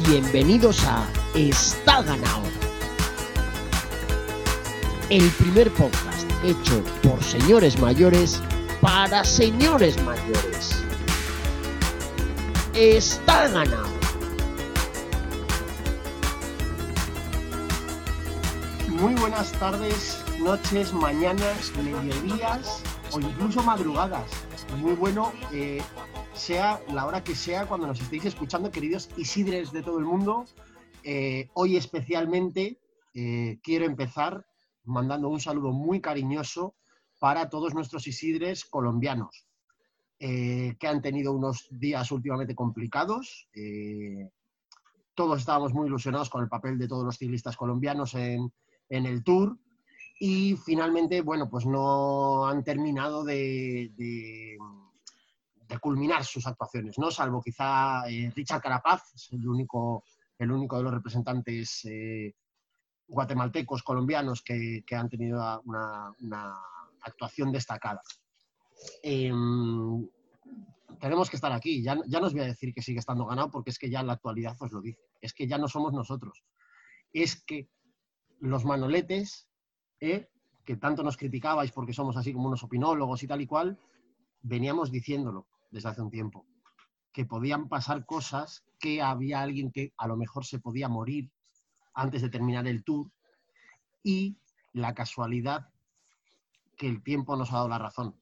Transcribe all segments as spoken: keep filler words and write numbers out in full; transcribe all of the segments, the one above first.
Bienvenidos a Está Ganado, el primer podcast hecho por señores mayores para señores mayores. Está Ganado. Muy buenas tardes, noches, mañanas, mediodías o incluso madrugadas. Muy bueno, eh, sea la hora que sea cuando nos estéis escuchando, queridos Isidres de todo el mundo. Eh, hoy especialmente eh, quiero empezar mandando un saludo muy cariñoso para todos nuestros Isidres colombianos, eh, que han tenido unos días últimamente complicados. Eh, todos estábamos muy ilusionados con el papel de todos los ciclistas colombianos en, en el Tour. Y finalmente, bueno, pues no han terminado de, de, de culminar sus actuaciones, ¿no? Salvo quizá eh, Richard Carapaz, es el único, el único de los representantes eh, guatemaltecos, colombianos, que, que han tenido una, una actuación destacada. Eh, tenemos que estar aquí. Ya, ya no os voy a decir que sigue estando ganado, porque es que ya en la actualidad os lo dice. Es que ya no somos nosotros. Es que los manoletes... Eh, que tanto nos criticabais porque somos así como unos opinólogos y tal y cual, veníamos diciéndolo desde hace un tiempo, que podían pasar cosas, que había alguien que a lo mejor se podía morir antes de terminar el Tour, y la casualidad que el tiempo nos ha dado la razón.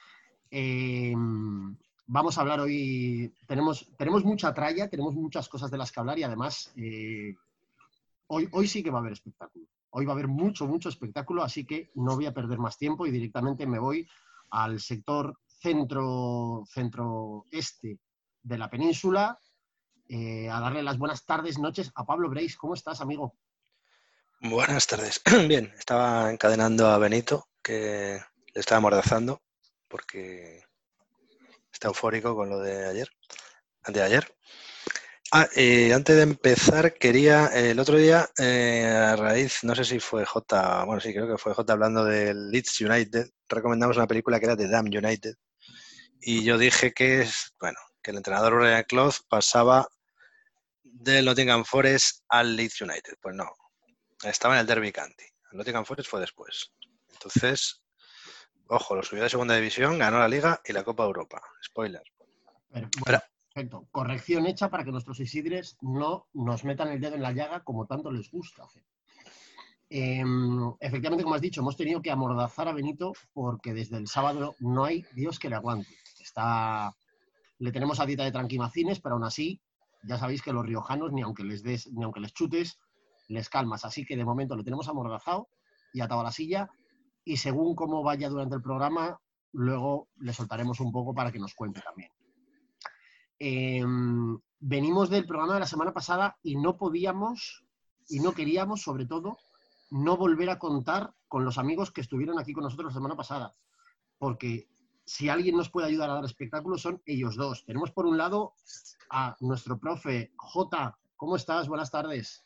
Eh, vamos a hablar hoy, tenemos, tenemos mucha tralla, tenemos muchas cosas de las que hablar y además eh, hoy, hoy sí que va a haber espectáculo. Hoy va a haber mucho, mucho espectáculo, así que no voy a perder más tiempo y directamente me voy al sector centro, centro-este de la península eh, a darle las buenas tardes, noches a Pablo Breis. ¿Cómo estás, amigo? Buenas tardes. Bien, estaba encadenando a Benito, que le estaba amordazando porque está eufórico con lo de ayer, antes de ayer. Ah, eh, antes de empezar, quería, eh, el otro día, eh, a raíz, no sé si fue J, bueno, sí, creo que fue J hablando del Leeds United, recomendamos una película que era The Damn United, y yo dije que, es, bueno, que el entrenador Brian Clough pasaba del Nottingham Forest al Leeds United. Pues no, estaba en el Derby County, el Nottingham Forest fue después. Entonces, ojo, lo subió de segunda división, ganó la Liga y la Copa Europa. Spoiler. Pero, bueno, perfecto. Corrección hecha para que nuestros Isidres no nos metan el dedo en la llaga como tanto les gusta hacer. Eh, efectivamente, como has dicho, hemos tenido que amordazar a Benito porque desde el sábado no hay Dios que le aguante. Está, le tenemos a dieta de tranquimacines, pero aún así, ya sabéis que los riojanos, ni aunque les des, ni aunque les chutes, les calmas. Así que de momento lo tenemos amordazado y atado a la silla, y según cómo vaya durante el programa, luego le soltaremos un poco para que nos cuente también. Eh, venimos del programa de la semana pasada y no podíamos, y no queríamos, sobre todo, no volver a contar con los amigos que estuvieron aquí con nosotros la semana pasada, porque si alguien nos puede ayudar a dar espectáculos son ellos dos. Tenemos por un lado a nuestro profe J. ¿Cómo estás? Buenas tardes.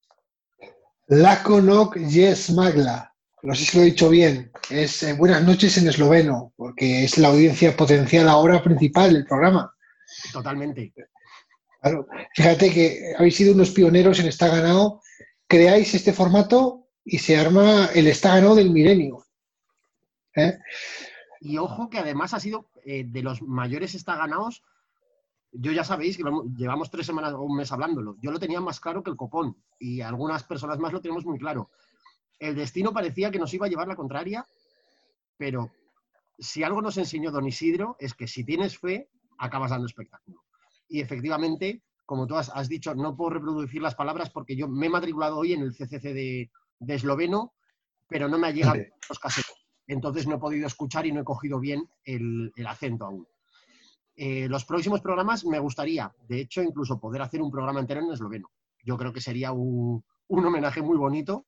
Lakonok Yes Magla. No sé si lo he dicho bien. Es eh, buenas noches en esloveno, porque es la audiencia potencial ahora principal del programa. Totalmente. Claro. Fíjate que habéis sido unos pioneros en Está Ganado. Creáis este formato y se arma el Está Ganado del milenio. ¿Eh? Y ojo que además ha sido eh, de los mayores Está Ganados. Yo ya sabéis que vamos, llevamos tres semanas o un mes hablándolo. Yo lo tenía más claro que el copón y algunas personas más lo tenemos muy claro. El destino parecía que nos iba a llevar la contraria, pero si algo nos enseñó don Isidro es que si tienes fe, acabas dando espectáculo. Y efectivamente, como tú has, has dicho, no puedo reproducir las palabras porque yo me he matriculado hoy en el C C C de, de esloveno, pero no me ha llegado Vale. los casetos. Entonces no he podido escuchar y no he cogido bien el, el acento aún. Eh, los próximos programas me gustaría, de hecho, incluso poder hacer un programa entero en esloveno. Yo creo que sería un, un homenaje muy bonito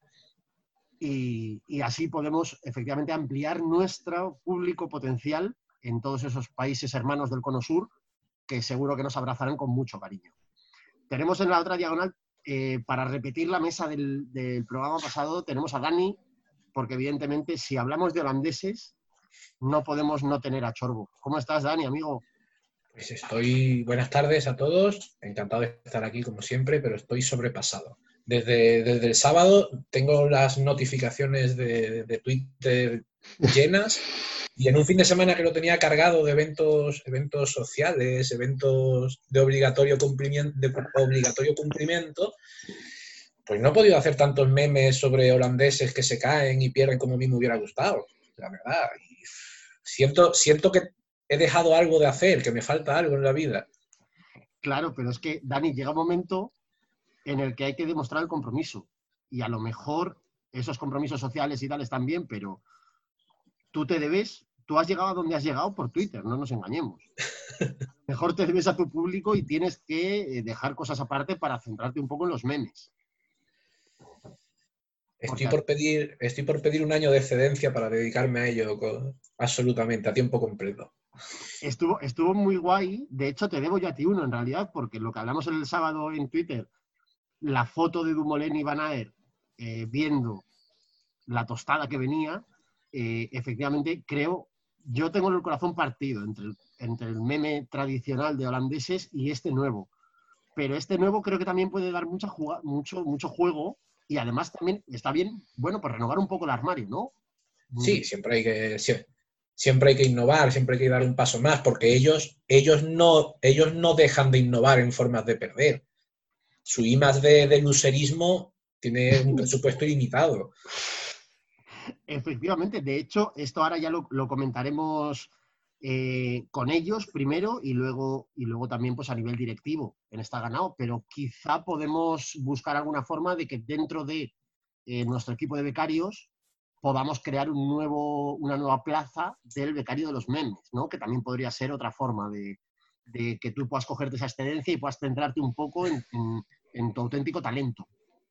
y, y así podemos efectivamente ampliar nuestro público potencial en todos esos países hermanos del Cono Sur que seguro que nos abrazarán con mucho cariño. Tenemos en la otra diagonal, eh, para repetir la mesa del, del programa pasado, tenemos a Dani, porque evidentemente si hablamos de holandeses no podemos no tener a Chorbo. ¿Cómo estás, Dani, amigo? Pues estoy... Buenas tardes a todos. Encantado de estar aquí como siempre, pero estoy sobrepasado. Desde, desde el sábado tengo las notificaciones de, de Twitter llenas y en un fin de semana que lo tenía cargado de eventos, eventos sociales, eventos de obligatorio cumplimiento, de obligatorio cumplimiento, pues no he podido hacer tantos memes sobre holandeses que se caen y pierden como a mí me hubiera gustado, la verdad. Y siento, siento que he dejado algo de hacer, que me falta algo en la vida. Claro, pero es que, Dani, llega un momento en el que hay que demostrar el compromiso. Y a lo mejor esos compromisos sociales y tal están bien, pero tú te debes, tú has llegado a donde has llegado por Twitter, no nos engañemos. Mejor te debes a tu público y tienes que dejar cosas aparte para centrarte un poco en los memes. Estoy por pedir, estoy por pedir un año de excedencia para dedicarme a ello con, absolutamente, a tiempo completo. Estuvo, estuvo muy guay. De hecho, te debo yo a ti uno, en realidad, porque lo que hablamos el sábado en Twitter, la foto de Dumoulin y Van Aert eh, viendo la tostada que venía, eh, efectivamente, creo, yo tengo el corazón partido entre el, entre el meme tradicional de holandeses y este nuevo. Pero este nuevo creo que también puede dar mucha juga, mucho, mucho juego y además también está bien, bueno, pues renovar un poco el armario, ¿no? Sí, siempre hay que... Siempre. Siempre hay que innovar, siempre hay que dar un paso más, porque ellos, ellos, no, ellos no dejan de innovar en formas de perder. Su I más D de luserismo tiene un presupuesto ilimitado. Efectivamente, de hecho, esto ahora ya lo, lo comentaremos eh, con ellos primero y luego, y luego también pues, a nivel directivo en Está Ganado, pero quizá podemos buscar alguna forma de que dentro de eh, nuestro equipo de becarios podamos crear un nuevo, una nueva plaza del becario de los memes, ¿no? Que también podría ser otra forma de, de que tú puedas cogerte esa excedencia y puedas centrarte un poco en, en, en tu auténtico talento.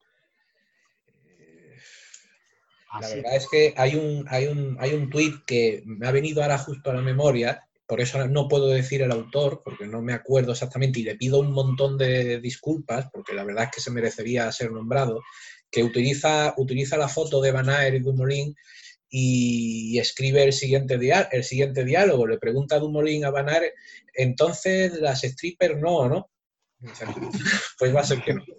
La verdad es que hay un, hay un, hay un tuit que me ha venido ahora justo a la memoria, por eso no puedo decir el autor, porque no me acuerdo exactamente y le pido un montón de disculpas, porque la verdad es que se merecería ser nombrado, que utiliza, utiliza la foto de Van Aert y Dumoulin y escribe el siguiente, dia, el siguiente diálogo. Le pregunta a Dumoulin a Van Aert, entonces las strippers no, ¿no? Pues va a ser que no.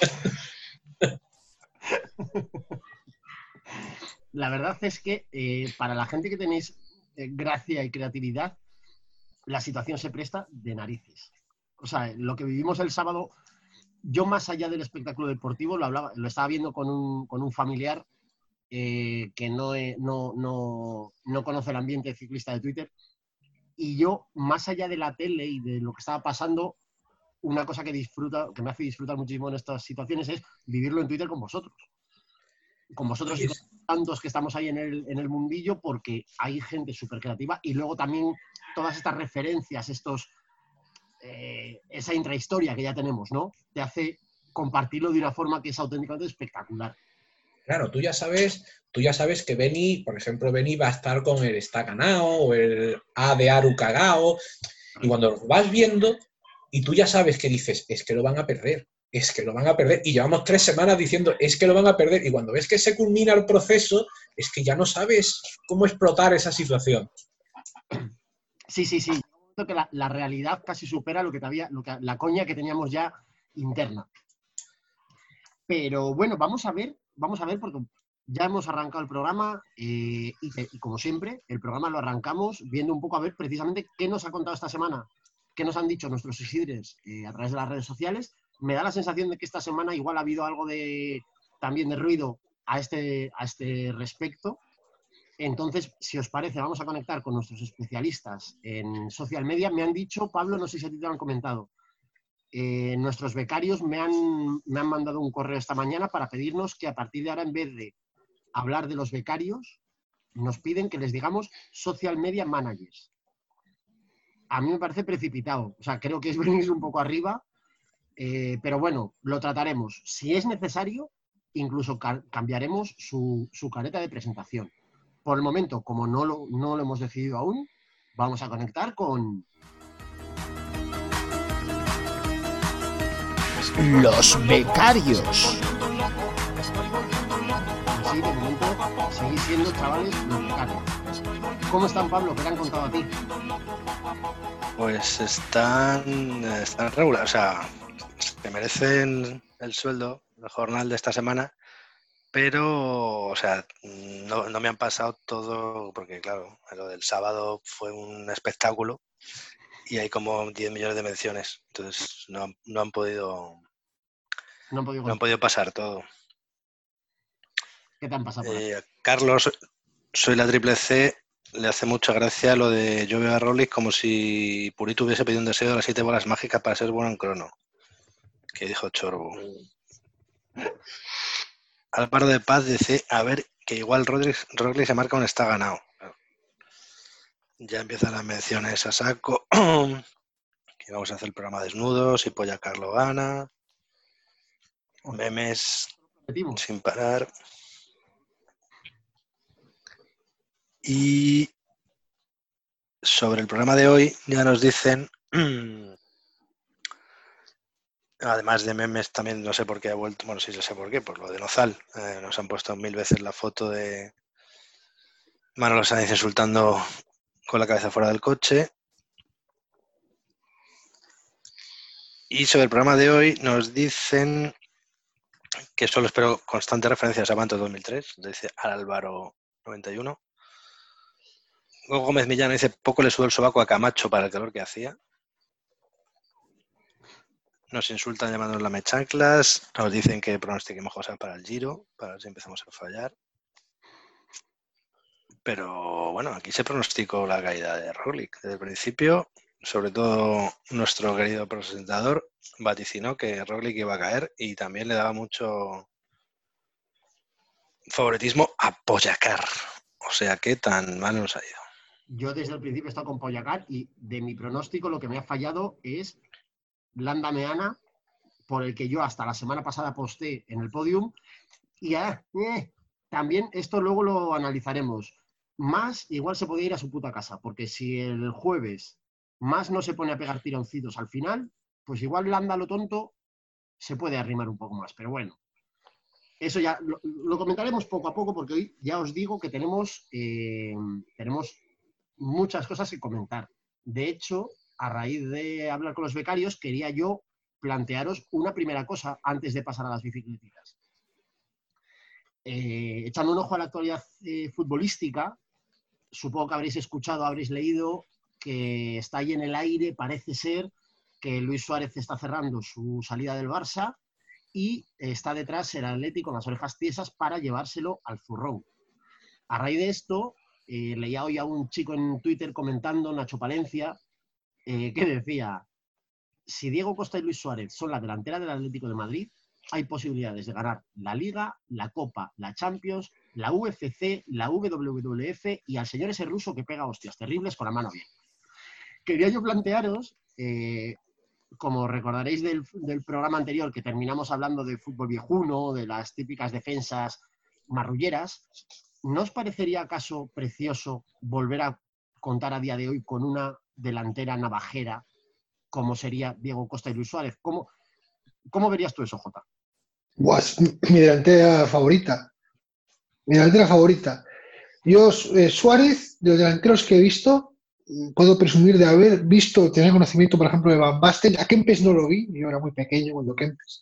La verdad es que eh, para la gente que tenéis eh, gracia y creatividad, la situación se presta de narices. O sea, lo que vivimos el sábado... Yo, más allá del espectáculo deportivo, lo, hablaba, lo estaba viendo con un, con un familiar eh, que no, no, no, no conoce el ambiente ciclista de Twitter. Y yo, más allá de la tele y de lo que estaba pasando, una cosa que, disfruta, que me hace disfrutar muchísimo en estas situaciones es vivirlo en Twitter con vosotros. Con vosotros y con tantos que estamos ahí en el, en el mundillo, porque hay gente súper creativa. Y luego también todas estas referencias, estos... Eh, esa intrahistoria que ya tenemos, ¿no? Te hace compartirlo de una forma que es auténticamente espectacular. Claro, tú ya sabes, tú ya sabes que Beni, por ejemplo, Beni va a estar con el Está Ganado o el A de Aru Cagao, y cuando lo vas viendo, y tú ya sabes que dices, es que lo van a perder, es que lo van a perder, y llevamos tres semanas diciendo, es que lo van a perder, y cuando ves que se culmina el proceso, es que ya no sabes cómo explotar esa situación. Sí, sí, sí. Que la, la realidad casi supera lo que había, lo que, la coña que teníamos ya interna. Pero bueno, vamos a ver, vamos a ver, porque ya hemos arrancado el programa eh, y, y como siempre, el programa lo arrancamos viendo un poco a ver precisamente qué nos ha contado esta semana, qué nos han dicho nuestros seguidores eh, a través de las redes sociales. Me da la sensación de que esta semana igual ha habido algo de también de ruido a este, a este respecto. Entonces, si os parece, vamos a conectar con nuestros especialistas en social media. Me han dicho, Pablo, no sé si a ti te lo han comentado, eh, nuestros becarios me han, me han mandado un correo esta mañana para pedirnos que a partir de ahora, en vez de hablar de los becarios, nos piden que les digamos social media managers. A mí me parece precipitado. O sea, creo que es venir un poco arriba, eh, pero bueno, lo trataremos. Si es necesario, incluso ca cambiaremos su, su careta de presentación. Por el momento, como no lo, no lo hemos decidido aún, vamos a conectar con... Los becarios. Sí, de momento seguís siendo, chavales, los becarios. ¿Cómo están, Pablo? ¿Qué te han contado a ti? Pues están, están regular, o sea, se merecen el sueldo, el jornal de esta semana, pero, o sea, no, no me han pasado todo, porque claro, lo del sábado fue un espectáculo y hay como diez millones de menciones, entonces no, han- no han podido, No han podido no han podido pasar todo. ¿Qué te han pasado por ahí? Eh, Carlos, soy la triple C, le hace mucha gracia lo de yo veo a Rolex como si Purito hubiese pedido un deseo de las siete bolas mágicas para ser bueno en crono. Que dijo Chorbo. Álvaro de Paz dice, a ver, que igual Rolex, Rolex se marca un está ganado. Ya empiezan las menciones a saco. Que vamos a hacer el programa desnudos y Polla Carlo gana. Memes Repetimos. sin parar. Y sobre el programa de hoy ya nos dicen, además de memes también, no sé por qué ha vuelto, bueno, sí, sé por qué, por lo de Nozal. Eh, nos han puesto mil veces la foto de Manolo Sáenz insultando con la cabeza fuera del coche. Y sobre el programa de hoy nos dicen que solo espero constantes referencias a Banto dos mil tres, dice Álvaro noventa y uno. Hugo Gómez Millán dice, poco le sudó el sobaco a Camacho para el calor que hacía. Nos insultan llamándonos la mechanclas, nos dicen que pronostiquemos cosas para el Giro, para ver si empezamos a fallar. Pero bueno, aquí se pronosticó la caída de Roglic. Desde el principio, sobre todo nuestro querido presentador vaticinó que Roglic iba a caer y también le daba mucho favoritismo a Pogačar. O sea que tan mal nos ha ido. Yo desde el principio he estado con Pogačar y de mi pronóstico lo que me ha fallado es Landa Meana, por el que yo hasta la semana pasada posté en el podium. Y ah, eh, también esto luego lo analizaremos. Más igual se podía ir a su puta casa, porque si el jueves Más no se pone a pegar tironcitos al final, pues igual Landa lo tonto se puede arrimar un poco más. Pero bueno, eso ya lo, lo comentaremos poco a poco, porque hoy ya os digo que tenemos, eh, tenemos muchas cosas que comentar. De hecho, a raíz de hablar con los becarios, quería yo plantearos una primera cosa antes de pasar a las bicicletas. Eh, echando un ojo a la actualidad eh, futbolística, supongo que habréis escuchado, habréis leído que está ahí en el aire, parece ser que Luis Suárez está cerrando su salida del Barça y está detrás el Atlético con las orejas tiesas para llevárselo al zurrón. A raíz de esto, eh, leía hoy a un chico en Twitter comentando, Nacho Palencia, eh, que decía, si Diego Costa y Luis Suárez son la delantera del Atlético de Madrid, hay posibilidades de ganar la Liga, la Copa, la Champions, la U F C, la W W F y al señor ese ruso que pega hostias terribles con la mano bien. Quería yo plantearos, eh, como recordaréis del, del programa anterior, que terminamos hablando de fútbol viejuno, de las típicas defensas marrulleras, ¿no os parecería acaso precioso volver a contar a día de hoy con una delantera navajera como sería Diego Costa y Luis Suárez? ¿Cómo, cómo verías tú eso, Jota? Buah, es mi delantera favorita. Mi delantera favorita. Yo, eh, Suárez, de los delanteros que he visto, puedo presumir de haber visto, tener conocimiento, por ejemplo, de Van Basten. A Kempes no lo vi, yo era muy pequeño cuando Kempes.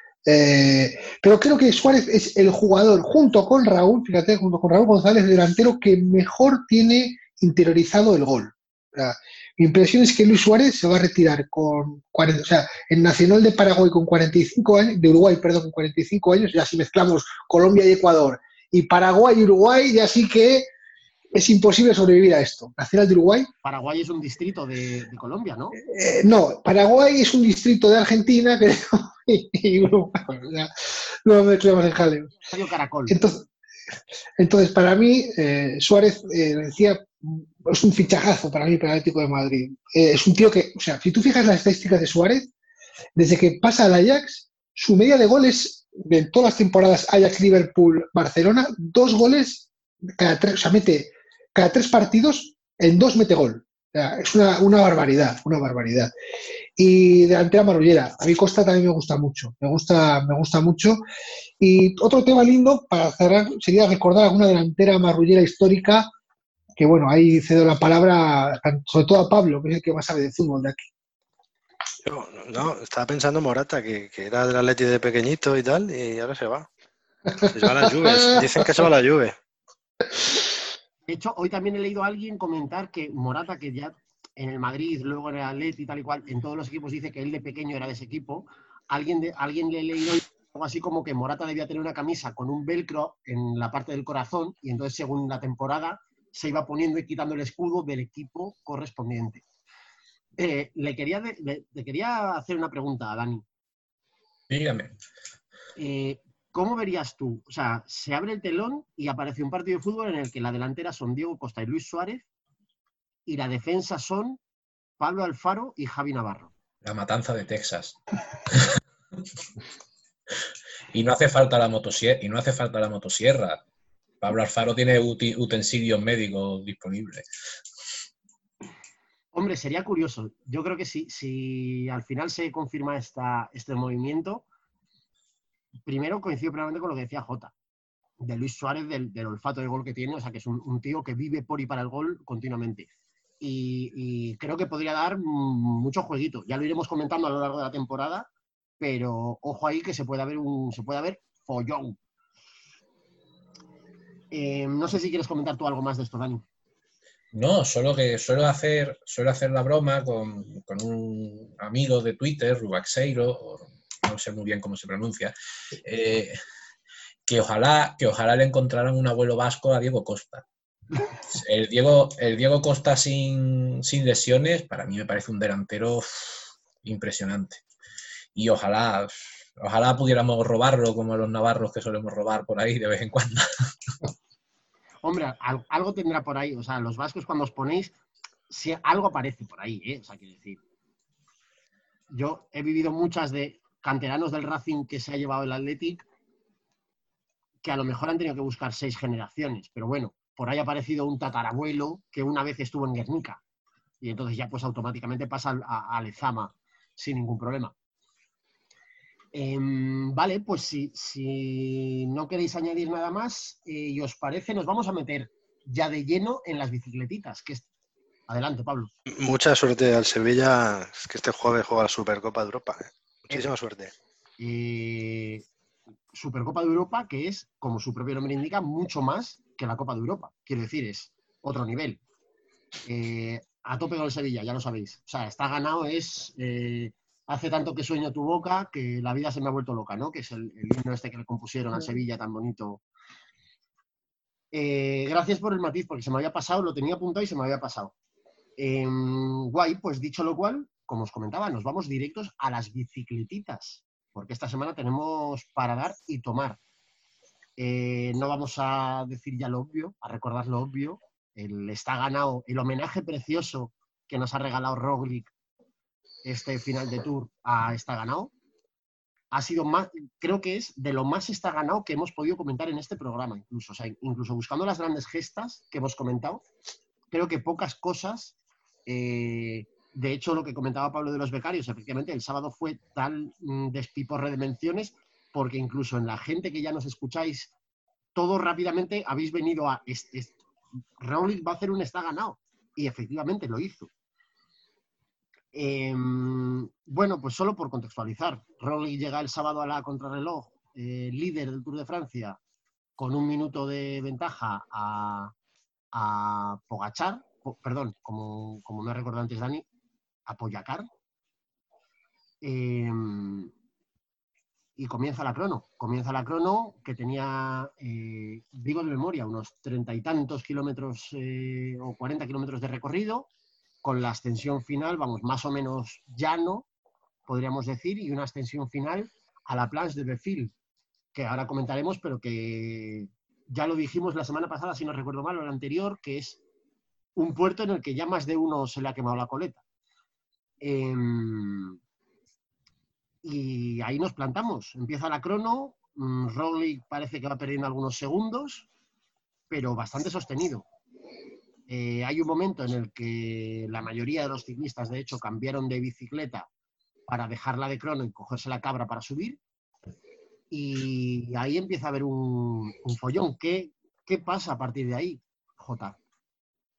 Eh, pero creo que Suárez es el jugador, junto con Raúl, fíjate, junto con Raúl González, delantero que mejor tiene interiorizado el gol. O sea, mi impresión es que Luis Suárez se va a retirar con cuarenta, o sea, en Nacional de Paraguay con cuarenta y cinco años, de Uruguay, perdón, con cuarenta y cinco años, ya si mezclamos Colombia y Ecuador, y Paraguay y Uruguay, ya sí que es imposible sobrevivir a esto. Nacional de Uruguay. Paraguay es un distrito de, de Colombia, ¿no? Eh, no, Paraguay es un distrito de Argentina, creo, y, y Uruguay, bueno, ya, no me mezclamos en jaleo. Caracol. Entonces, entonces, para mí, eh, Suárez, eh, decía, es un fichajazo para mí, para el Atlético de Madrid. Eh, es un tío que, o sea, si tú fijas las estadísticas de Suárez, desde que pasa al Ajax, su media de goles de todas las temporadas Ajax, Liverpool, Barcelona, dos goles cada tres, o sea, mete cada tres partidos, en dos mete gol. O sea, es una, una barbaridad, una barbaridad. Y delantera marrullera. A mí Costa también me gusta mucho, me gusta, me gusta mucho. Y otro tema lindo para cerrar sería recordar alguna delantera marrullera histórica que bueno, ahí cedo la palabra sobre todo a Pablo, que es el que más sabe de fútbol de aquí. Yo, no, estaba pensando Morata, que, que era del Atleti de pequeñito y tal, y ahora se va. Se va a la Juve. Dicen que se va a la Juve. De hecho, hoy también he leído a alguien comentar que Morata, que ya en el Madrid, luego en el Atleti y tal y cual, en todos los equipos dice que él de pequeño era de ese equipo. Alguien, de, alguien le he leído algo así como que Morata debía tener una camisa con un velcro en la parte del corazón y entonces según la temporada se iba poniendo y quitando el escudo del equipo correspondiente. Eh, le, quería de, le, le quería hacer una pregunta a Dani. Dígame. Eh, ¿Cómo verías tú? O sea, se abre el telón y aparece un partido de fútbol en el que la delantera son Diego Costa y Luis Suárez y la defensa son Pablo Alfaro y Javi Navarro. La matanza de Texas. Y no hace falta la motosierra. Y no hace falta la motosierra. Pablo Alfaro tiene utensilios médicos disponibles. Hombre, sería curioso. Yo creo que si, si al final se confirma esta, este movimiento, primero coincido plenamente con lo que decía Jota, de Luis Suárez, del, del olfato de gol que tiene, o sea que es un, un tío que vive por y para el gol continuamente. Y, y creo que podría dar mucho jueguito. Ya lo iremos comentando a lo largo de la temporada, pero ojo ahí que se puede haber un se puede haber follón. Eh, no sé si quieres comentar tú algo más de esto, Dani. No, solo que suelo hacer, suelo hacer la broma con, con un amigo de Twitter, Rubaxeiro, o no sé muy bien cómo se pronuncia, eh, que, ojalá, que ojalá le encontraran un abuelo vasco a Diego Costa. El Diego, el Diego Costa sin, sin lesiones, para mí me parece un delantero uff, impresionante. Y ojalá, ojalá pudiéramos robarlo como los navarros que solemos robar por ahí de vez en cuando. Hombre, algo tendrá por ahí. O sea, los vascos cuando os ponéis, si algo aparece por ahí, ¿eh? O sea, quiero decir, yo he vivido muchas de canteranos del Racing que se ha llevado el Athletic, que a lo mejor han tenido que buscar seis generaciones, pero bueno, por ahí ha aparecido un tatarabuelo que una vez estuvo en Guernica y entonces ya pues automáticamente pasa a, a Lezama sin ningún problema. Eh, vale, pues si, si no queréis añadir nada más eh, y os parece, nos vamos a meter ya de lleno en las bicicletitas. Que es... Adelante, Pablo. Mucha suerte al Sevilla, es que este jueves juega la Supercopa de Europa. ¿eh? Muchísima eh, suerte. Eh, Supercopa de Europa, que es, como su propio nombre indica, mucho más que la Copa de Europa. Quiero decir, es otro nivel. Eh, a tope con el Sevilla, ya lo sabéis. O sea, está ganado, es... Eh, hace tanto que sueño tu boca que la vida se me ha vuelto loca, ¿no? Que es el, el himno este que le compusieron al Sevilla tan bonito. Eh, gracias por el matiz, porque se me había pasado, lo tenía apuntado y se me había pasado. Eh, guay, pues dicho lo cual, como os comentaba, nos vamos directos a las bicicletitas, porque esta semana tenemos para dar y tomar. Eh, no vamos a decir ya lo obvio, a recordar lo obvio. El está ganado, el homenaje precioso que nos ha regalado Roglic este final de Tour a está ganado. Ha sido más, creo que es de lo más está ganado que hemos podido comentar en este programa, incluso. O sea, incluso buscando las grandes gestas que hemos comentado, creo que pocas cosas. Eh, de hecho, lo que comentaba Pablo de los becarios, efectivamente, el sábado fue tal mm, despiporre de menciones, porque incluso en la gente que ya nos escucháis, todos rápidamente habéis venido a este, este, Roglic va a hacer un está ganado. Y efectivamente lo hizo. Eh, bueno, pues solo por contextualizar, Roglic llega el sábado a la contrarreloj, eh, líder del Tour de Francia, con un minuto de ventaja a, a Pogačar, po, perdón, como, como me ha recordado antes Dani, a Pogačar, eh, y comienza la crono, comienza la crono que tenía, eh, digo de memoria, unos treinta y tantos kilómetros eh, o cuarenta kilómetros de recorrido, con la ascensión final, vamos, más o menos llano, podríamos decir, y una ascensión final a la Planche de Belleville, que ahora comentaremos, pero que ya lo dijimos la semana pasada, si no recuerdo mal, o la anterior, que es un puerto en el que ya más de uno se le ha quemado la coleta. Eh, y ahí nos plantamos. Empieza la crono, Roglic parece que va perdiendo algunos segundos, pero bastante sostenido. Eh, hay un momento en el que la mayoría de los ciclistas, de hecho, cambiaron de bicicleta para dejarla de crono y cogerse la cabra para subir. Y ahí empieza a haber un, un follón. ¿Qué, ¿Qué pasa a partir de ahí, Jota?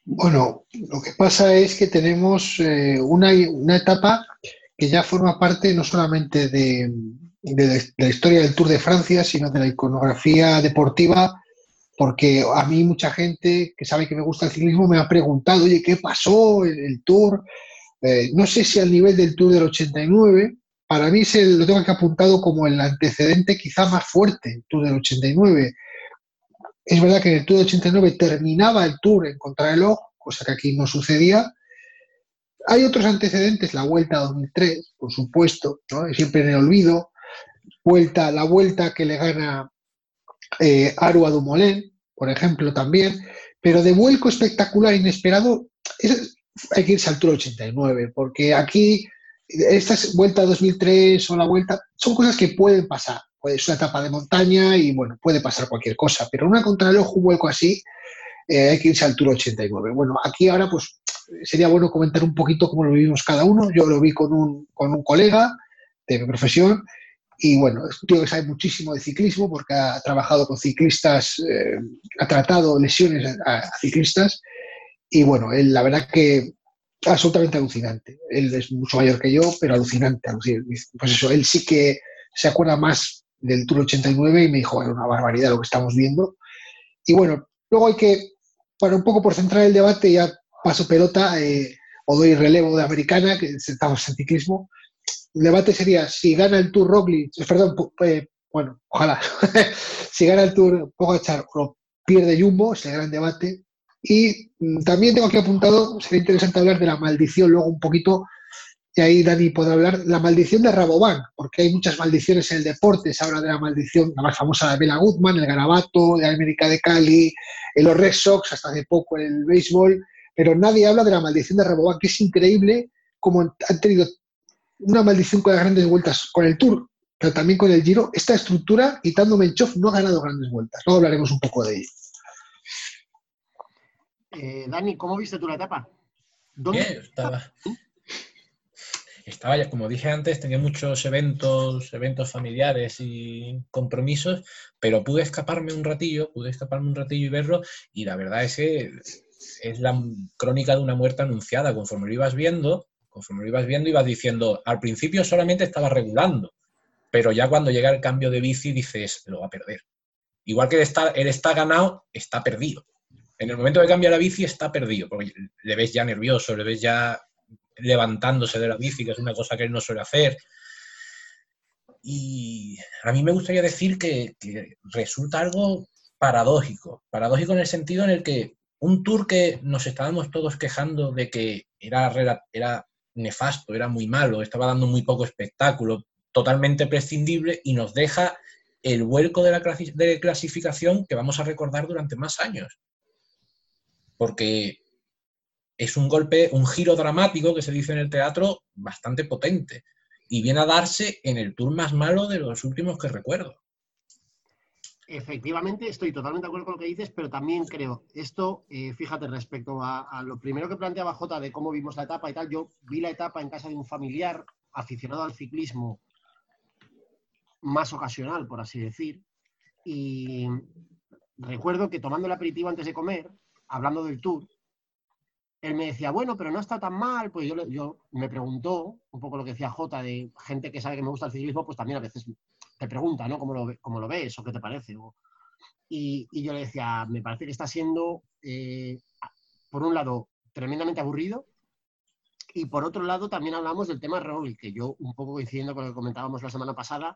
Bueno, lo que pasa es que tenemos eh, una, una etapa que ya forma parte no solamente de, de la, de la historia del Tour de Francia, sino de la iconografía deportiva, porque a mí mucha gente que sabe que me gusta el ciclismo me ha preguntado, oye, ¿qué pasó en el Tour? Eh, no sé si al nivel del Tour del ochenta y nueve, para mí se lo tengo que apuntado como el antecedente quizá más fuerte, el Tour del ochenta y nueve. Es verdad que en el Tour del ochenta y nueve terminaba el Tour en contrarreloj, cosa que aquí no sucedía. Hay otros antecedentes, la Vuelta dos mil tres, por supuesto, ¿no? Siempre en el olvido. Vuelta, la Vuelta que le gana eh, Aru a Dumoulin, por ejemplo, también. Pero de vuelco espectacular, inesperado, es, hay que irse al Tour ochenta y nueve, porque aquí esta Vuelta dos mil tres o la Vuelta son cosas que pueden pasar. Es una etapa de montaña y, bueno, puede pasar cualquier cosa, pero una contrarreloj, un vuelco así, eh, hay que irse al Tour ochenta y nueve. Bueno, aquí ahora pues sería bueno comentar un poquito cómo lo vivimos cada uno. Yo lo vi con un, con un colega de mi profesión y, bueno, es un tío que sabe muchísimo de ciclismo porque ha trabajado con ciclistas, eh, ha tratado lesiones a, a ciclistas y, bueno, él la verdad que absolutamente alucinante. Él es mucho mayor que yo, pero alucinante, alucinante. Pues eso, él sí que se acuerda más del Tour ochenta y nueve y me dijo, bueno, una barbaridad lo que estamos viendo. Y, bueno, luego hay que, bueno, un poco por centrar el debate, ya paso pelota eh, o doy relevo de americana, que estamos en ciclismo. El debate sería si gana el Tour Roglic, perdón, eh, bueno, ojalá, si gana el Tour Pogačar o pierde Jumbo, es el gran debate. Y mm, también tengo aquí apuntado, sería interesante hablar de la maldición luego un poquito, y ahí Dani podrá hablar, la maldición de Rabobank, porque hay muchas maldiciones en el deporte. Se habla de la maldición, la más famosa de Bela Goodman, el garabato, de América de Cali, en los Red Sox, hasta hace poco en el béisbol, pero nadie habla de la maldición de Rabobank, que es increíble como han tenido una maldición con las grandes vueltas, con el Tour, pero también con el Giro. Esta estructura, quitando Menchov, no ha ganado grandes vueltas. Luego hablaremos un poco de ello. Eh, Dani, ¿cómo viste tú la etapa? ¿Dónde Bien, estaba, estaba ya, como dije antes, tenía muchos eventos, eventos familiares y compromisos, pero pude escaparme un ratillo, pude escaparme un ratillo y verlo, y la verdad es que es la crónica de una muerte anunciada. Conforme lo ibas viendo, conforme lo ibas viendo, ibas diciendo, al principio solamente estaba regulando, pero ya cuando llega el cambio de bici dices, lo va a perder. Igual que él está, él está ganado, está perdido. En el momento que cambia la bici está perdido, porque le ves ya nervioso, le ves ya levantándose de la bici, que es una cosa que él no suele hacer. Y a mí me gustaría decir que, que resulta algo paradójico, paradójico en el sentido en el que un Tour que nos estábamos todos quejando de que era, era nefasto, era muy malo, estaba dando muy poco espectáculo, totalmente prescindible, y nos deja el vuelco de la de clasificación que vamos a recordar durante más años. Porque es un golpe, un giro dramático, que se dice en el teatro, bastante potente. Y viene a darse en el Tour más malo de los últimos que recuerdo. Efectivamente, estoy totalmente de acuerdo con lo que dices, pero también creo, esto, eh, fíjate, respecto a, a lo primero que planteaba Jota de cómo vimos la etapa y tal, yo vi la etapa en casa de un familiar aficionado al ciclismo más ocasional, por así decir, y recuerdo que tomando el aperitivo antes de comer, hablando del Tour, él me decía, bueno, pero no está tan mal. Pues yo, yo me preguntó un poco lo que decía Jota, de gente que sabe que me gusta el ciclismo, pues también a veces te pregunta, ¿no? ¿Cómo lo, cómo lo ves o qué te parece? O, y, y yo le decía, me parece que está siendo, eh, por un lado, tremendamente aburrido, y por otro lado también hablamos del tema Roglic, que yo, un poco coincidiendo con lo que comentábamos la semana pasada,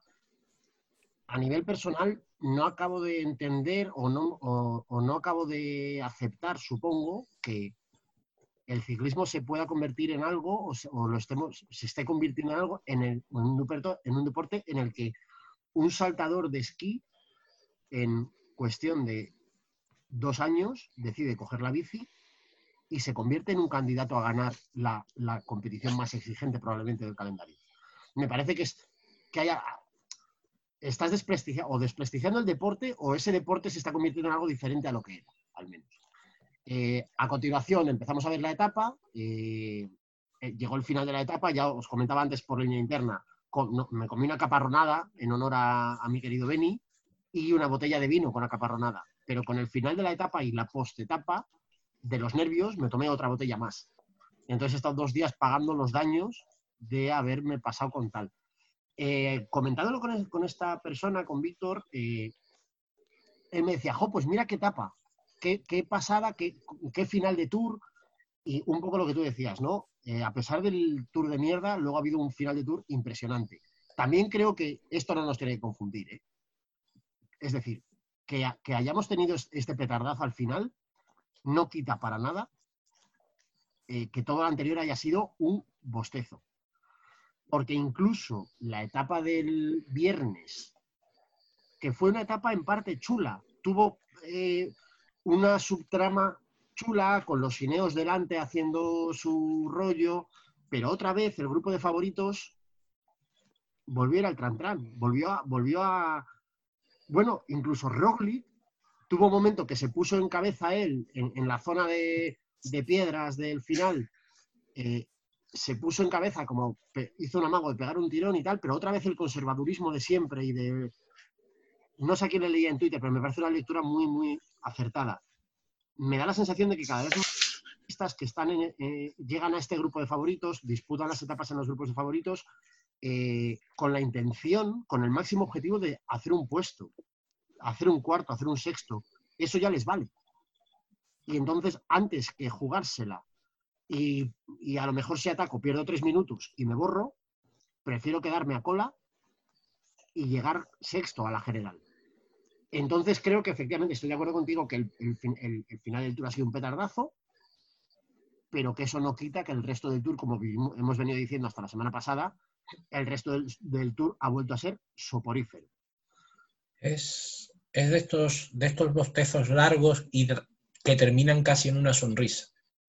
a nivel personal no acabo de entender o no, o, o no acabo de aceptar, supongo, que el ciclismo se pueda convertir en algo o se, o lo estemos, se esté convirtiendo en algo en, el, en, un deporte, en un deporte en el que un saltador de esquí en cuestión de dos años decide coger la bici y se convierte en un candidato a ganar la, la competición más exigente probablemente del calendario. Me parece que, es, que haya, estás desprestigiando o desprestigiando el deporte, o ese deporte se está convirtiendo en algo diferente a lo que era, al menos. Eh, a continuación empezamos a ver la etapa, eh, eh, llegó el final de la etapa, ya os comentaba antes por línea interna, con, no, me comí una caparronada en honor a, a mi querido Beni y una botella de vino con la caparronada, pero con el final de la etapa y la post-etapa de los nervios me tomé otra botella más. Y entonces he estado dos días pagando los daños de haberme pasado con tal. Eh, comentándolo con, con esta persona, con Víctor, eh, él me decía, jo, pues mira qué etapa, qué, qué pasada, qué, qué final de Tour, y un poco lo que tú decías, ¿no? Eh, a pesar del Tour de mierda, luego ha habido un final de Tour impresionante. También creo que esto no nos tiene que confundir, ¿eh? Es decir, que, que hayamos tenido este petardazo al final no quita para nada eh, que todo lo anterior haya sido un bostezo. Porque incluso la etapa del viernes, que fue una etapa en parte chula, tuvo eh, una subtrama chula con los Ineos delante haciendo su rollo, pero otra vez el grupo de favoritos volvió a ir al tran-tran, volvió a, volvió a... Bueno, incluso Roglic tuvo un momento que se puso en cabeza él en, en la zona de, de piedras del final, eh, se puso en cabeza como hizo un amago de pegar un tirón y tal, pero otra vez el conservadurismo de siempre y de... No sé a quién le leía en Twitter, pero me parece una lectura muy, muy acertada. Me da la sensación de que cada vez más estas que están en, eh, llegan a este grupo de favoritos, disputan las etapas en los grupos de favoritos, eh, con la intención, con el máximo objetivo de hacer un puesto, hacer un cuarto, hacer un sexto. Eso ya les vale. Y entonces, antes que jugársela y, y a lo mejor si ataco pierdo tres minutos y me borro, prefiero quedarme a cola y llegar sexto a la general. Entonces creo que efectivamente estoy de acuerdo contigo que el, el, el, el final del Tour ha sido un petardazo, pero que eso no quita que el resto del Tour, como vivimos, hemos venido diciendo hasta la semana pasada, el resto del, del Tour ha vuelto a ser soporífero. Es, es de estos, de estos bostezos largos y de, que terminan casi en una sonrisa.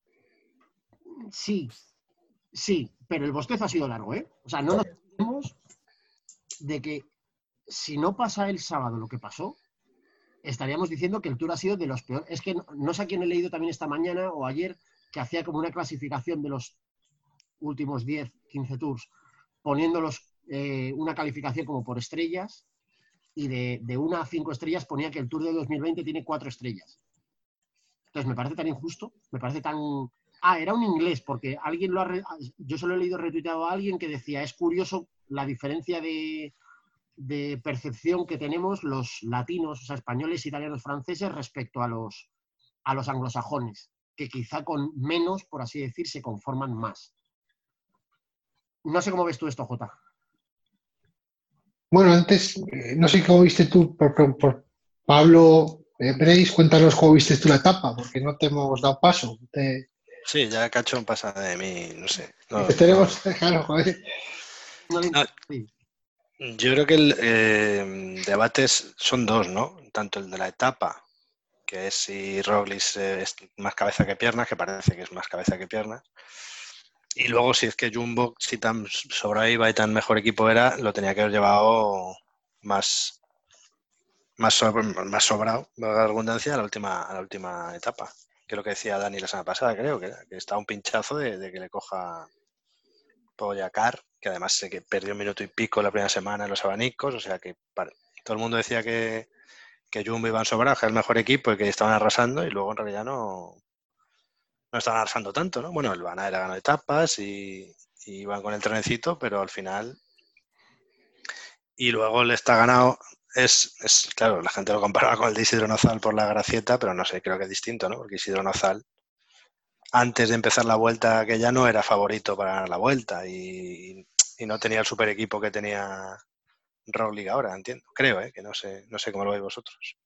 Sí, sí, pero el bostezo ha sido largo, ¿eh? O sea, no nos olvidemos de que si no pasa el sábado lo que pasó, estaríamos diciendo que el Tour ha sido de los peores. Es que no, no sé a quién he leído también esta mañana o ayer que hacía como una clasificación de los últimos diez, quince Tours, poniéndolos eh, una calificación como por estrellas, y de, de una a cinco estrellas ponía que el Tour de dos mil veinte tiene cuatro estrellas. Entonces me parece tan injusto, me parece tan... Ah, era un inglés, porque alguien lo ha... Re... Yo solo he leído retuiteado a alguien que decía, es curioso la diferencia de... de percepción que tenemos los latinos, o sea, españoles, italianos, franceses, respecto a los, a los anglosajones, que quizá con menos, por así decir, se conforman más. No sé cómo ves tú esto, Jota. Bueno, antes, eh, no sé cómo viste tú, por, por, por Pablo eh, Breis, cuéntanos cómo viste tú la etapa, porque no te hemos dado paso. Te... Sí, ya Cachón pasa de mí, no sé. No, te tenemos, no. Claro, joder. No, no. Yo creo que el eh, debates son dos, ¿no? Tanto el de la etapa, que es si Roglic es más cabeza que piernas, que parece que es más cabeza que piernas, y luego si es que Jumbo, si tan sobrado iba y tan mejor equipo era, lo tenía que haber llevado más, más, sobre, más sobrado, valga la redundancia, a la última, a la última etapa. Que es lo que decía Dani la semana pasada, creo, que, que está un pinchazo de, de que le coja Pogačar, que además sé que perdió un minuto y pico la primera semana en los abanicos, o sea que para, todo el mundo decía que, que Jumbo iban sobrados, que era el mejor equipo y que estaban arrasando, y luego en realidad no, no estaban arrasando tanto, ¿no? Bueno, el Van Aert ganó etapas y, y iban con el trenecito, pero al final... Y luego el está ganado, es, es, claro, la gente lo comparaba con el de Isidro Nozal por la gracieta, pero no sé, creo que es distinto, ¿no? Porque Isidro Nozal, antes de empezar la vuelta, que ya no era favorito para ganar la vuelta y, y no tenía el super equipo que tenía Roglic ahora, entiendo. Creo, ¿eh? Que no sé, no sé cómo lo veis vosotros.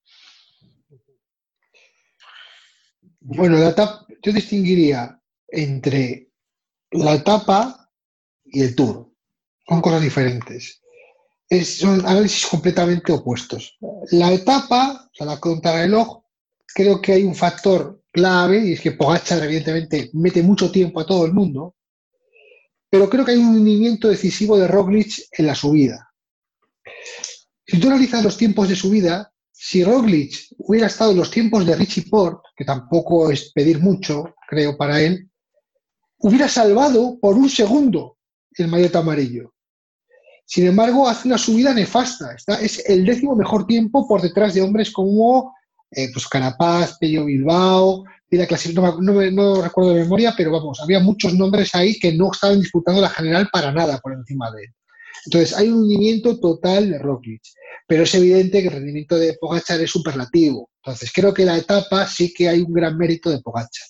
Bueno, la etapa, yo distinguiría entre la etapa y el Tour. Son cosas diferentes. Es, son análisis completamente opuestos. La etapa, o sea, la contrarreloj, creo que hay un factor clave, y es que Pogačar evidentemente mete mucho tiempo a todo el mundo, pero creo que hay un hundimiento decisivo de Roglic en la subida. Si tú analizas los tiempos de subida, si Roglic hubiera estado en los tiempos de Richie Porte, que tampoco es pedir mucho, creo, para él, hubiera salvado por un segundo el maillot amarillo. Sin embargo, hace una subida nefasta. Está, es el décimo mejor tiempo por detrás de hombres como eh, pues Carapaz, Pello Bilbao, y la clasificación, no, me- no, no recuerdo de memoria, pero vamos, había muchos nombres ahí que no estaban disputando la general para nada por encima de él. Entonces, hay un hundimiento total de Roglic, pero es evidente que el rendimiento de Pogačar es superlativo. Entonces, creo que la etapa sí que hay un gran mérito de Pogačar.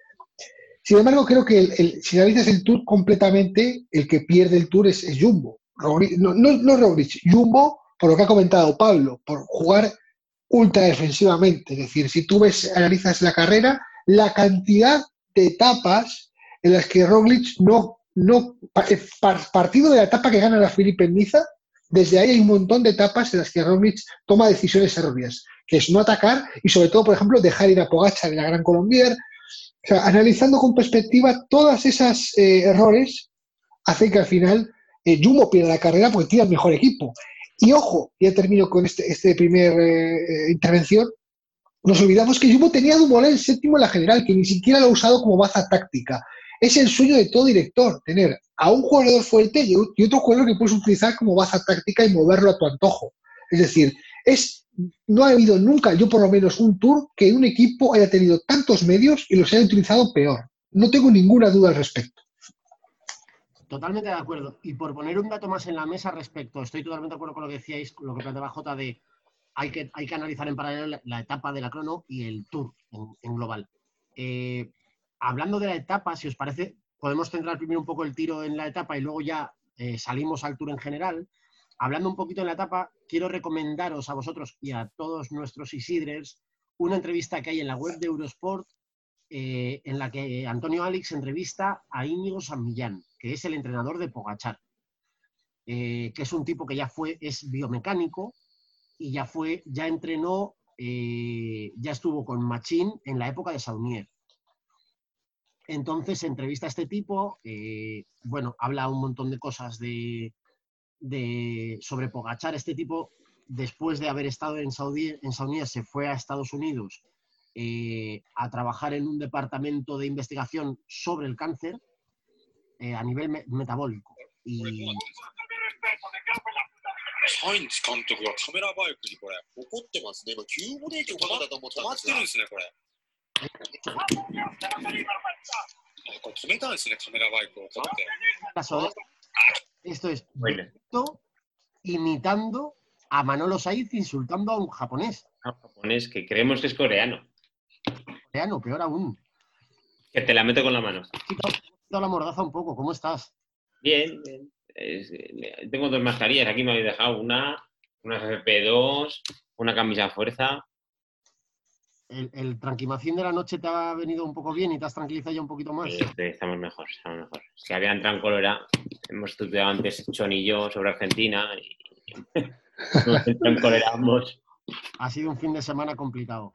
Sin embargo, creo que el, el, si analizas el Tour completamente, el que pierde el Tour es, es Jumbo. Roglic, no, no, no Roglic, Jumbo, por lo que ha comentado Pablo, por jugar ultra defensivamente. Es decir, si tú ves, analizas la carrera, la cantidad de etapas en las que Roglic no, no partido de la etapa que gana la Filipe en Niza, desde ahí hay un montón de etapas en las que Roglic toma decisiones erróneas, que es no atacar y sobre todo, por ejemplo, dejar ir a Pogačar en la Gran Colombier. O sea, analizando con perspectiva todas esas eh, errores hacen que al final eh, Jumbo pierda la carrera porque tiene el mejor equipo. Y ojo, ya termino con este, este primer eh, intervención. Nos olvidamos que Jumbo tenía a Dumoulin séptimo en la general, que ni siquiera lo ha usado como baza táctica. Es el sueño de todo director, tener a un jugador fuerte y otro jugador que puedes utilizar como baza táctica y moverlo a tu antojo. Es decir, es, no ha habido nunca, yo por lo menos, un Tour que un equipo haya tenido tantos medios y los haya utilizado peor. No tengo ninguna duda al respecto. Totalmente de acuerdo. Y por poner un dato más en la mesa respecto, estoy totalmente de acuerdo con lo que decíais, con lo que planteaba J de hay que, hay que analizar en paralelo la, la etapa de la crono y el Tour en, en global. Eh, hablando de la etapa, si os parece, podemos centrar primero un poco el tiro en la etapa y luego ya eh, salimos al Tour en general. Hablando un poquito de la etapa, quiero recomendaros a vosotros y a todos nuestros Isidres una entrevista que hay en la web de Eurosport eh, en la que Antonio Alix entrevista a Íñigo San Millán, que es el entrenador de Pogačar, eh, que es un tipo que ya fue, es biomecánico y ya fue, ya entrenó, eh, ya estuvo con Machín en la época de Saunier. Entonces entrevista a este tipo, eh, bueno, habla un montón de cosas de, de, sobre Pogačar. Este tipo, después de haber estado en Saudi, en Saunier, se fue a Estados Unidos eh, a trabajar en un departamento de investigación sobre el cáncer eh, a nivel me metabólico. Y... サインズ監督がカメラバイクにこれ怒ってますね。今急ブレーキをかけたと思ったら止まってるんですねこれ。これ止めたんですねカメラバイクを怒って。 Esto es esto, imitando a Manolo Saiz insultando a un japonés. A un japonés que creemos que es coreano. Coreano, peor aún. Que te la meto con la mano. He quitado la mordaza un poco. ¿Cómo estás? Bien, bien. Es, tengo dos mascarillas, aquí me habéis dejado una, una F F P dos, una camisa fuerza. El, el tranquimacín de la noche te ha venido un poco bien y te has tranquilizado ya un poquito más. Sí, estamos mejor, estamos mejor. Es que había entrado en cólera, hemos estudiado antes Chon y yo sobre Argentina y hemos entrado en cólera ambos. Ha sido un fin de semana complicado.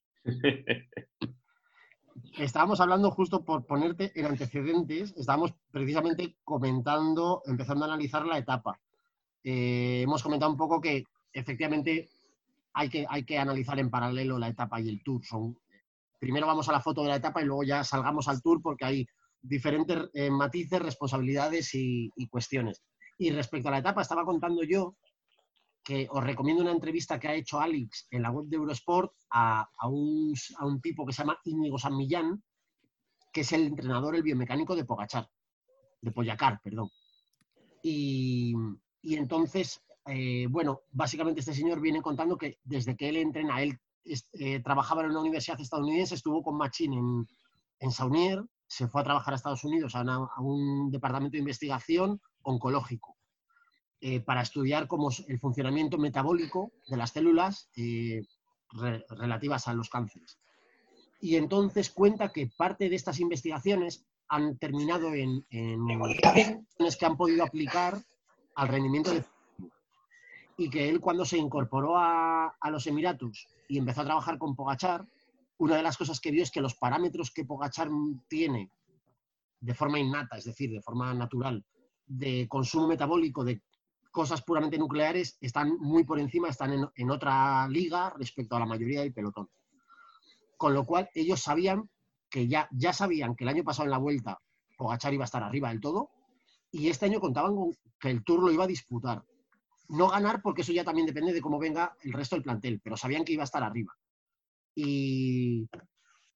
Estábamos hablando, justo por ponerte en antecedentes, estábamos precisamente comentando, empezando a analizar la etapa. Eh, hemos comentado un poco que efectivamente hay que, hay que analizar en paralelo la etapa y el Tour. Son, primero vamos a la foto de la etapa y luego ya salgamos al Tour porque hay diferentes eh, matices, responsabilidades y, y cuestiones. Y respecto a la etapa, estaba contando yo que os recomiendo una entrevista que ha hecho Alix en la web de Eurosport a, a, un, a un tipo que se llama Íñigo San Millán, que es el entrenador, el biomecánico de Pogačar, de Pogačar, perdón. Y, y entonces, eh, bueno, básicamente este señor viene contando que desde que él entrena, él eh, trabajaba en una universidad estadounidense, estuvo con Machín en, en Saunier, se fue a trabajar a Estados Unidos a, una, a un departamento de investigación oncológico. Eh, para estudiar cómo es el funcionamiento metabólico de las células eh, re, relativas a los cánceres. Y entonces cuenta que parte de estas investigaciones han terminado en, en que han podido aplicar al rendimiento de... Y que él, cuando se incorporó a, a los Emiratos y empezó a trabajar con Pogačar, una de las cosas que vio es que los parámetros que Pogačar tiene de forma innata, es decir, de forma natural, de consumo metabólico, de cosas puramente nucleares, están muy por encima, están en, en otra liga respecto a la mayoría del pelotón. Con lo cual, ellos sabían que ya, ya sabían que el año pasado en la Vuelta Pogačar iba a estar arriba del todo y este año contaban con que el Tour lo iba a disputar. No ganar, porque eso ya también depende de cómo venga el resto del plantel, pero sabían que iba a estar arriba. Y,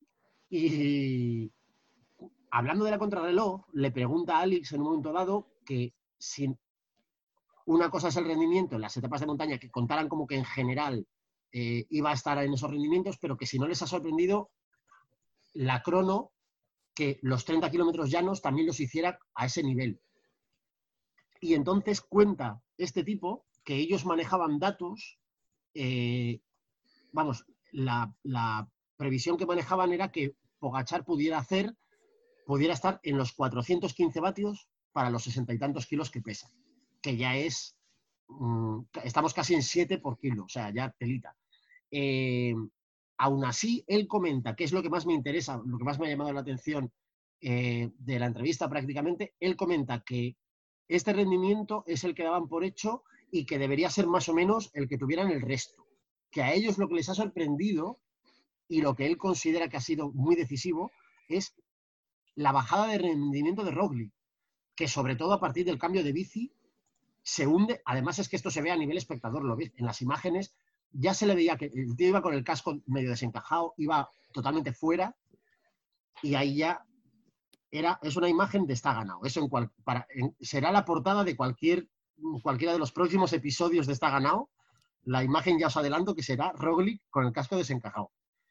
Y hablando de la contrarreloj, le pregunta a Alex en un momento dado que si una cosa es el rendimiento en las etapas de montaña, que contaran como que en general eh, iba a estar en esos rendimientos, pero que si no les ha sorprendido la crono, que los treinta kilómetros llanos también los hiciera a ese nivel. Y entonces cuenta este tipo que ellos manejaban datos, eh, vamos, la, la previsión que manejaban era que Pogačar pudiera hacer, pudiera estar en los cuatrocientos quince vatios para los sesenta y tantos kilos que pesa, que ya es, mmm, estamos casi en siete por kilo, o sea, ya telita. Eh, aún así, él comenta, que es lo que más me interesa, lo que más me ha llamado la atención eh, de la entrevista prácticamente, él comenta que este rendimiento es el que daban por hecho y que debería ser más o menos el que tuvieran el resto. Que a ellos lo que les ha sorprendido y lo que él considera que ha sido muy decisivo es la bajada de rendimiento de Roglic, que sobre todo a partir del cambio de bici se hunde. Además es que esto se ve a nivel espectador, lo ves en las imágenes, ya se le veía que el tío iba con el casco medio desencajado, iba totalmente fuera y ahí ya era, es una imagen de está ganado. Eso en cual, para, en, será la portada de cualquier, cualquiera de los próximos episodios de está ganado. La imagen ya os adelanto que será Roglic con el casco desencajado.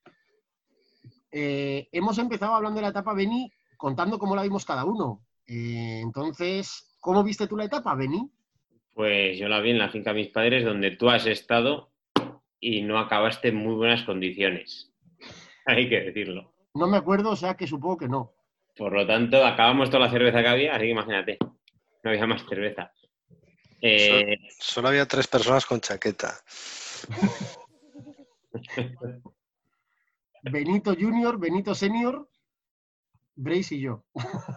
Eh, hemos empezado hablando de la etapa, Beni, contando cómo la vimos cada uno. Eh, entonces, ¿cómo viste tú la etapa, Beni? Pues yo la vi en la finca de mis padres, donde tú has estado y no acabaste en muy buenas condiciones. Hay que decirlo. No me acuerdo, o sea que supongo que no. Por lo tanto, acabamos toda la cerveza que había, así que imagínate, no había más cerveza. Eh... Solo, solo había tres personas con chaqueta. Benito Junior, Benito Senior, Brace y yo.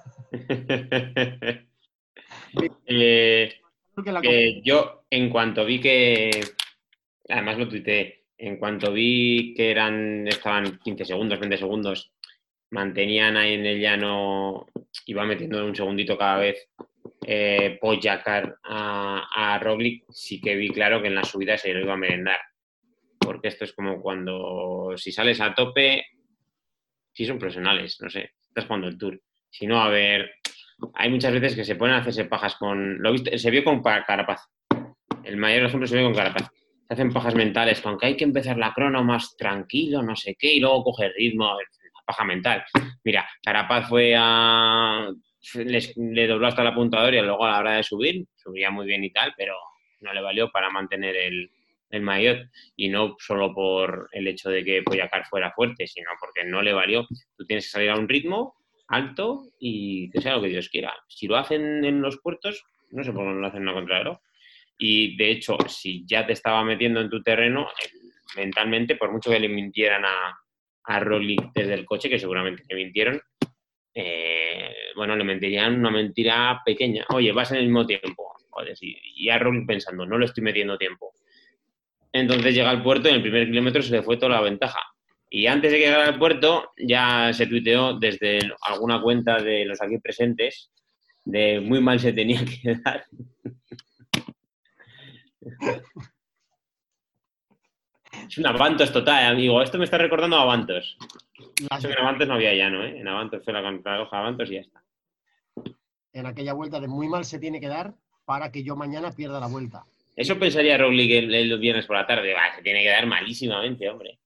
eh, eh, yo, en cuanto vi que, además lo tuiteé, en cuanto vi que eran, estaban quince segundos, veinte segundos, mantenían ahí en el llano, iba metiendo un segundito cada vez eh, Pogačar a, a Roglic, sí que vi claro que en la subida se lo iba a merendar. Porque esto es como cuando, si sales a tope, si son profesionales, no sé, estás jugando el Tour. Si no, a ver, hay muchas veces que se ponen a hacerse pajas con, lo viste, se vio con Carapaz. El mayor ejemplo se vio con Carapaz. Se hacen pajas mentales con que hay que empezar la crono más tranquilo, no sé qué, y luego coge ritmo, la paja mental. Mira, Carapaz fue a, les, le dobló hasta la puntuadora y luego a la hora de subir, subía muy bien y tal, pero no le valió para mantener el el maillot, y no solo por el hecho de que Pogačar fuera fuerte, sino porque no le valió. Tú tienes que salir a un ritmo alto y que sea lo que Dios quiera. Si lo hacen en los puertos, no sé por qué no lo hacen en una contrarreloj. Y de hecho, si ya te estaba metiendo en tu terreno, mentalmente, por mucho que le mintieran a, a Roglic desde el coche, que seguramente le mintieron, eh, bueno, le mentirían una mentira pequeña. Oye, vas en el mismo tiempo. Joder, y, y a Roglic pensando, no le estoy metiendo tiempo. Entonces llega al puerto y en el primer kilómetro se le fue toda la ventaja. Y antes de que llegara al puerto ya se tuiteó desde alguna cuenta de los aquí presentes de muy mal se tenía que dar. Es un Avantos total, amigo. Esto me está recordando a Avantos. Las... Eso que en Avantos no había llano, ¿eh? En Avantos fue la contrarreloj Avantos y ya está. En aquella vuelta de muy mal se tiene que dar para que yo mañana pierda la vuelta. Eso pensaría Roglic el, el viernes por la tarde. Va, se tiene que dar malísimamente, hombre.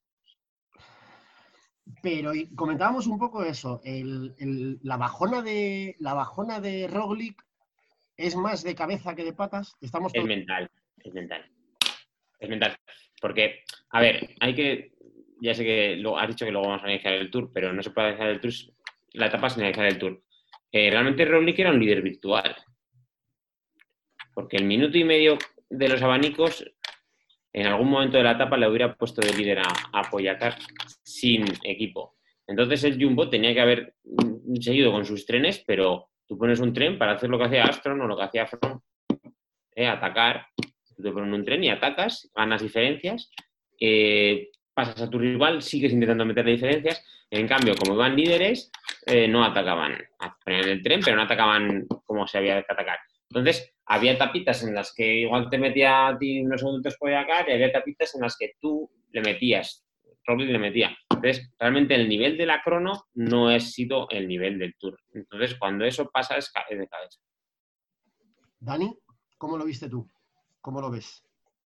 Pero y comentábamos un poco eso. El, el, la, bajona de, la bajona de Roglic es más de cabeza que de patas. Estamos es mental, es mental. Es mental. Porque, a ver, hay que... Ya sé que lo, has dicho que luego vamos a analizar el Tour, pero no se puede analizar el Tour. La etapa es analizar el Tour. Eh, realmente Roglic era un líder virtual. Porque el minuto y medio de los abanicos, en algún momento de la etapa le hubiera puesto de líder a, a Pogačar sin equipo. Entonces el Jumbo tenía que haber seguido con sus trenes, pero tú pones un tren para hacer lo que hacía Armstrong o lo que hacía Froome, eh, atacar. Tú te pones un tren y atacas, ganas diferencias, eh, pasas a tu rival, sigues intentando meterle diferencias. En cambio, como iban líderes, eh, no atacaban. Ponían el tren, pero no atacaban como se había que atacar. Entonces, había etapitas en las que igual te metía a ti unos segundos por acá y había etapitas en las que tú le metías Roglic le metía. Entonces, realmente el nivel de la crono no ha sido el nivel del Tour. Entonces, cuando eso pasa es de cabeza. Dani, ¿cómo lo viste tú? ¿Cómo lo ves?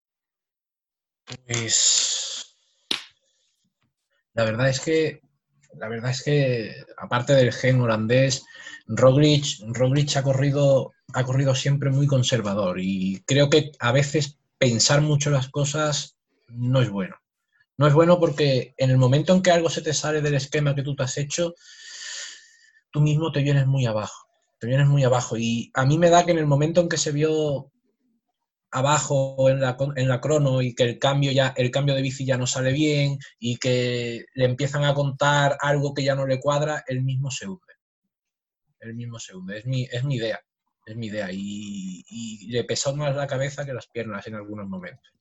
Pues la verdad es que la verdad es que aparte del gen holandés, Roglic, Roglic ha corrido ha corrido siempre muy conservador y creo que a veces pensar mucho las cosas no es bueno. No es bueno porque en el momento en que algo se te sale del esquema que tú te has hecho, tú mismo te vienes muy abajo. Te vienes muy abajo. Y a mí me da que en el momento en que se vio abajo en la, en la crono y que el cambio ya el cambio de bici ya no sale bien y que le empiezan a contar algo que ya no le cuadra, él mismo se hunde. Él mismo se hunde. Es mi, es mi idea. Es mi idea. Y, y le pesa más la cabeza que las piernas en algunos momentos.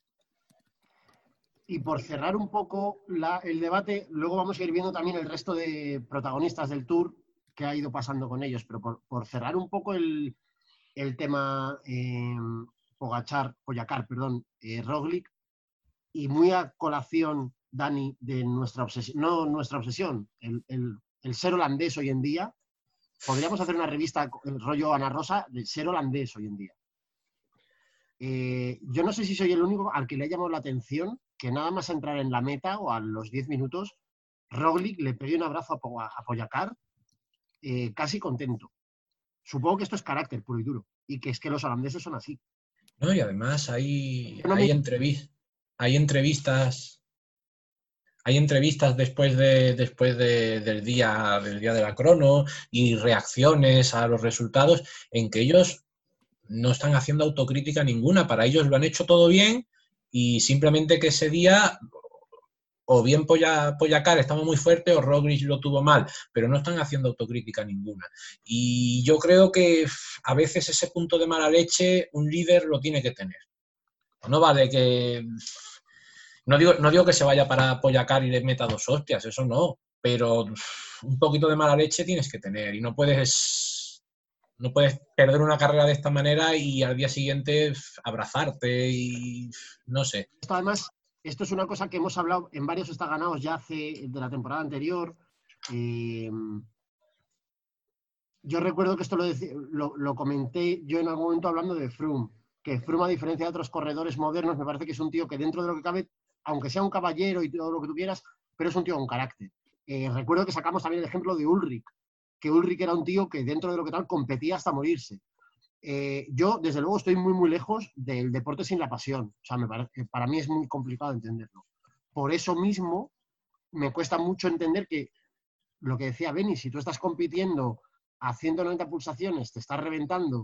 Y por cerrar un poco la, el debate, luego vamos a ir viendo también el resto de protagonistas del Tour que ha ido pasando con ellos, pero por, por cerrar un poco el, el tema eh, Pogačar, Pogačar, perdón, eh, Roglic, y muy a colación, Dani, de nuestra obsesión, no nuestra obsesión, el, el, el ser holandés hoy en día, podríamos hacer una revista, el rollo Ana Rosa, del ser holandés hoy en día. Eh, yo no sé si soy el único al que le ha llamado la atención que nada más entrar en la meta o a los diez minutos, Roglic le pegue un abrazo a, a Pogačar eh, casi contento. Supongo que esto es carácter puro y duro y que es que los holandeses son así. No, y además hay, no hay, me... entrevi hay entrevistas hay entrevistas después de después de, del día del día de la crono y reacciones a los resultados en que ellos no están haciendo autocrítica ninguna. Para ellos lo han hecho todo bien y simplemente que ese día o bien Pogačar estaba muy fuerte o Roglic lo tuvo mal, pero no están haciendo autocrítica ninguna. Y yo creo que a veces ese punto de mala leche un líder lo tiene que tener. No vale que... No digo, no digo que se vaya para Pogačar y le meta dos hostias, eso no, pero un poquito de mala leche tienes que tener y no puedes, no puedes perder una carrera de esta manera y al día siguiente abrazarte y no sé. Esto además... Esto es una cosa que hemos hablado en varios está ganados ya hace de la temporada anterior. Eh, yo recuerdo que esto lo, lo, lo comenté yo en algún momento hablando de Froome, que Froome, a diferencia de otros corredores modernos, me parece que es un tío que dentro de lo que cabe, aunque sea un caballero y todo lo que tú quieras, pero es un tío con carácter. Eh, recuerdo que sacamos también el ejemplo de Ulrich, que Ulrich era un tío que dentro de lo que tal competía hasta morirse. Eh, yo, desde luego, estoy muy, muy lejos del deporte sin la pasión. O sea, me parece, para mí es muy complicado entenderlo. Por eso mismo, me cuesta mucho entender que, lo que decía Beni, si tú estás compitiendo a ciento noventa pulsaciones, te estás reventando,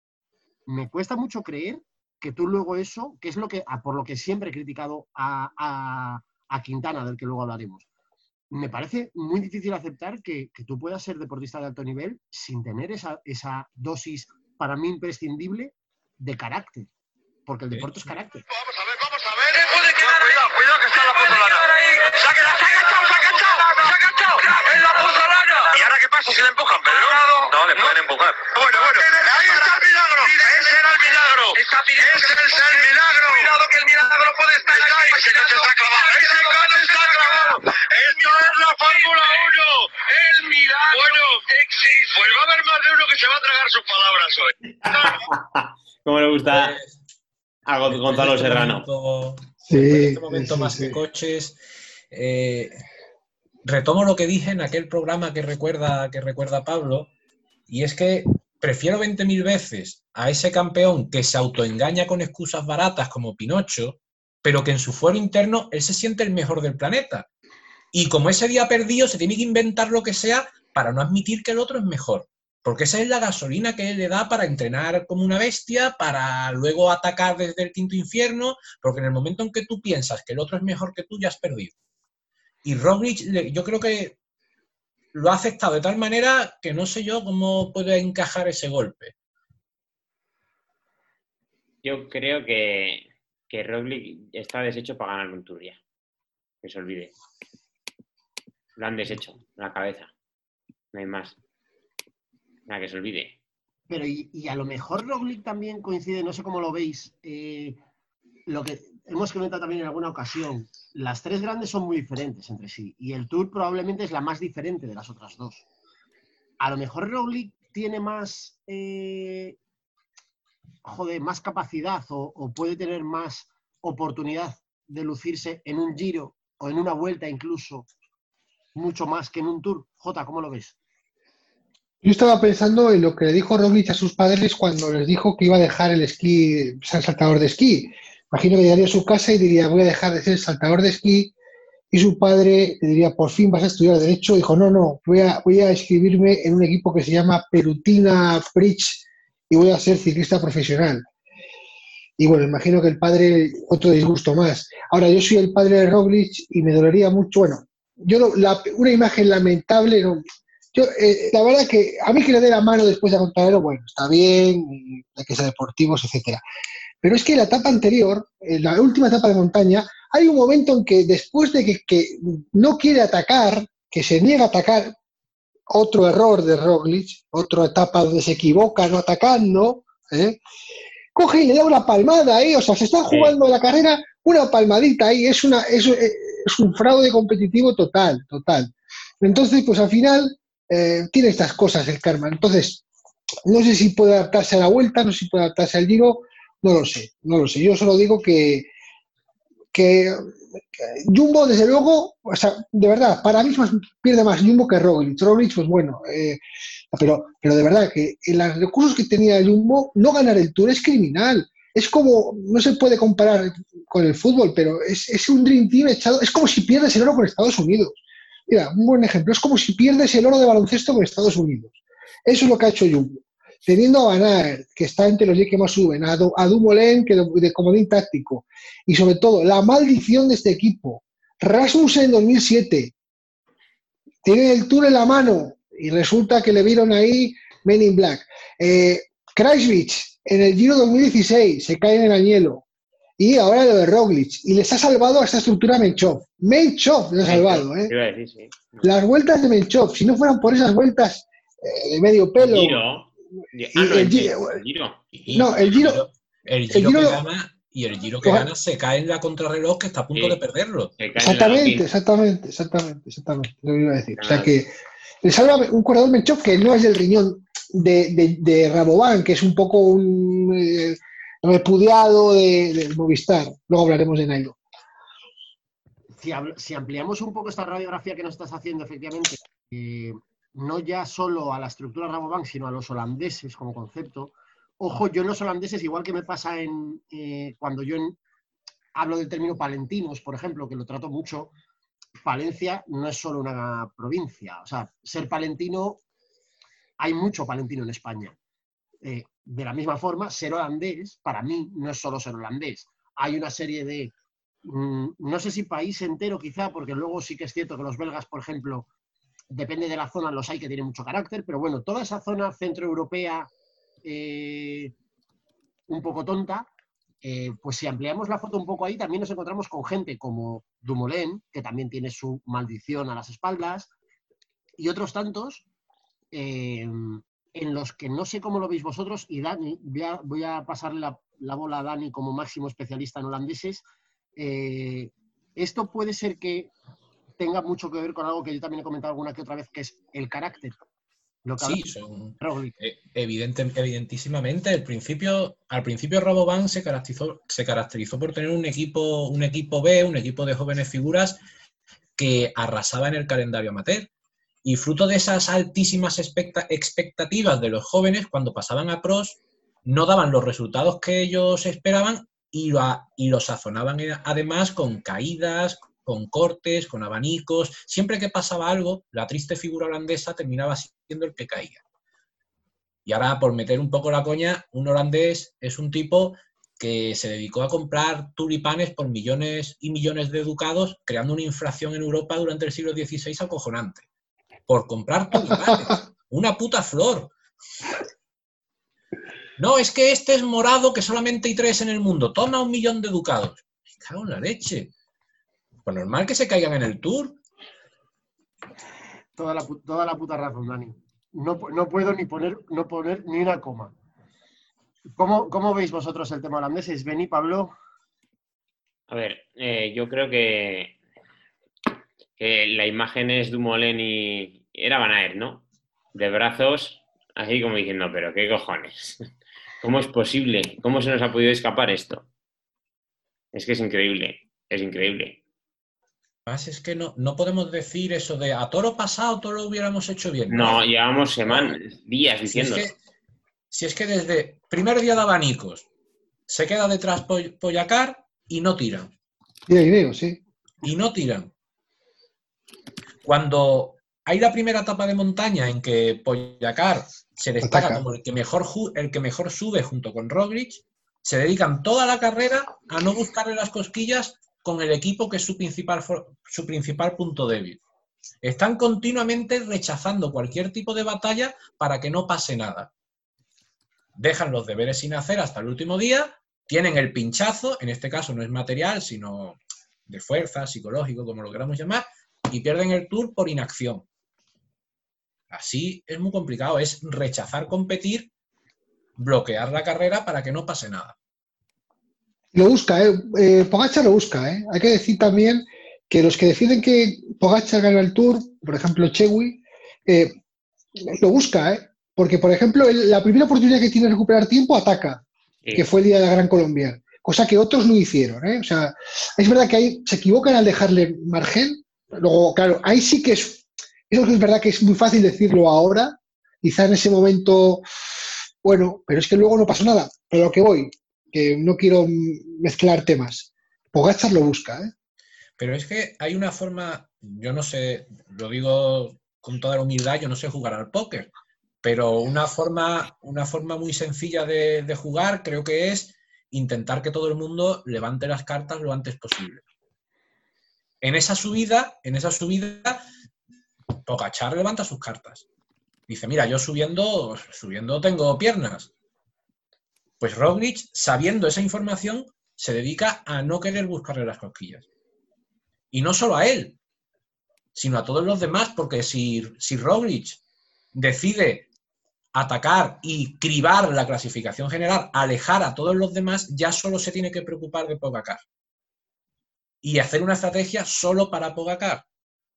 me cuesta mucho creer que tú luego eso, que es lo que, por lo que siempre he criticado a, a, a Quintana, del que luego hablaremos, me parece muy difícil aceptar que, que tú puedas ser deportista de alto nivel sin tener esa, esa dosis para mí imprescindible de carácter, porque el deporte es carácter. Vamos a ver, vamos a ver. Eh, puede quedar cuidado, cuidado que está en la pozolana. Se ha quedado, se ha agachado, se ha agachado, se ha agachado en la pozolana. ¿Y ahora qué pasa si le empujan, Pedro? No, le pueden empujar. Bueno, bueno, ahí está el milagro. Ese era el milagro. Ese es el milagro. Cuidado que el milagro puede estar ahí. Ese coche está clavado. Ese coche está clavado. Esto es la Fórmula uno. El milagro. Bueno, existe. Pues va a haber más de uno que se va a tragar sus palabras hoy. ¿Cómo le gusta a Gonzalo Serrano? Momento, sí, en este momento sí, más sí. que coches. Eh, retomo lo que dije en aquel programa que recuerda, que recuerda Pablo, y es que prefiero veinte mil veces a ese campeón que se autoengaña con excusas baratas como Pinocho, pero que en su fuero interno él se siente el mejor del planeta. Y como ese día perdido, se tiene que inventar lo que sea para no admitir que el otro es mejor. Porque esa es la gasolina que él le da para entrenar como una bestia, para luego atacar desde el quinto infierno, porque en el momento en que tú piensas que el otro es mejor que tú, ya has perdido. Y Roglic, yo creo que lo ha aceptado de tal manera que no sé yo cómo puede encajar ese golpe. Yo creo que, que Roglic está deshecho para ganar un Tour ya. Que se olvide. Lo han deshecho, la cabeza. No hay más. Nada, que se olvide. Pero y, y a lo mejor Roglic también coincide, no sé cómo lo veis, eh, lo que hemos comentado también en alguna ocasión, las tres grandes son muy diferentes entre sí y el Tour probablemente es la más diferente de las otras dos. A lo mejor Roglic tiene más, eh, joder, más capacidad o, o puede tener más oportunidad de lucirse en un Giro o en una Vuelta incluso, mucho más que en un Tour. Jota, ¿cómo lo ves? Yo estaba pensando en lo que le dijo Roglic a sus padres cuando les dijo que iba a dejar el esquí, ser saltador de esquí. Imagino que llegaría a su casa y diría, voy a dejar de ser saltador de esquí, y su padre le diría, por fin vas a estudiar Derecho. Dijo, no, no, voy a, voy a inscribirme en un equipo que se llama Perutina Prix y voy a ser ciclista profesional. Y bueno, imagino que el padre, otro disgusto más. Ahora, yo soy el padre de Roglic y me dolería mucho, bueno, yo no, la, una imagen lamentable, no, yo, eh, la verdad que a mí que le dé la mano después de Contadero, bueno, está bien, hay que ser deportivos, etcétera. Pero es que la etapa anterior, en la última etapa de montaña, hay un momento en que después de que, que no quiere atacar, que se niega a atacar, otro error de Roglic, otra etapa donde se equivoca no atacando, ¿eh? Coge y le da una palmada ahí, o sea, se está jugando la carrera, una palmadita ahí, es, una, es, es un fraude competitivo total, total. Entonces, pues al final eh, tiene estas cosas el karma. Entonces, no sé si puede adaptarse a la Vuelta, no sé si puede adaptarse al Giro, no lo sé, no lo sé. Yo solo digo que, que, que Jumbo, desde luego, o sea, de verdad, para mí es más, pierde más Jumbo que Roglic. Roglic, pues bueno, eh, pero, pero de verdad que en los recursos que tenía Jumbo, no ganar el Tour es criminal. Es como, no se puede comparar con el fútbol, pero es, es un Dream Team echado, es como si pierdes el oro con Estados Unidos. Mira, un buen ejemplo, es como si pierdes el oro de baloncesto con Estados Unidos. Eso es lo que ha hecho Jumbo. Teniendo a Van Aert, que está entre los diez que más suben, a, Du, a Dumoulin, que de, de comodín táctico, y sobre todo, la maldición de este equipo. Rasmussen en dos mil siete, tiene el Tour en la mano, y resulta que le vieron ahí Men in Black. Eh, Krajvic, en el Giro dos mil dieciséis, se cae en el añelo. Y ahora lo de Roglic. Y les ha salvado a esta estructura Menchov. Menchov les ha salvado, ¿eh? Decir, sí. Las vueltas de Menchov, si no fueran por esas vueltas eh, de medio pelo... Giro. Ah, no, el, Giro. el Giro. No, el Giro. El Giro, el Giro que gana y el Giro que gana, gana se cae en la contrarreloj que está a punto sí. de perderlo. Exactamente, exactamente, exactamente, exactamente. Lo iba a decir. O sea que le salva un corredor Menchov que no es del riñón de, de, de Rabobank, que es un poco un eh, repudiado de, de Movistar. Luego hablaremos de Nairo. Si, si ampliamos un poco esta radiografía que nos estás haciendo, efectivamente, eh, no ya solo a la estructura Rabobank, sino a los holandeses como concepto. Ojo, yo en los holandeses, igual que me pasa en eh, cuando yo en, hablo del término palentinos, por ejemplo, que lo trato mucho, Palencia no es solo una provincia. O sea, ser palentino, hay mucho palentino en España. Eh, de la misma forma, ser holandés, para mí, no es solo ser holandés. Hay una serie de, mmm, no sé si país entero quizá, porque luego sí que es cierto que los belgas, por ejemplo, depende de la zona, los hay que tienen mucho carácter, pero bueno, toda esa zona centroeuropea eh, un poco tonta, eh, pues si ampliamos la foto un poco ahí, también nos encontramos con gente como Dumoulin, que también tiene su maldición a las espaldas, y otros tantos eh, en los que no sé cómo lo veis vosotros, y Dani, voy a, voy a pasarle la, la bola a Dani como máximo especialista en holandeses. Eh, esto puede ser que tenga mucho que ver con algo que yo también he comentado alguna que otra vez, que es el carácter. Lo que sí, son evidente, evidentísimamente. Al principio, al principio Rabobank se caracterizó, se caracterizó por tener un equipo, un equipo B, un equipo de jóvenes figuras que arrasaba en el calendario amateur. Y fruto de esas altísimas expectativas de los jóvenes, cuando pasaban a pros, no daban los resultados que ellos esperaban y lo, y lo sazonaban además con caídas, con cortes, con abanicos. Siempre que pasaba algo, la triste figura holandesa terminaba siendo el que caía. Y ahora, por meter un poco la coña, un holandés es un tipo que se dedicó a comprar tulipanes por millones y millones de ducados, creando una inflación en Europa durante el siglo dieciséis acojonante. Por comprar tulipanes. Una puta flor. No, es que este es morado, que solamente hay tres en el mundo. Toma un millón de ducados. Me cago en la leche. Pues normal que se caigan en el Tour. Toda la, toda la puta razón, Dani. No, no puedo ni poner, no poner ni una coma. ¿Cómo, ¿Cómo veis vosotros el tema holandés? ¿Beni, Pablo? A ver, eh, yo creo que, que la imagen es Dumoulin y era Van Aert, ¿no? De brazos, así como diciendo, pero qué cojones. ¿Cómo es posible? ¿Cómo se nos ha podido escapar esto? Es que es increíble, es increíble. Además, es que no, no podemos decir eso de a toro pasado todo lo hubiéramos hecho bien. No, No, llevamos semanas, días si es, diciéndolo. que, si es que desde primer día de abanicos se queda detrás Poy- Pogačar y no tiran. Y ahí veo, sí. Y no tiran. Cuando hay la primera etapa de montaña en que Pogačar se destaca Ataca. como el que, mejor ju- el que mejor sube junto con Roglic, se dedican toda la carrera a no buscarle las cosquillas con el equipo que es su principal, for- su principal punto débil. Están continuamente rechazando cualquier tipo de batalla para que no pase nada. Dejan los deberes sin hacer hasta el último día, tienen el pinchazo, en este caso no es material, sino de fuerza, psicológico, como lo queramos llamar, y pierden el Tour por inacción. Así es muy complicado, es rechazar competir, bloquear la carrera para que no pase nada. Lo busca, ¿eh? eh Pogačar lo busca, ¿eh? Hay que decir también que los que deciden que Pogačar gana el Tour, por ejemplo Chewy, eh, lo busca, ¿eh? Porque, por ejemplo, el, la primera oportunidad que tiene de recuperar tiempo ataca, Sí. que fue el día de la Gran Colombia, cosa que otros no hicieron, ¿eh? O sea, es verdad que ahí se equivocan al dejarle margen. Luego, claro, ahí sí que es, eso es verdad que es muy fácil decirlo ahora, quizá en ese momento, bueno, pero es que luego no pasó nada. Pero a lo que voy, que no quiero mezclar temas. Pogačar lo busca, ¿eh? Pero es que hay una forma, yo no sé, lo digo con toda la humildad, yo no sé jugar al póker, pero una forma, una forma muy sencilla de, de jugar creo que es intentar que todo el mundo levante las cartas lo antes posible. En esa subida, en esa subida, Pogačar levanta sus cartas. Dice, mira, yo subiendo, subiendo tengo piernas. Pues Roglic, sabiendo esa información, se dedica a no querer buscarle las cosquillas. Y no solo a él, sino a todos los demás, porque si, si Roglic decide atacar y cribar la clasificación general, alejar a todos los demás, ya solo se tiene que preocupar de Pogačar. Y hacer una estrategia solo para Pogačar.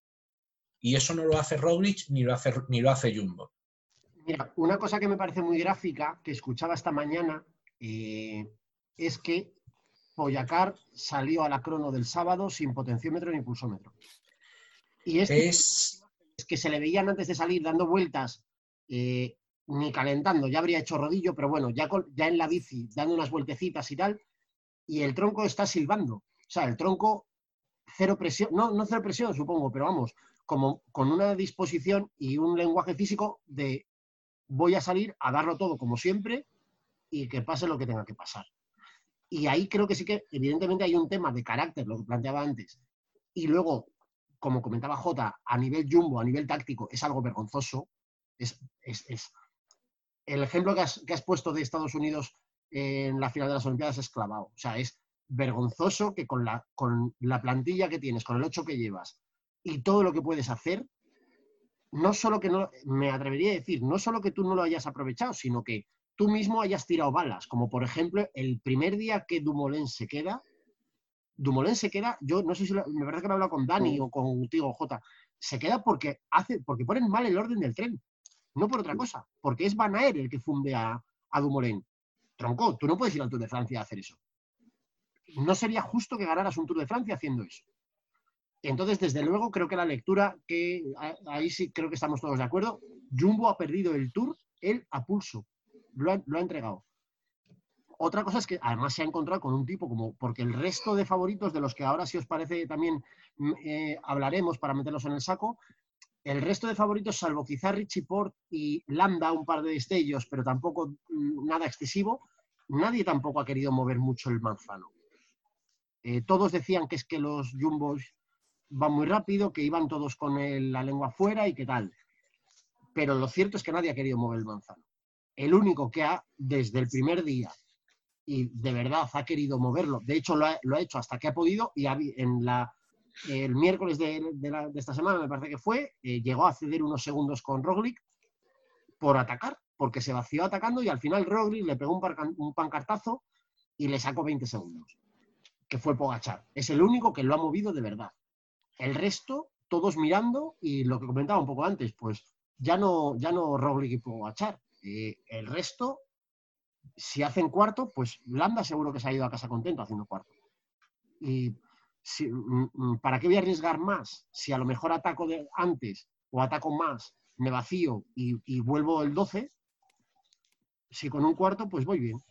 Y eso no lo hace Roglic ni lo hace, ni lo hace Jumbo. Mira, una cosa que me parece muy gráfica, que escuchaba esta mañana, eh, es que Pogačar salió a la crono del sábado sin potenciómetro ni pulsómetro. Y es, Es... es que se le veían antes de salir dando vueltas, eh, ni calentando, ya habría hecho rodillo, pero bueno, ya, con, ya en la bici, dando unas vueltecitas y tal, y el tronco está silbando. O sea, el tronco, cero presión, no, no cero presión, supongo, pero vamos, como con una disposición y un lenguaje físico de voy a salir a darlo todo como siempre y que pase lo que tenga que pasar. Y ahí creo que sí que, evidentemente, hay un tema de carácter, lo que planteaba antes. Y luego, como comentaba Jota, a nivel Jumbo, a nivel táctico, es algo vergonzoso. Es, es, es... El ejemplo que has, que has puesto de Estados Unidos en la final de las Olimpiadas es clavado. O sea, es vergonzoso que con la, con la plantilla que tienes, con el ocho que llevas y todo lo que puedes hacer, no solo que no, me atrevería a decir, no solo que tú no lo hayas aprovechado, sino que tú mismo hayas tirado balas, como por ejemplo el primer día que Dumoulin se queda, Dumoulin se queda, yo no sé si, lo, me parece que me he hablado con Dani o contigo, Jota, se queda porque, hace, porque ponen mal el orden del tren, no por otra cosa, porque es Van Aert el que funde a, a Dumoulin. Tronco, tú no puedes ir al Tour de Francia a hacer eso. No sería justo que ganaras un Tour de Francia haciendo eso. Entonces, desde luego, creo que la lectura, que ahí sí creo que estamos todos de acuerdo, Jumbo ha perdido el Tour, él a pulso, lo ha, lo ha entregado. Otra cosa es que además se ha encontrado con un tipo como, porque el resto de favoritos de los que ahora, si os parece, también eh, hablaremos para meterlos en el saco, el resto de favoritos, salvo quizá Richie Porte y Landa, un par de destellos, pero tampoco nada excesivo, nadie tampoco ha querido mover mucho el manzano. Eh, todos decían que es que los Jumbos van muy rápido, que iban todos con el, la lengua afuera y qué tal. Pero lo cierto es que nadie ha querido mover el manzano. El único que ha, desde el primer día, y de verdad ha querido moverlo, de hecho lo ha, lo ha hecho hasta que ha podido, y ha, en la, el miércoles de, de, la, de esta semana, me parece que fue, eh, llegó a ceder unos segundos con Roglic por atacar, porque se vació atacando y al final Roglic le pegó un, parcan, un pancartazo y le sacó veinte segundos. que fue Pogačar. Es el único que lo ha movido de verdad. El resto, todos mirando, y lo que comentaba un poco antes, pues ya no, ya no Roglic y Pogačar. Eh, el resto, si hacen cuarto, pues Landa seguro que se ha ido a casa contento haciendo cuarto. Y si, ¿para qué voy a arriesgar más? Si a lo mejor ataco de antes o ataco más, me vacío y, y vuelvo el doce, si con un cuarto, pues voy bien.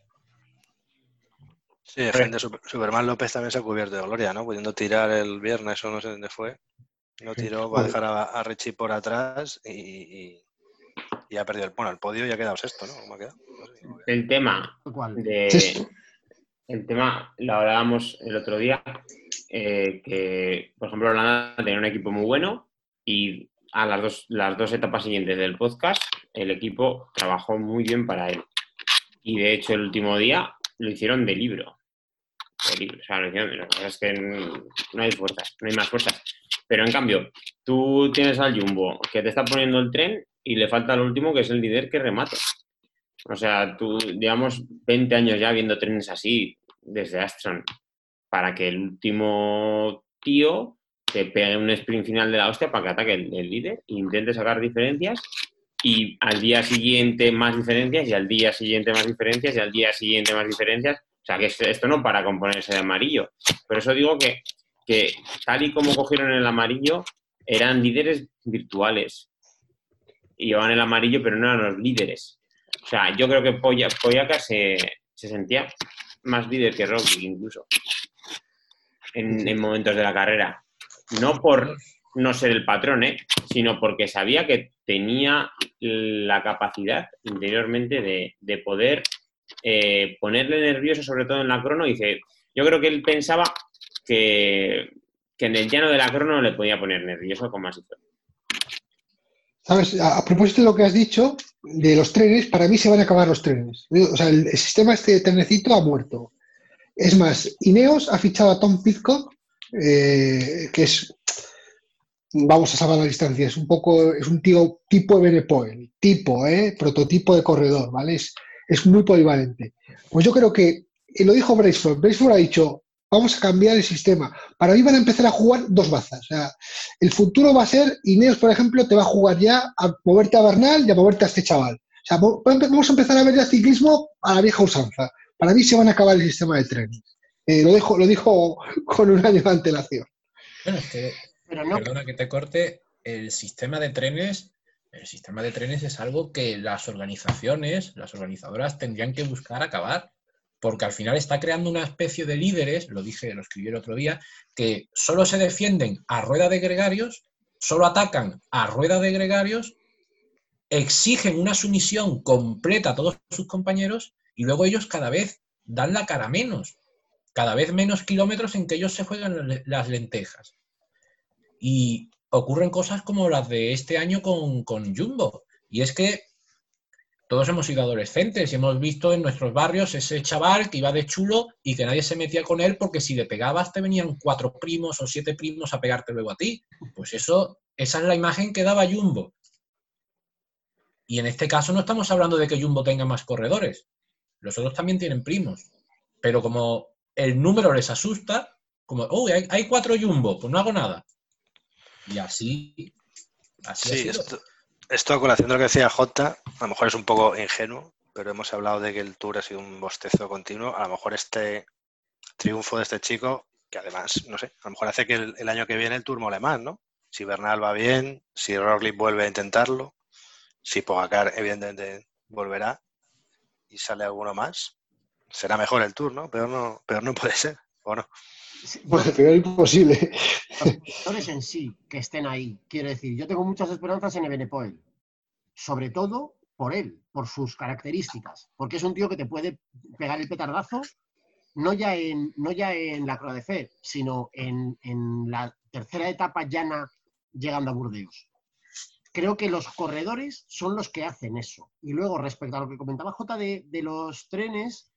Sí, gente, Superman López también se ha cubierto de gloria, ¿no? Pudiendo tirar el viernes o no sé dónde fue. No tiró para dejar a, a Richie por atrás y, y, y ha perdido el, bueno, el podio y ha quedado sexto, ¿no? ¿Cómo ha quedado? No sé cómo ha quedado. El tema de... Sí. El tema, lo hablábamos el otro día, eh, que, por ejemplo, Holanda tenía un equipo muy bueno y a las dos, las dos etapas siguientes del podcast el equipo trabajó muy bien para él. Y, de hecho, el último día lo hicieron de libro. De libro. O sea, lo hicieron, lo que pasa es que no hay fuerzas, no hay más fuerzas. Pero, en cambio, tú tienes al Jumbo que te está poniendo el tren y le falta el último, que es el líder que remate. O sea, tú, digamos, veinte años ya viendo trenes así, desde Astron, para que el último tío te pegue un sprint final de la hostia para que ataque el, el líder e intente sacar diferencias, y al día siguiente más diferencias, y al día siguiente más diferencias, y al día siguiente más diferencias. O sea, que esto no para componerse de amarillo. Por eso digo que, que tal y como cogieron el amarillo, eran líderes virtuales. Y llevaban el amarillo, pero no eran los líderes. O sea, yo creo que Pogačar se, se sentía más líder que Roglic incluso en, en momentos de la carrera. No por no ser el patrón, ¿eh? Sino porque sabía que tenía la capacidad interiormente de, de poder eh, ponerle nervioso, sobre todo en la crono. Y dice, yo creo que él pensaba que, que en el llano de la crono le podía poner nervioso como así fue. ¿Sabes? A, a propósito de lo que has dicho, de los trenes, para mí se van a acabar los trenes. O sea, el, el sistema este de trenecito ha muerto. Es más, Ineos ha fichado a Tom Pidcock, eh, que es, vamos a salvar la distancia, es un poco, es un tío tipo de Benepoel, tipo, eh, prototipo de corredor, ¿vale? Es, es muy polivalente. Pues yo creo que, eh, lo dijo Brailsford, Brailsford ha dicho, vamos a cambiar el sistema. Para mí van a empezar a jugar dos bazas. O sea, el futuro va a ser, Ineos, por ejemplo, te va a jugar ya a moverte a Bernal y a moverte a este chaval. O sea, vamos a empezar a ver ya ciclismo a la vieja usanza. Para mí se van a acabar el sistema de trenes. Eh, lo, dejo, lo dijo con un año de antelación. Bueno, es que, Pero no, perdona que te corte, el sistema de trenes, el sistema de trenes es algo que las organizaciones, las organizadoras tendrían que buscar acabar. Porque al final está creando una especie de líderes, lo dije, lo escribí el otro día, que solo se defienden a rueda de gregarios, solo atacan a rueda de gregarios, exigen una sumisión completa a todos sus compañeros y luego ellos cada vez dan la cara menos, cada vez menos kilómetros en que ellos se juegan las lentejas. Y ocurren cosas como las de este año con, con Jumbo, y es que todos hemos sido adolescentes y hemos visto en nuestros barrios ese chaval que iba de chulo y que nadie se metía con él porque si le pegabas te venían cuatro primos o siete primos a pegarte luego a ti. Pues eso, esa es la imagen que daba Jumbo. Y en este caso no estamos hablando de que Jumbo tenga más corredores. Los otros también tienen primos. Pero como el número les asusta, como, oh, hay, hay cuatro Jumbo, pues no hago nada. Y así, así Sí, ha sido. Esto, esto a colación de lo que decía Jota, a lo mejor es un poco ingenuo, pero hemos hablado de que el Tour ha sido un bostezo continuo. A lo mejor este triunfo de este chico, que además, no sé, a lo mejor hace que el, el año que viene el Tour mole más, ¿no? Si Bernal va bien, si Roglic vuelve a intentarlo, si Pogačar evidentemente volverá y sale alguno más, será mejor el Tour, ¿no? Pero no, pero no puede ser, ¿o no? Bueno, pero es imposible. Los corredores en sí que estén ahí, quiero decir, yo tengo muchas esperanzas en Evenepoel, sobre todo por él, por sus características, porque es un tío que te puede pegar el petardazo no ya en, no ya en la Croix de Fer, sino en, en la tercera etapa llana llegando a Burdeos. Creo que los corredores son los que hacen eso. Y luego, respecto a lo que comentaba Jota de, de los trenes,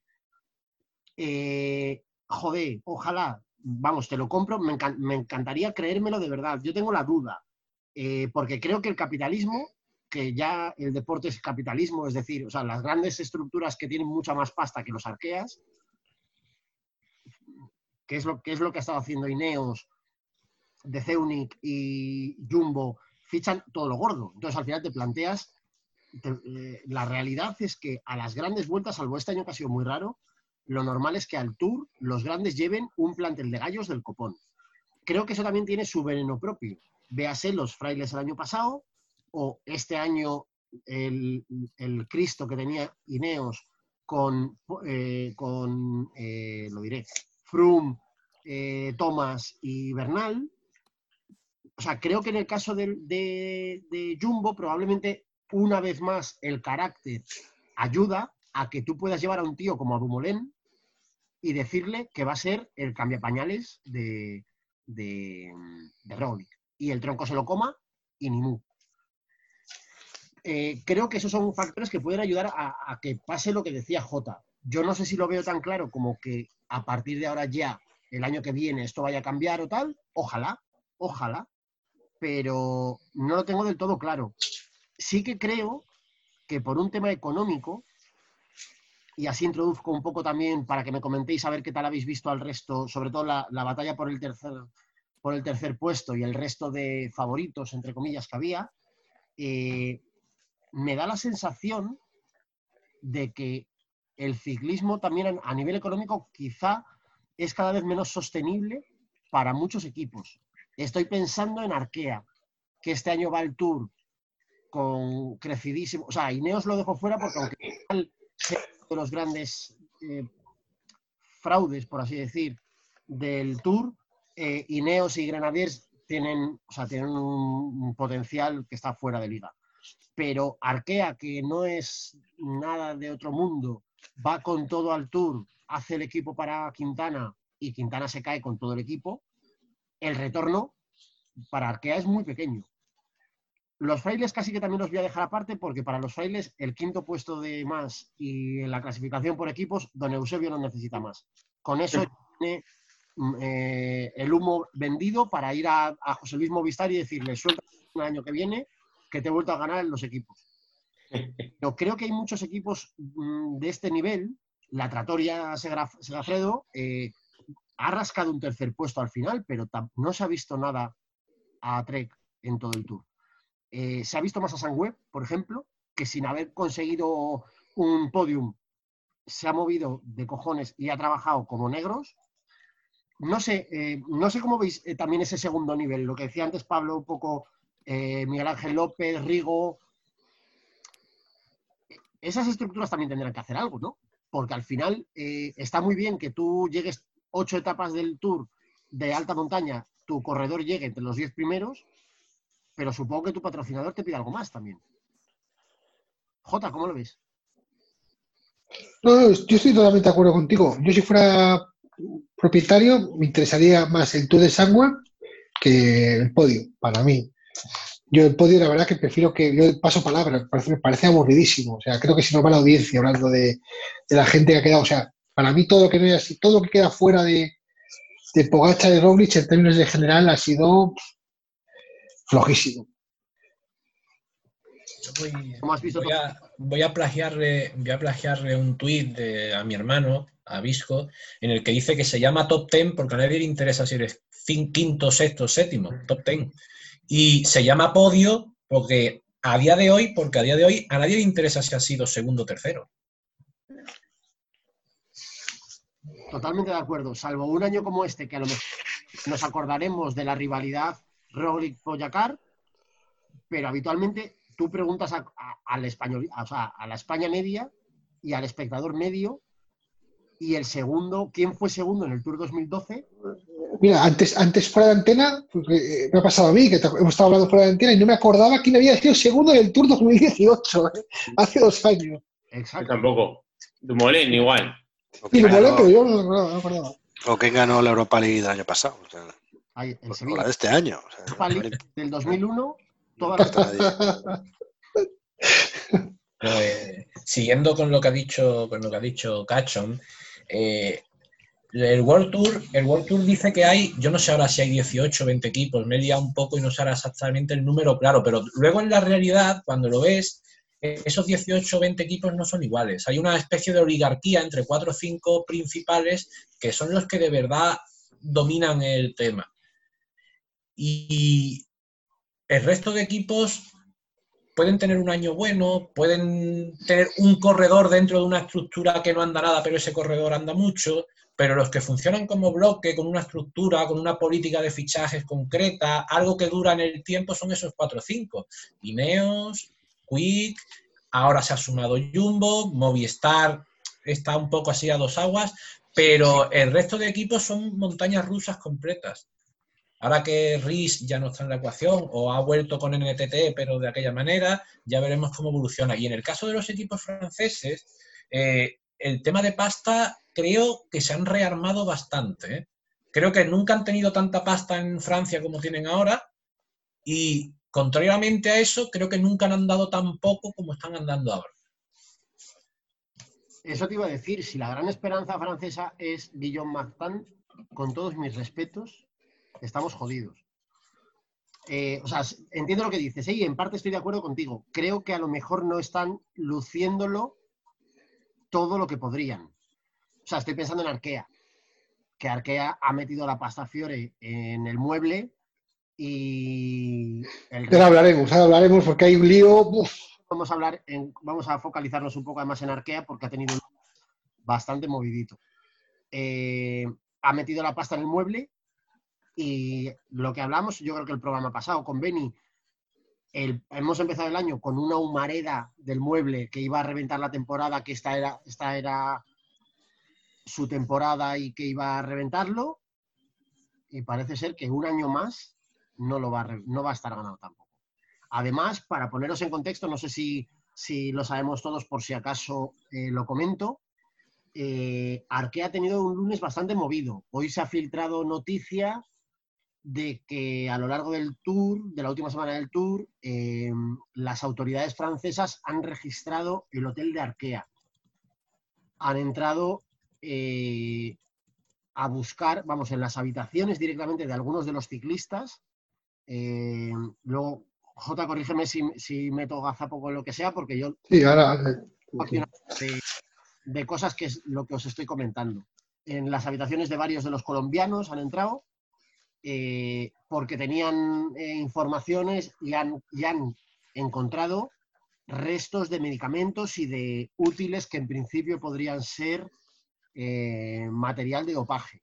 eh, joder, ojalá, vamos, te lo compro, me, encan me encantaría creérmelo de verdad. Yo tengo la duda, eh, porque creo que el capitalismo, que ya el deporte es capitalismo, es decir, o sea, las grandes estructuras que tienen mucha más pasta que los arqueas, que es lo, que es lo que ha estado haciendo Ineos, De Zeunic y Jumbo, fichan todo lo gordo. Entonces al final te planteas, te, eh, la realidad es que a las grandes vueltas, salvo este año que ha sido muy raro, lo normal es que al Tour los grandes lleven un plantel de gallos del copón. Creo que eso también tiene su veneno propio. Véase los frailes el año pasado, o este año el, el Cristo que tenía Ineos con, eh, con eh, lo diré, Froome, eh, Thomas y Bernal. O sea, creo que en el caso de, de, de Jumbo, probablemente una vez más el carácter ayuda a que tú puedas llevar a un tío como a Dumoulin y decirle que va a ser el cambiapañales de, de, de Roglic. Y el tronco se lo coma y ni mu. Eh, creo que esos son factores que pueden ayudar a, a que pase lo que decía Jota. Yo no sé si lo veo tan claro como que a partir de ahora ya, el año que viene, esto vaya a cambiar o tal. Ojalá, ojalá. Pero no lo tengo del todo claro. Sí que creo que por un tema económico, y así introduzco un poco también para que me comentéis a ver qué tal habéis visto al resto, sobre todo la, la batalla por el, tercer, por el tercer puesto y el resto de favoritos, entre comillas, que había, eh, me da la sensación de que el ciclismo también a nivel económico quizá es cada vez menos sostenible para muchos equipos. Estoy pensando en Arkea, que este año va al Tour con crecidísimo... O sea, Ineos lo dejo fuera porque aunque sea de los grandes eh, fraudes, por así decir, del Tour, eh, Ineos y Grenadiers tienen, o sea, tienen un, un potencial que está fuera de liga. Pero Arkea, que no es nada de otro mundo, va con todo al Tour, hace el equipo para Quintana y Quintana se cae con todo el equipo, el retorno para Arkea es muy pequeño. Los frailes casi que también los voy a dejar aparte porque para los frailes el quinto puesto de más y en la clasificación por equipos, don Eusebio no necesita más. Con eso tiene eh, el humo vendido para ir a, a José Luis Movistar y decirle suelta un año que viene que te he vuelto a ganar en los equipos. Pero creo que hay muchos equipos mmm, de este nivel. La Trattoria Segafredo eh, ha rascado un tercer puesto al final, pero no se ha visto nada a Trek en todo el Tour. Eh, se ha visto más a Sunweb, por ejemplo, que sin haber conseguido un podium se ha movido de cojones y ha trabajado como negros. No sé, eh, no sé cómo veis eh, también ese segundo nivel, lo que decía antes Pablo, un poco eh, Miguel Ángel López, Rigo. Esas estructuras también tendrán que hacer algo, ¿no? Porque al final eh, está muy bien que tú llegues ocho etapas del Tour de alta montaña, tu corredor llegue entre los diez primeros, pero supongo que tu patrocinador te pide algo más también. Jota, ¿cómo lo ves? No, yo estoy totalmente de acuerdo contigo. Yo si fuera propietario me interesaría más el Tour de Sangua que el podio, para mí. Yo el podio, la verdad que prefiero que... Yo paso palabra, parece, me parece aburridísimo. O sea, creo que si nos va la audiencia hablando de, de la gente que ha quedado... O sea, para mí todo lo que no es, todo lo que queda fuera de, de Pogačar y Roglic en términos de general ha sido flojísimo. Voy, voy, a, voy, a plagiarle, voy a plagiarle un tuit de, a mi hermano, a Visco, en el que dice que se llama Top Ten porque a nadie le interesa si eres quinto, sexto, séptimo, Top Ten. Y se llama podio porque a día de hoy, porque a día de hoy a nadie le interesa si ha sido segundo o tercero. Totalmente de acuerdo, salvo un año como este, que a lo mejor nos acordaremos de la rivalidad Roglic-Pogačar, pero habitualmente tú preguntas a, a, al español, a, o sea, a la España media y al espectador medio, y el segundo, ¿quién fue segundo en el Tour dos mil doce? Mira, antes, antes fuera de antena, me ha pasado a mí, que hemos estado hablando fuera de antena y no me acordaba quién había sido segundo en el Tour dos mil dieciocho, ¿eh? Hace dos años. Exacto. Yo tampoco. Dumoulin igual. Sí, Dumoulin, pero yo no me acordaba. O quién ganó la Europa League del año pasado. O sea, Ahí, en o Sevilla. la de este año. O sea, Europa League del dos mil uno, toda la... eh, siguiendo con lo que ha dicho, con lo que ha dicho Cachon, eh, el World Tour, el World Tour dice que hay, yo no sé ahora si hay dieciocho o veinte equipos, me he liado un poco y no sé ahora exactamente el número claro, pero luego en la realidad, cuando lo ves, esos dieciocho o veinte equipos no son iguales. Hay una especie de oligarquía entre cuatro o cinco principales que son los que de verdad dominan el tema. Y el resto de equipos pueden tener un año bueno, pueden tener un corredor dentro de una estructura que no anda nada, pero ese corredor anda mucho, pero los que funcionan como bloque, con una estructura, con una política de fichajes concreta, algo que dura en el tiempo, son esos cuatro o cinco. Ineos, Quick, ahora se ha sumado Jumbo, Movistar está un poco así a dos aguas, pero el resto de equipos son montañas rusas completas. Ahora que Riz ya no está en la ecuación o ha vuelto con N T T, pero de aquella manera, ya veremos cómo evoluciona. Y en el caso de los equipos franceses, eh, el tema de pasta creo que se han rearmado bastante, ¿eh? Creo que nunca han tenido tanta pasta en Francia como tienen ahora y, contrariamente a eso, creo que nunca han andado tan poco como están andando ahora. Eso te iba a decir, si la gran esperanza francesa es Guillaume Martin, con todos mis respetos, estamos jodidos. Eh, o sea, entiendo lo que dices, ¿eh? Y en parte estoy de acuerdo contigo. Creo que a lo mejor no están luciéndolo todo lo que podrían. O sea, estoy pensando en Arkea, que Arkea ha metido la pasta Fiore en el mueble y... El ahora hablaremos, ahora hablaremos porque hay un lío... Uf. Vamos a hablar, en, vamos a focalizarnos un poco además en Arkea porque ha tenido un bastante movidito. Eh, ha metido la pasta en el mueble y lo que hablamos, yo creo que el programa pasado con Beni, el, hemos empezado el año con una humareda del mueble que iba a reventar la temporada, que esta era, esta era su temporada y que iba a reventarlo, y parece ser que un año más no, lo va, a, no va a estar ganado tampoco. Además, para poneros en contexto, no sé si, si lo sabemos todos, por si acaso eh, lo comento, eh, Arkea ha tenido un lunes bastante movido. Hoy se ha filtrado noticia de que a lo largo del Tour, de la última semana del Tour, eh, las autoridades francesas han registrado el hotel de Arkea. Han entrado eh, a buscar, vamos, en las habitaciones directamente de algunos de los ciclistas. Eh, luego... Jota, corrígeme si, si meto gazapo con lo que sea, porque yo... Sí, ahora... De, de cosas que es lo que os estoy comentando. En las habitaciones de varios de los colombianos han entrado eh, porque tenían eh, informaciones y han, y han encontrado restos de medicamentos y de útiles que en principio podrían ser eh, material de dopaje.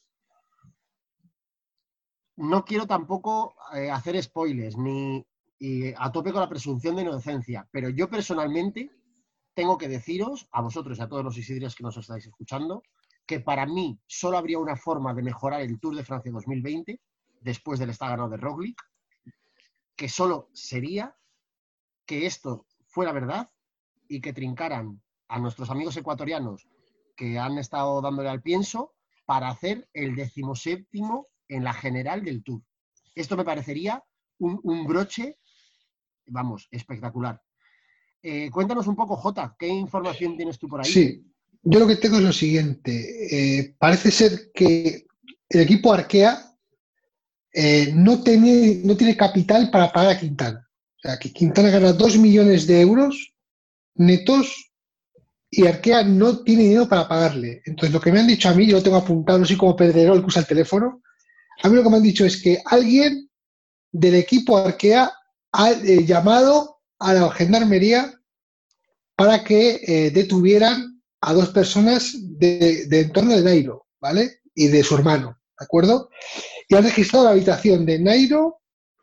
No quiero tampoco eh, hacer spoilers ni y a tope con la presunción de inocencia, pero yo personalmente tengo que deciros, a vosotros y a todos los isidrios que nos estáis escuchando, que para mí solo habría una forma de mejorar el Tour de Francia dos mil veinte, después del estado ganado de Roglic, que solo sería que esto fuera verdad y que trincaran a nuestros amigos ecuatorianos que han estado dándole al pienso para hacer el decimoséptimo en la general del Tour. Esto me parecería un, un broche, vamos, espectacular. Eh, cuéntanos un poco, Jota, ¿qué información tienes tú por ahí? Sí, yo lo que tengo es lo siguiente. Eh, parece ser que el equipo Arkea eh, no, tiene, no tiene capital para pagar a Quintana. O sea, que Quintana gana dos millones de euros netos y Arkea no tiene dinero para pagarle. Entonces, lo que me han dicho a mí, yo lo tengo apuntado, no soy como Pedrerol que usa el teléfono, a mí lo que me han dicho es que alguien del equipo Arkea ha eh, llamado a la gendarmería para que eh, detuvieran a dos personas de, de entorno de Nairo, ¿vale? Y de su hermano, ¿de acuerdo? Y han registrado la habitación de Nairo,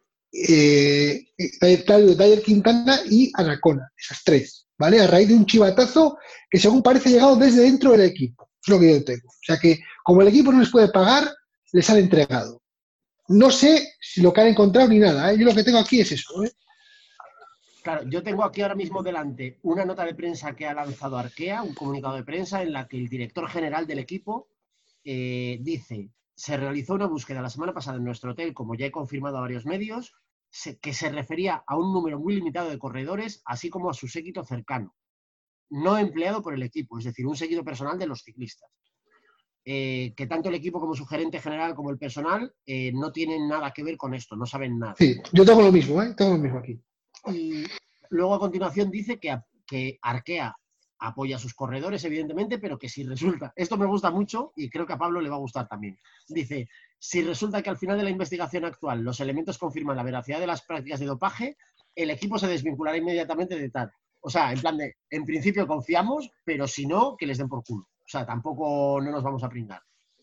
eh, Dyer Quintana y Anacona, esas tres, ¿vale? A raíz de un chivatazo que según parece ha llegado desde dentro del equipo, es lo que yo tengo. O sea que como el equipo no les puede pagar, les han entregado. No sé si lo que han encontrado ni nada, ¿eh? Yo lo que tengo aquí es eso, ¿eh? Claro, yo tengo aquí ahora mismo delante una nota de prensa que ha lanzado Arkea, un comunicado de prensa en la que el director general del equipo eh, dice: se realizó una búsqueda la semana pasada en nuestro hotel, como ya he confirmado a varios medios, se, que se refería a un número muy limitado de corredores, así como a su séquito cercano, no empleado por el equipo, es decir, un séquito personal de los ciclistas. Eh, que tanto el equipo como su gerente general como el personal eh, no tienen nada que ver con esto, no saben nada. Sí, yo tengo lo mismo, ¿eh? Tengo lo mismo aquí. Y luego a continuación dice que, que Arkea apoya a sus corredores, evidentemente, pero que si resulta, esto me gusta mucho y creo que a Pablo le va a gustar también. Dice, si resulta que al final de la investigación actual los elementos confirman la veracidad de las prácticas de dopaje, el equipo se desvinculará inmediatamente de tal. O sea, en plan de, en principio confiamos, pero si no, que les den por culo. O sea, tampoco no nos vamos a pringar.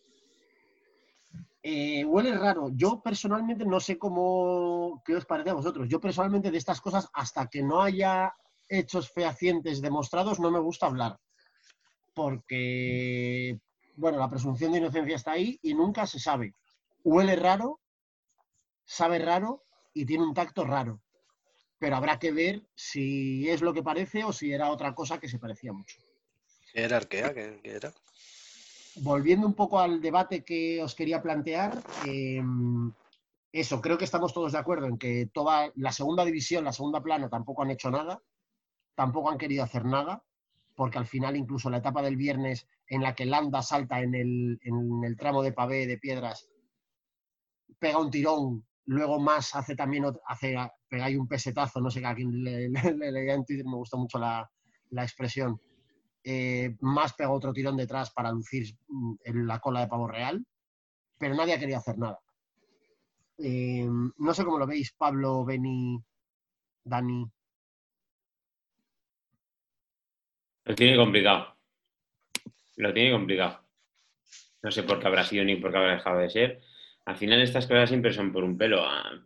Eh, huele raro. Yo personalmente no sé cómo, qué os parece a vosotros. Yo personalmente de estas cosas, hasta que no haya hechos fehacientes demostrados, no me gusta hablar. Porque, bueno, la presunción de inocencia está ahí y nunca se sabe. Huele raro, sabe raro y tiene un tacto raro. Pero habrá que ver si es lo que parece o si era otra cosa que se parecía mucho. ¿Qué era Arkea? ¿Qué, qué era? Volviendo un poco al debate que os quería plantear, eh, eso, creo que estamos todos de acuerdo en que toda la segunda división, la segunda plana, tampoco han hecho nada, tampoco han querido hacer nada, porque al final incluso la etapa del viernes en la que Landa salta en el, en el tramo de pavé de piedras, pega un tirón, luego más hace también, hace, pega ahí un pesetazo, no sé a quién le leía en Twitter, me gustó mucho la, la expresión. Eh, más pega otro tirón detrás para lucir en la cola de pavo real, pero nadie ha querido hacer nada. Eh, no sé cómo lo veis, Pablo, Beni, Dani. Lo tiene complicado. Lo tiene complicado. No sé por qué habrá sido ni por qué habrá dejado de ser. Al final estas cosas siempre son por un pelo.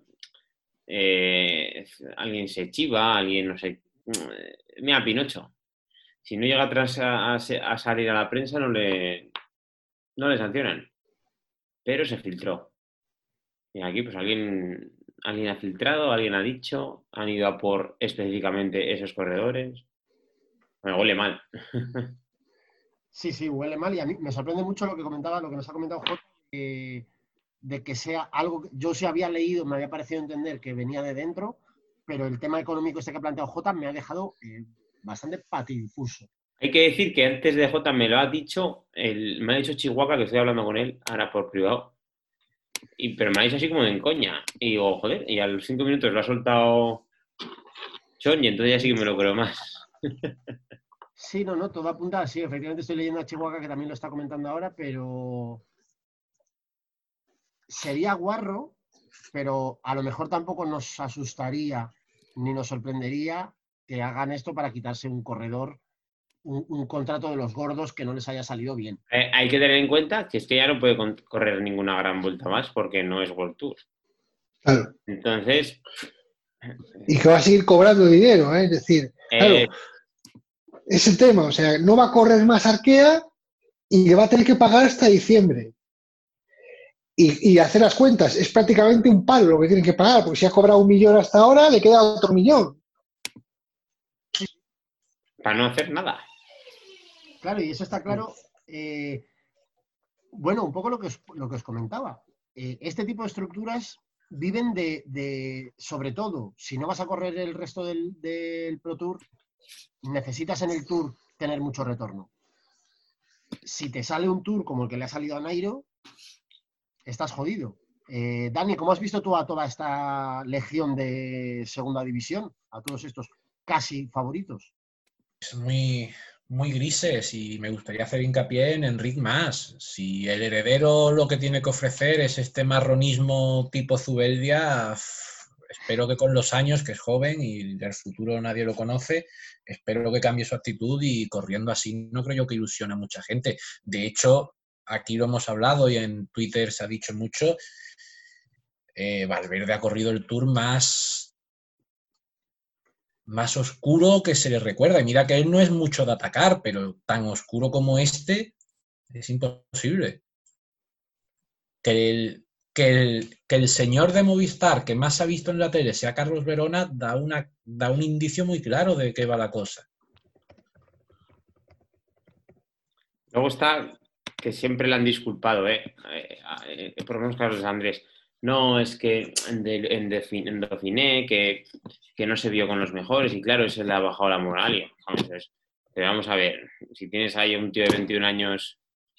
Eh, alguien se chiva, alguien no sé. Mira, Pinocho. Si no llega atrás a, a, a salir a la prensa, no le, no le sancionan. Pero se filtró. Y aquí, pues alguien, alguien ha filtrado, alguien ha dicho, han ido a por específicamente esos corredores. Bueno, huele mal. Sí, sí, huele mal. Y a mí me sorprende mucho lo que comentaba, lo que nos ha comentado Jota, eh, de que sea algo. Yo sí había leído, me había parecido entender que venía de dentro, pero el tema económico este que ha planteado Jota me ha dejado. Eh, bastante patidifuso. Hay que decir que antes de Jota me lo ha dicho, el, me ha dicho Chihuahua, que estoy hablando con él ahora por privado, y, pero me ha dicho así como en coña. Y digo, joder, y a los cinco minutos lo ha soltado Chon y entonces ya sí que me lo creo más. Sí, no, no, todo apunta así. Efectivamente estoy leyendo a Chihuahua, que también lo está comentando ahora, pero sería guarro, pero a lo mejor tampoco nos asustaría ni nos sorprendería que hagan esto para quitarse un corredor, un, un contrato de los gordos que no les haya salido bien. Eh, hay que tener en cuenta que este ya no puede correr ninguna gran vuelta más porque no es World Tour. Claro. Entonces... Y que va a seguir cobrando dinero, ¿eh? Es decir, claro, eh, ese tema, o sea, no va a correr más Arkea y le va a tener que pagar hasta diciembre. Y, y hacer las cuentas, es prácticamente un palo lo que tienen que pagar, porque si ha cobrado un millón hasta ahora, le queda otro millón. Para no hacer nada. Claro, y eso está claro. Eh, bueno, un poco lo que os, lo que os comentaba. Eh, este tipo de estructuras viven de, de, sobre todo, si no vas a correr el resto del, del Pro Tour, necesitas en el Tour tener mucho retorno. Si te sale un Tour como el que le ha salido a Nairo, estás jodido. Eh, Dani, ¿cómo has visto tú a toda esta legión de segunda división? A todos estos casi favoritos. Es muy, muy grises y me gustaría hacer hincapié en Enric Mas. Si el heredero lo que tiene que ofrecer es este marronismo tipo Zubeldia, espero que con los años, que es joven y el futuro nadie lo conoce, espero que cambie su actitud y corriendo así no creo yo que ilusione a mucha gente. De hecho, aquí lo hemos hablado y en Twitter se ha dicho mucho, eh, Valverde ha corrido el Tour más, más oscuro que se le recuerda. Y mira que él no es mucho de atacar, pero tan oscuro como este es imposible. Que el, que el, que el señor de Movistar que más ha visto en la tele sea Carlos Verona da, una, da un indicio muy claro de qué va la cosa. Luego está que siempre le han disculpado, ¿eh? eh, eh por lo menos Carlos Andrés. No, es que en, en, en Dauphiné, que, que no se vio con los mejores, y claro, eso le ha bajado la moral. Y, vamos, es, pero vamos a ver, si tienes ahí a un tío de veintiún años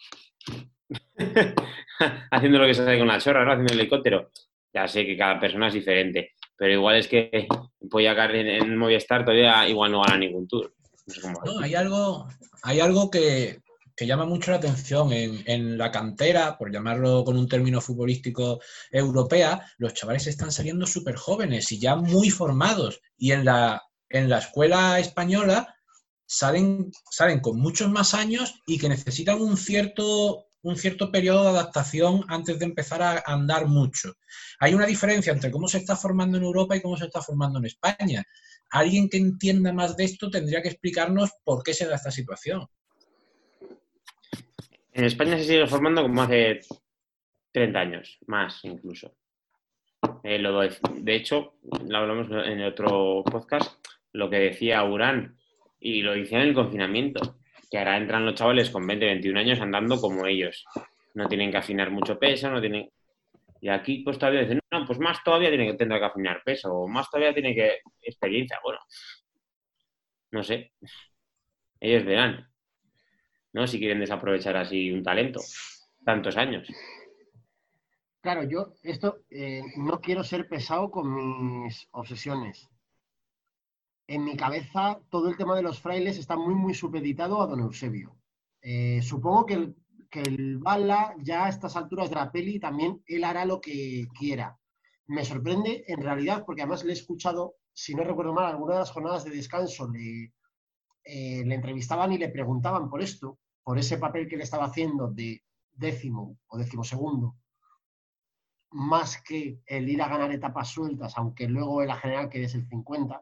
haciendo lo que se hace con la chorra, ¿no? Haciendo el helicóptero, ya sé que cada persona es diferente, pero igual es que Pogacar en, en Movistar todavía igual no gana ningún Tour. No sé cómo no, hay algo, hay algo que, que llama mucho la atención. En, en la cantera, por llamarlo con un término futbolístico europea, los chavales están saliendo súper jóvenes y ya muy formados. Y en la, en la escuela española salen, salen con muchos más años y que necesitan un cierto, un cierto periodo de adaptación antes de empezar a andar mucho. Hay una diferencia entre cómo se está formando en Europa y cómo se está formando en España. Alguien que entienda más de esto tendría que explicarnos por qué se da esta situación. En España se sigue formando como hace treinta años, más incluso. Eh, lo de, de hecho, lo hablamos en el otro podcast, lo que decía Urán, y lo decía en el confinamiento, que ahora entran los chavales con veinte, veintiún años andando como ellos. No tienen que afinar mucho peso, no tienen... Y aquí pues todavía dicen, no, pues más todavía tiene que, tendrá que afinar peso, o más todavía tiene que experiencia. Bueno, no sé. Ellos verán, ¿no? Si quieren desaprovechar así un talento, tantos años. Claro, yo esto eh, no quiero ser pesado con mis obsesiones. En mi cabeza todo el tema de los frailes está muy, muy supeditado a don Eusebio. Eh, supongo que el, que el Bala ya a estas alturas de la peli también él hará lo que quiera. Me sorprende en realidad porque además le he escuchado, si no recuerdo mal, alguna de las jornadas de descanso le, eh, le entrevistaban y le preguntaban por esto, por ese papel que le estaba haciendo de décimo o decimosegundo, más que el ir a ganar etapas sueltas, aunque luego en la general quedes el cincuenta.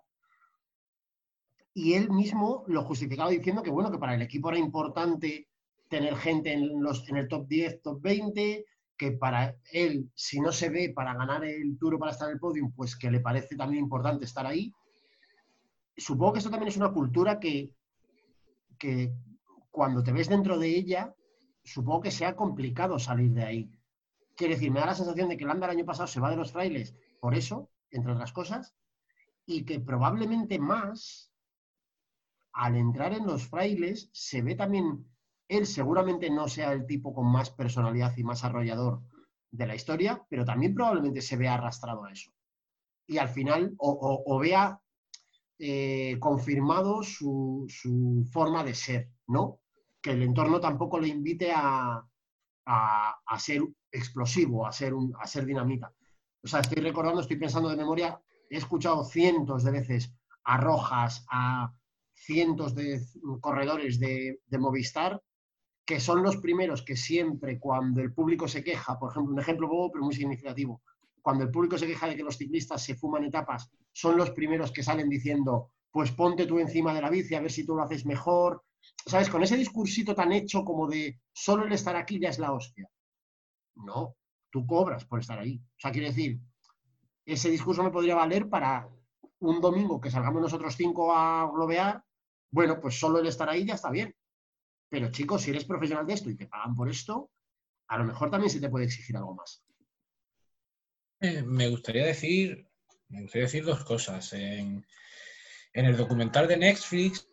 Y él mismo lo justificaba diciendo que, bueno, que para el equipo era importante tener gente en, los, en el top diez, top veinte, que para él, si no se ve para ganar el Tour o para estar en el podium, pues que le parece también importante estar ahí. Supongo que esto también es una cultura que, que cuando te ves dentro de ella, supongo que sea complicado salir de ahí. Quiere decir, me da la sensación de que Landa el año pasado se va de los frailes por eso, entre otras cosas, y que probablemente más, al entrar en los frailes, se ve también, él seguramente no sea el tipo con más personalidad y más arrollador de la historia, pero también probablemente se vea arrastrado a eso. Y al final, o, o, o vea eh, confirmado su, su forma de ser, ¿no? Que el entorno tampoco le invite a, a, a ser explosivo, a ser, un, a ser dinamita. O sea, estoy recordando, estoy pensando de memoria, he escuchado cientos de veces a Rojas, a cientos de corredores de, de Movistar, que son los primeros que siempre, cuando el público se queja, por ejemplo, un ejemplo bobo pero muy significativo, cuando el público se queja de que los ciclistas se fuman etapas, son los primeros que salen diciendo, pues ponte tú encima de la bici a ver si tú lo haces mejor. ¿Sabes? Con ese discursito tan hecho como de solo el estar aquí ya es la hostia. No, tú cobras por estar ahí. O sea, quiero decir, ese discurso me podría valer para un domingo que salgamos nosotros cinco a globear. Bueno, pues solo el estar ahí ya está bien. Pero chicos, si eres profesional de esto y te pagan por esto, a lo mejor también se te puede exigir algo más. Eh, me gustaría decir, me gustaría decir dos cosas. En, en el documental de Netflix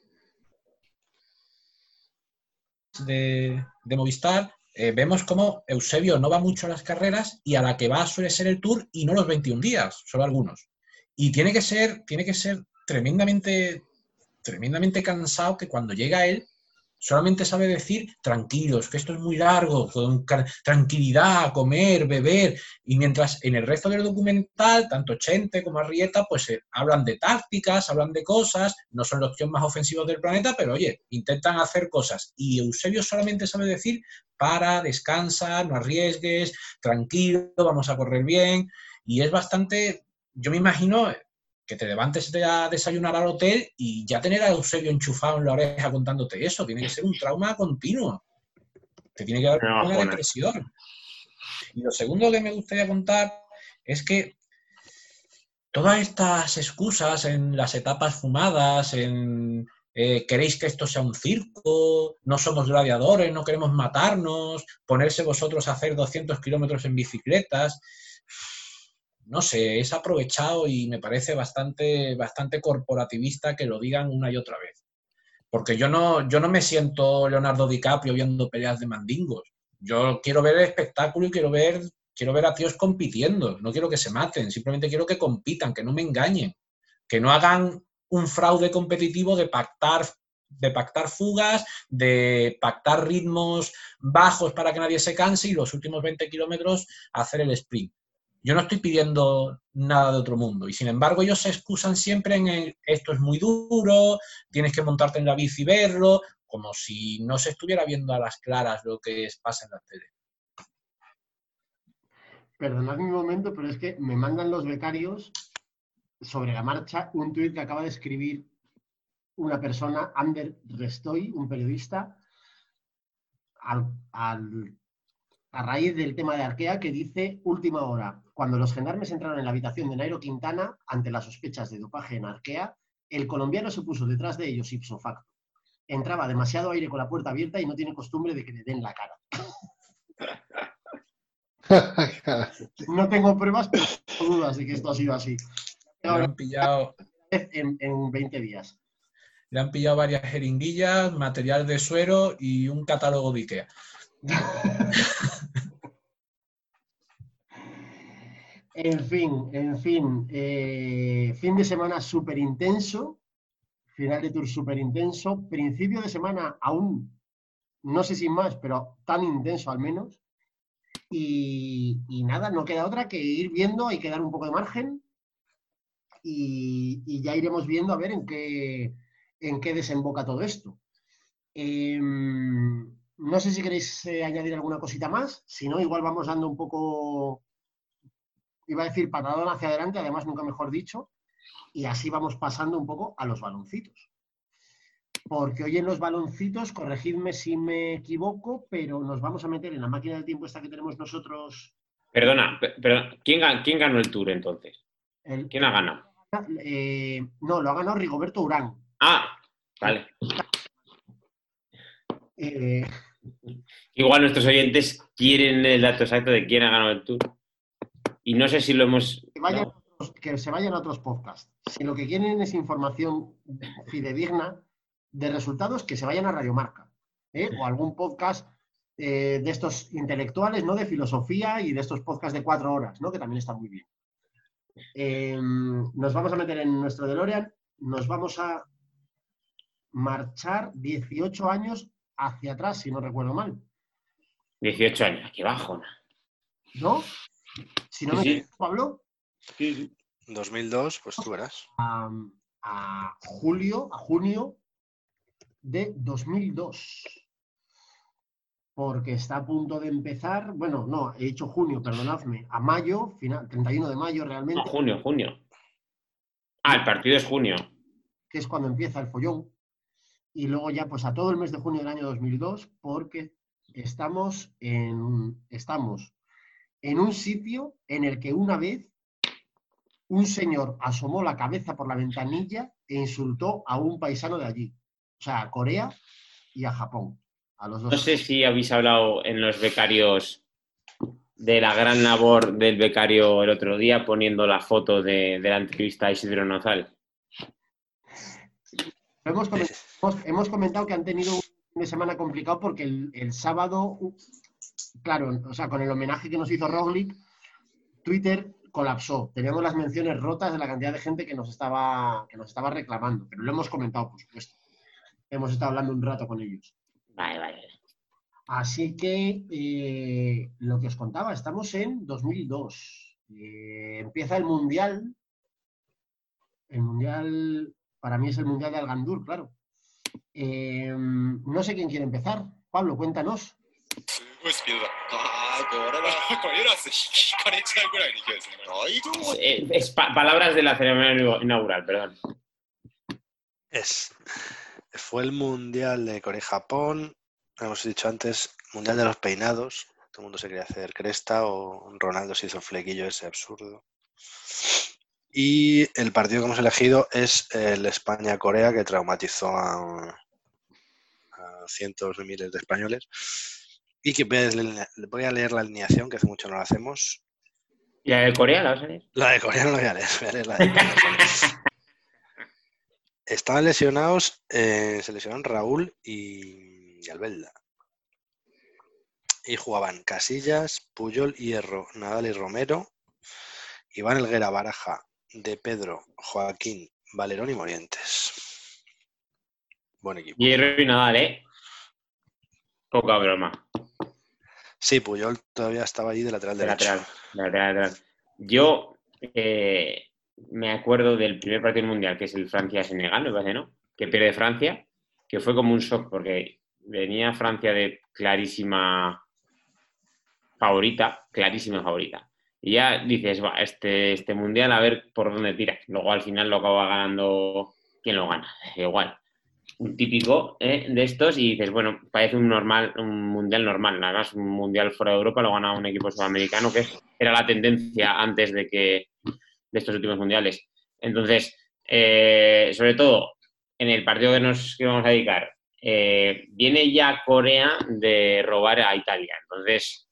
de, de Movistar, eh, vemos cómo Eusebio no va mucho a las carreras y a la que va suele ser el Tour y no los veintiún días, solo algunos. Y tiene que ser, tiene que ser tremendamente, tremendamente cansado que cuando llega él solamente sabe decir tranquilos, que esto es muy largo, con tranquilidad, comer, beber, y mientras en el resto del documental, tanto Chente como Arrieta, pues eh, hablan de tácticas, hablan de cosas, no son los tíos más ofensivos del planeta, pero oye, intentan hacer cosas, y Eusebio solamente sabe decir para, descansa, no arriesgues, tranquilo, vamos a correr bien, y es bastante, yo me imagino que te levantes a desayunar al hotel y ya tener a Eusebio enchufado en la oreja contándote eso. Tiene que ser un trauma continuo. Te tiene que dar no, una bueno. depresión. Y lo segundo que me gustaría contar es que todas estas excusas en las etapas fumadas, en eh, queréis que esto sea un circo, no somos gladiadores, no queremos matarnos, ponerse vosotros a hacer doscientos kilómetros en bicicletas... No sé, es aprovechado y me parece bastante, bastante corporativista que lo digan una y otra vez. Porque yo no, yo no me siento Leonardo DiCaprio viendo peleas de mandingos. Yo quiero ver el espectáculo y quiero ver, quiero ver a tíos compitiendo. No quiero que se maten, simplemente quiero que compitan, que no me engañen. Que no hagan un fraude competitivo de pactar de pactar fugas, de pactar ritmos bajos para que nadie se canse y los últimos veinte kilómetros hacer el sprint. Yo no estoy pidiendo nada de otro mundo y sin embargo ellos se excusan siempre en el, esto es muy duro, tienes que montarte en la bici y verlo, como si no se estuviera viendo a las claras lo que pasa en la tele. Perdonad mi momento, pero es que me mandan los becarios sobre la marcha un tuit que acaba de escribir una persona, Ander Restoy, un periodista, al, al a raíz del tema de Arkea, que dice, última hora, cuando los gendarmes entraron en la habitación de Nairo Quintana ante las sospechas de dopaje en Arkea, el colombiano se puso detrás de ellos ipso facto. Entraba demasiado aire con la puerta abierta y no tiene costumbre de que le den la cara. No tengo pruebas, pero tengo dudas de que esto ha sido así. Le han pillado... En, en veinte días. Le han pillado varias jeringuillas, material de suero y un catálogo de Ikea. En fin, en fin, eh, fin de semana súper intenso, final de tour súper intenso, principio de semana aún, no sé si más, pero tan intenso al menos, y, y nada, no queda otra que ir viendo, hay que dar un poco de margen, y, y ya iremos viendo a ver en qué, en qué desemboca todo esto. Eh, No sé si queréis eh, añadir alguna cosita más, si no, igual vamos dando un poco, iba a decir patadón hacia adelante, además nunca mejor dicho, y así vamos pasando un poco a los baloncitos. Porque hoy en los baloncitos, corregidme si me equivoco, pero nos vamos a meter en la máquina del tiempo esta que tenemos nosotros. Perdona, perdona. ¿Quién, ¿quién ganó el Tour entonces? El, ¿Quién ha ganado? Eh, no, lo ha ganado Rigoberto Urán. Ah, vale. Eh, Igual nuestros oyentes quieren el dato exacto de quién ha ganado el Tour. Y no sé si lo hemos... Que, vayan no. otros, que se vayan a otros podcasts. Si lo que quieren es información fidedigna de resultados, que se vayan a Radio Marca. ¿eh? O algún podcast eh, de estos intelectuales, ¿no? De filosofía y de estos podcasts de cuatro horas, ¿no? Que también están muy bien. Eh, nos vamos a meter en nuestro DeLorean. Nos vamos a marchar dieciocho años hacia atrás, si no recuerdo mal. dieciocho años, qué bajona. ¿No? Si no me equivoco, sí. Pablo. Sí, sí. dos mil dos, pues tú verás. A, a julio, a junio de dos mil dos. Porque está a punto de empezar, bueno, no, he dicho junio, perdonadme, a mayo, final, treinta y uno de mayo realmente. No, junio, junio. Ah, el partido es junio. Que es cuando empieza el follón. Y luego ya pues a todo el mes de junio del año dos mil dos, porque estamos en, estamos en un sitio en el que una vez un señor asomó la cabeza por la ventanilla e insultó a un paisano de allí. O sea, a Corea y a Japón. A los dos. No sé si habéis hablado en los becarios de la gran labor del becario el otro día poniendo la foto de, de la entrevista a Isidro Nozal. Hemos comentado, hemos, hemos comentado que han tenido un fin de semana complicado porque el, el sábado, claro, o sea, con el homenaje que nos hizo Roglic, Twitter colapsó. Teníamos las menciones rotas de la cantidad de gente que nos estaba, que nos estaba reclamando, pero lo hemos comentado, por supuesto. Hemos estado hablando un rato con ellos. Vale, vale. Así que eh, lo que os contaba, estamos en dos mil dos. Eh, empieza el Mundial. El Mundial... Para mí es el Mundial de Algandur, claro. Eh, no sé quién quiere empezar. Pablo, cuéntanos. Es, es pa palabras de la ceremonia inaugural, perdón. Es. Fue el Mundial de Corea y Japón. Hemos dicho antes, Mundial de los peinados. Todo el mundo se quería hacer cresta o Ronaldo se hizo el flequillo ese absurdo. Y el partido que hemos elegido es el España-Corea, que traumatizó a, a cientos de miles de españoles. Y que voy a leer la alineación, que hace mucho no la hacemos. ¿Y la de Corea la vas a leer? La de Corea no la voy a leer, voy a leer la de Corea. Estaban lesionados, eh, se lesionaron Raúl y, y Albelda. Y jugaban Casillas, Puyol, Hierro, Nadal y Romero. Iván Helguera, Baraja, De Pedro, Joaquín, Valerón y Morientes. Buen equipo. Hierro y Nadal, ¿eh? Poca broma. Sí, Puyol todavía estaba allí de lateral De derecho. lateral, de lateral, lateral. Yo eh, me acuerdo del primer partido mundial, que es el Francia-Senegal, me parece, ¿no? Que pierde Francia, que fue como un shock, porque venía Francia de clarísima favorita, clarísima favorita. Y ya dices, va, este, este mundial a ver por dónde tira. Luego al final lo acaba ganando quien lo gana, igual. Un típico ¿eh? de estos y dices, bueno, parece un normal, un mundial normal. Además, un mundial fuera de Europa lo gana un equipo sudamericano, que era la tendencia antes de que de estos últimos mundiales. Entonces, eh, sobre todo, en el partido que nos que vamos a dedicar, eh, viene ya Corea de robar a Italia. Entonces,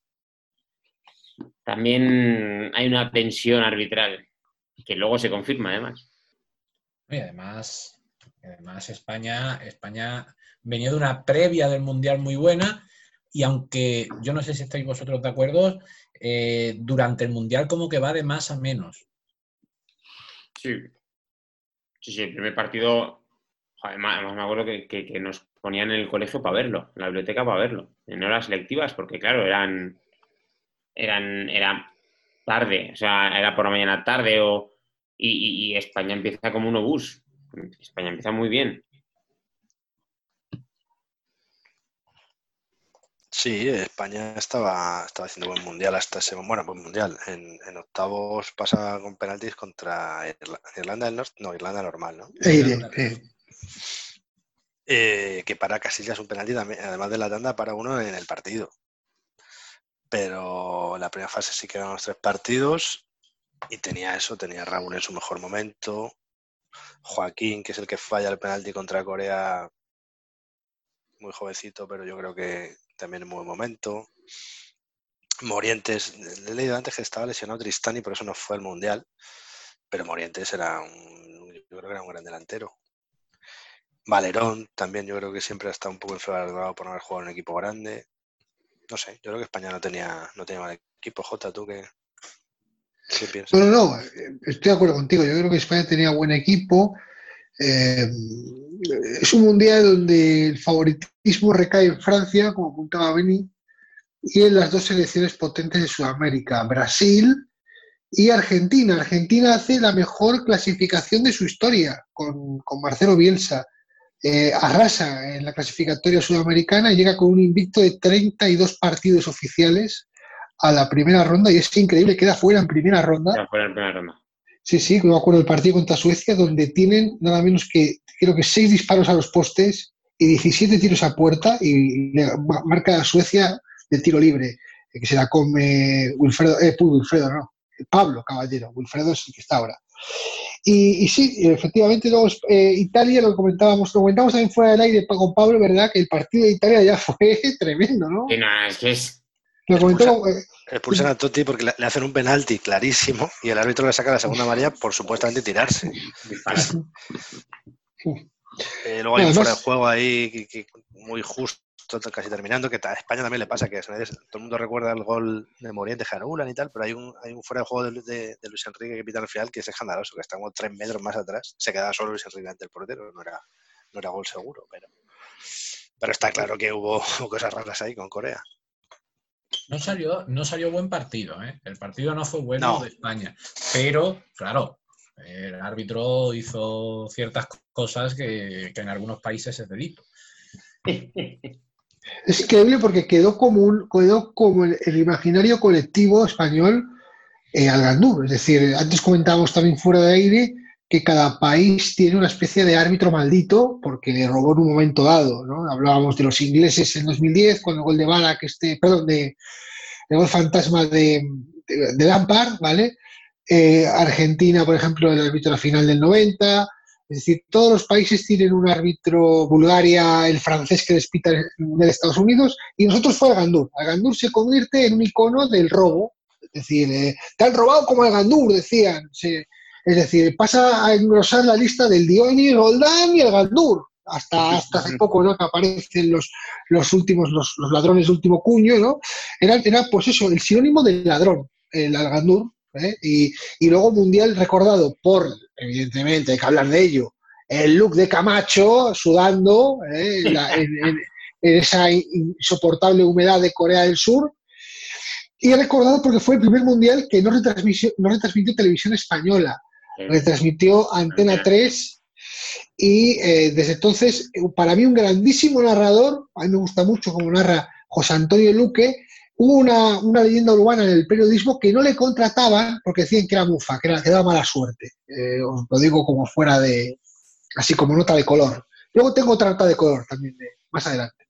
también hay una tensión arbitral que luego se confirma, además. Y además... Además, España, España venía de una previa del Mundial muy buena y aunque yo no sé si estáis vosotros de acuerdo, eh, durante el Mundial como que va de más a menos. Sí, sí, sí, el primer partido, además, además me acuerdo que, que, que nos ponían en el colegio para verlo, en la biblioteca para verlo, en horas selectivas, porque claro, eran, eran, era tarde, o sea, era por la mañana tarde o, y, y, y España empieza como un obús. España empieza muy bien. Sí, España estaba, estaba haciendo buen mundial hasta ese bueno, buen mundial. En, en octavos pasa con penaltis contra Irla, Irlanda del Norte, no, Irlanda normal, ¿no? Eire, eh. Eh, que para Casillas un penalti también, además de la tanda, para uno en el partido. Pero la primera fase sí que eran los tres partidos y tenía eso, tenía Raúl en su mejor momento. Joaquín, que es el que falla el penalti contra Corea, muy jovencito, pero yo creo que también en buen momento. Morientes, le he leído antes que estaba lesionado Tristán y por eso no fue al Mundial, pero Morientes era un, yo creo que era un gran delantero. Valerón también, yo creo que siempre ha estado un poco infravalorado por no haber jugado en un equipo grande. No sé, yo creo que España no tenía, no tenía mal equipo. Jota, ¿tú qué, qué piensas? No, no, no, estoy de acuerdo contigo. Yo creo que España tenía buen equipo. Eh, es un mundial donde el favoritismo recae en Francia, como apuntaba Beni, y en las dos selecciones potentes de Sudamérica, Brasil y Argentina. Argentina hace la mejor clasificación de su historia con, con Marcelo Bielsa. Eh, arrasa en la clasificatoria sudamericana y llega con un invicto de treinta y dos partidos oficiales a la primera ronda y es increíble, queda fuera en primera ronda. Queda fuera en primera ronda. Sí, sí, me acuerdo del partido contra Suecia donde tienen nada menos que creo que seis disparos a los postes y diecisiete tiros a puerta y le marca a Suecia de tiro libre, que se la come Wilfredo, eh, Wilfredo, no, Pablo Caballero, Wilfredo es el que está ahora. Y, y sí, efectivamente, luego eh, Italia, lo comentábamos, lo comentamos también fuera del aire con Pablo, ¿verdad? Que el partido de Italia ya fue tremendo, ¿no? Sí, no, es que es... Lo comentó, eh, expulsan a Totti porque le, le hacen un penalti clarísimo y el árbitro le saca la segunda amarilla por supuestamente tirarse. eh, luego hay un fuera de juego ahí que, que muy justo, casi terminando, que a España también le pasa, que todo el mundo recuerda el gol de Morientes, Jarulan y tal, pero hay un, hay un fuera de juego de, de, de Luis Enrique que pita al final que es escandaloso, que está como tres metros más atrás, se quedaba solo Luis Enrique ante el portero, no era, no era gol seguro, pero, pero está claro que hubo cosas raras ahí con Corea. No salió, no salió buen partido, ¿eh? El partido no fue bueno no. de España, pero, claro, el árbitro hizo ciertas cosas que, que en algunos países es delito. Es increíble porque quedó como, un, quedó como el, el imaginario colectivo español eh, al Gandur. Es decir, antes comentábamos también fuera de aire que cada país tiene una especie de árbitro maldito porque le robó en un momento dado, ¿no? Hablábamos de los ingleses en dos mil diez con el gol de Ballack, este, perdón, de, el gol fantasma de, de, de Lampard, ¿vale? Eh, Argentina, por ejemplo, el árbitro a la final del noventa. Es decir, todos los países tienen un árbitro, Bulgaria, el francés que despita de Estados Unidos, y nosotros fue al Gandur. Al Gandur se convierte en un icono del robo. Es decir, eh, te han robado como al Gandur, decían. Se, es decir, pasa a engrosar la lista del Dionis, Roldán y el Gandur. Hasta, hasta hace poco, ¿no? Que aparecen los, los últimos, los, los ladrones de último cuño, ¿no? Era, era, pues eso, el sinónimo del ladrón, el Gandur. ¿Eh? Y, y luego mundial recordado por, evidentemente, hay que hablar de ello, el look de Camacho, sudando eh, en, la, en, en, en esa insoportable humedad de Corea del Sur. Y he recordado porque fue el primer mundial que no retransmitió, no retransmitió televisión española, retransmitió Antena tres y eh, desde entonces, para mí un grandísimo narrador, a mí me gusta mucho como narra José Antonio Luque. Hubo una, una leyenda urbana en el periodismo que no le contrataban porque decían que era mufa, que, era, que daba mala suerte. Eh, os lo digo como fuera de, así como nota de color. Luego tengo otra nota de color también, de, más adelante.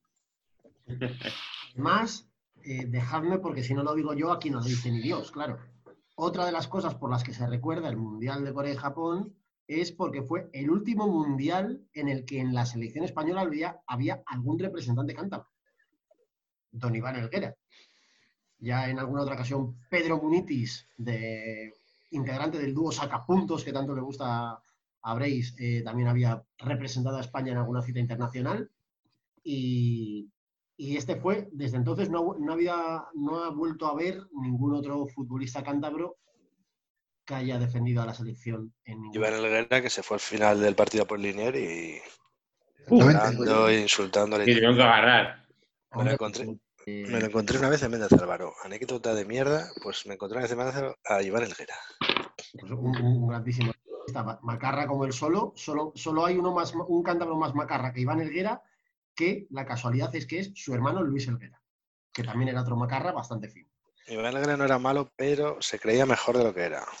Más... Eh, dejadme, porque si no lo digo yo, aquí no lo dice ni Dios, claro. Otra de las cosas por las que se recuerda el Mundial de Corea y Japón es porque fue el último Mundial en el que en la selección española había, había algún representante cántabro. Don Iván Helguera. Ya en alguna otra ocasión, Pedro Munitis, de, integrante del dúo Sacapuntos, que tanto le gusta a Breis, eh, también había representado a España en alguna cita internacional. Y... Y este fue, desde entonces no, no, había, no ha vuelto a haber ningún otro futbolista cántabro que haya defendido a la selección. En ningún... Iván Helguera, que se fue al final del partido por Linier y insultando e insultando. Sí, tengo que agarrar. Me lo, encontré, eh... me lo encontré una vez en Méndez Álvaro. Anécdota de mierda, pues me encontré una vez en Méndez a Iván Helguera. Pues un, un grandísimo. Macarra como él solo, solo, solo hay uno más, un cántabro más macarra que Iván Helguera, que la casualidad es que es su hermano Luis Helguera, que también era otro macarra bastante fino. Iván Helguera no era malo, pero se creía mejor de lo que era.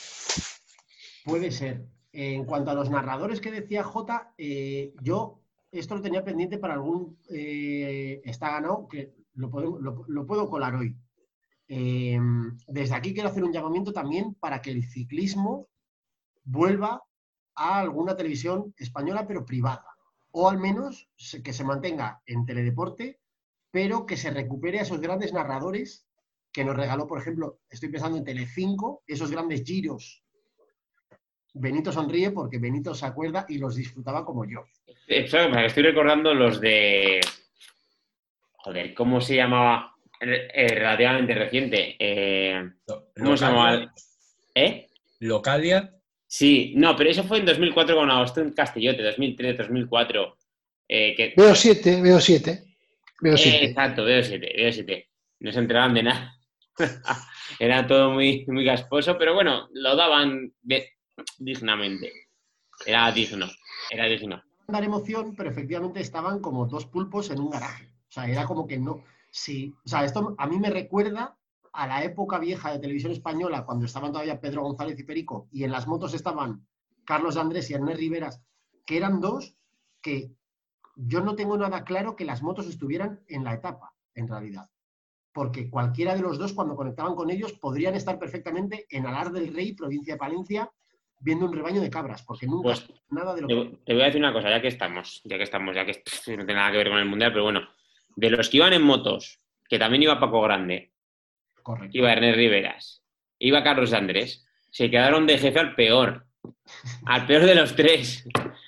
Puede ser. En cuanto a los narradores que decía Jota, eh, yo esto lo tenía pendiente para algún... Eh, está ganado, que lo, podemos, lo, lo puedo colar hoy. Eh, desde aquí quiero hacer un llamamiento también para que el ciclismo vuelva a alguna televisión española, pero privada. O al menos que se mantenga en Teledeporte, pero que se recupere a esos grandes narradores que nos regaló, por ejemplo, estoy pensando en Telecinco, esos grandes giros. Benito sonríe porque Benito se acuerda y los disfrutaba como yo. Estoy recordando los de... Joder, ¿cómo se llamaba? Eh, relativamente reciente. Eh, ¿Cómo se llamaba? ¿Eh? ¿Localia? Sí, no, pero eso fue en dos mil cuatro con Agustín Castellote, dos mil tres, dos mil cuatro. Eh, que... Veo siete, veo siete. Veo siete. Eh, exacto, veo siete, veo siete. No se enteraban de nada. Era todo muy, muy gasposo, pero bueno, lo daban de... dignamente. Era digno, era digno. Dar emoción, pero efectivamente estaban como dos pulpos en un garaje. O sea, era como que no... Sí, o sea, esto a mí me recuerda a la época vieja de televisión española, cuando estaban todavía Pedro González y Perico, y en las motos estaban Carlos Andrés y Ernest Riveras, que eran dos que yo no tengo nada claro que las motos estuvieran en la etapa, en realidad. Porque cualquiera de los dos, cuando conectaban con ellos, podrían estar perfectamente en Alar del Rey, provincia de Palencia, viendo un rebaño de cabras, porque nunca pues, nada de lo te, que... Te voy a decir una cosa, ya que estamos, ya que estamos, ya que pff, no tiene nada que ver con el Mundial, pero bueno, de los que iban en motos, que también iba Paco Grande, Correcto. Iba Ernest Riveras, iba Carlos Andrés, se quedaron de jefe al peor, al peor de los tres.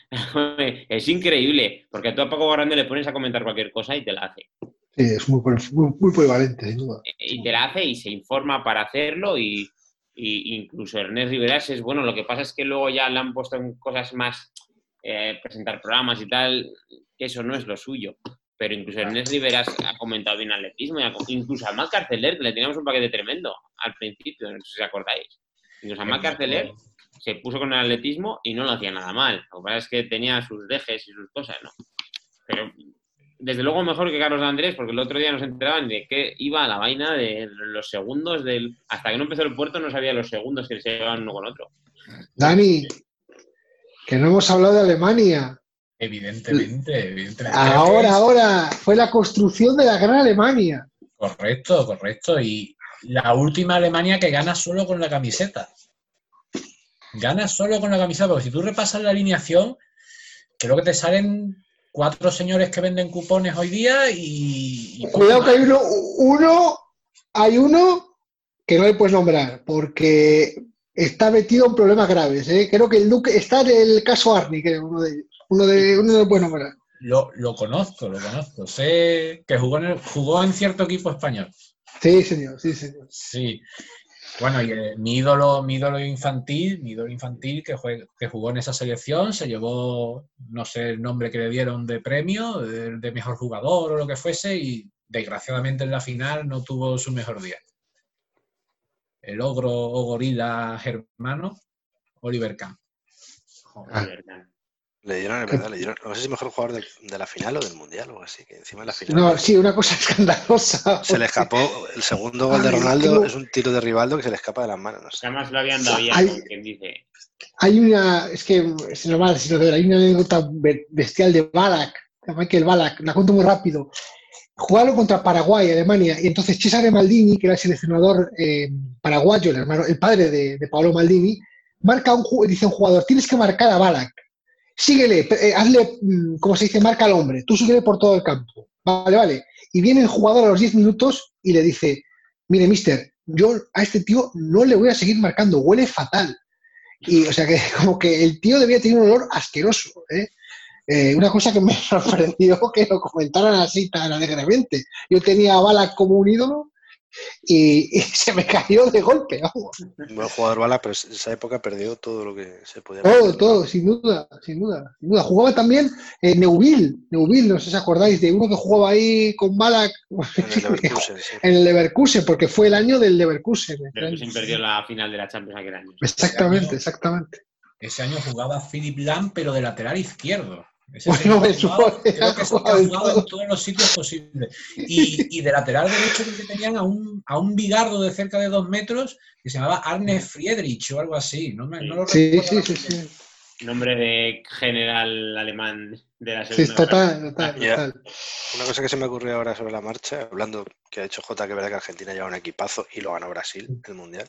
Es increíble, porque tú a Paco Grande le pones a comentar cualquier cosa y te la hace. Sí, es muy, muy, muy polivalente, sin duda. Y te la hace y se informa para hacerlo y, y incluso Ernest Riveras es bueno. Lo que pasa es que luego ya le han puesto en cosas más, eh, presentar programas y tal, que eso no es lo suyo. Pero incluso Ernest Riveras ha comentado bien atletismo, y ha, incluso a Mac Carceler, que le teníamos un paquete tremendo al principio, no sé si os acordáis. Incluso a Mac Carceler se puso con el atletismo y no lo hacía nada mal. Lo que pasa es que tenía sus dejes y sus cosas, ¿no? Pero desde luego mejor que Carlos Andrés, porque el otro día nos enteraban de que iba a la vaina de los segundos del... Hasta que no empezó el puerto no sabía los segundos que se llevaban uno con otro. Dani, que no hemos hablado de Alemania. Evidentemente, evidentemente. Ahora, ahora, fue la construcción de la gran Alemania. Correcto, correcto. Y la última Alemania que gana solo con la camiseta. Gana solo con la camiseta, porque si tú repasas la alineación, creo que te salen cuatro señores que venden cupones hoy día y... y Cuidado que hay uno, uno, hay uno que no le puedes nombrar, porque está metido en problemas graves, ¿eh? Creo que el Duque está en el caso Arni, que es uno de ellos. Uno de uno no lo puedes nombrar. Lo, lo conozco, lo conozco. Sé que jugó en, el, jugó en cierto equipo español. Sí, señor, sí, señor. Sí. Bueno, y eh, mi ídolo, mi ídolo infantil, mi ídolo infantil que, jue, que jugó en esa selección, se llevó, no sé el nombre que le dieron de premio, de, de mejor jugador o lo que fuese, y desgraciadamente en la final no tuvo su mejor día. El ogro o gorila germano, Oliver Kahn. Joder, ah. Le dieron, es verdad, le dieron, no sé si mejor jugador de, de la final o del mundial o así, que encima de la final. No, sí, una cosa escandalosa. Se le escapó, el segundo gol de Ronaldo es un tiro de Rivaldo que se le escapa de las manos. No sé. Además lo habían dado ya, hay, con quien dice. Hay una, es que es normal, sino que hay una anécdota bestial de Ballack, de Michael Ballack, la cuento muy rápido. Jugaron contra Paraguay, Alemania, y entonces Cesare Maldini, que era el seleccionador eh, paraguayo, el, hermano, el padre de, de Paolo Maldini, marca un, dice un jugador, tienes que marcar a Ballack. Síguele, eh, hazle, como se dice, marca al hombre, tú síguele por todo el campo. Vale, vale. Y viene el jugador a los diez minutos y le dice, mire, mister, yo a este tío no le voy a seguir marcando, huele fatal. Y, o sea, que como que el tío debía tener un olor asqueroso, ¿eh? Eh, una cosa que me sorprendió que lo comentaran así tan alegremente. Yo tenía a Ballack como un ídolo y, y se me cayó de golpe. Vamos. Un buen jugador Ballack, pero en esa época perdió todo lo que se podía. Todo, perder, todo, ¿no? sin duda, sin duda, sin duda. Jugaba también eh, Neuville, Neuville, no sé si os acordáis, de uno que jugaba ahí con Ballack En el Leverkusen, sí. en el Leverkusen, porque fue el año del Leverkusen. Leverkusen perdió la final de la Champions aquel año. Exactamente, Ese año, exactamente. Ese año jugaba Philipp Lahm, pero de lateral izquierdo. Ese Bueno, me jugado, supone, creo que ha se ha jugado en jugado todo. en todos los sitios posibles. Y, y de lateral derecho que tenían a un, a un bigardo de cerca de dos metros que se llamaba Arne Friedrich o algo así. No, me, no lo Sí, recuerdo. sí, sí, sí. Nombre de general alemán de la Sí, segunda. total, total, Ya. total. Una cosa que se me ocurrió ahora sobre la marcha, hablando que ha hecho Jota, que es verdad que Argentina lleva un equipazo y lo ganó Brasil, el Mundial.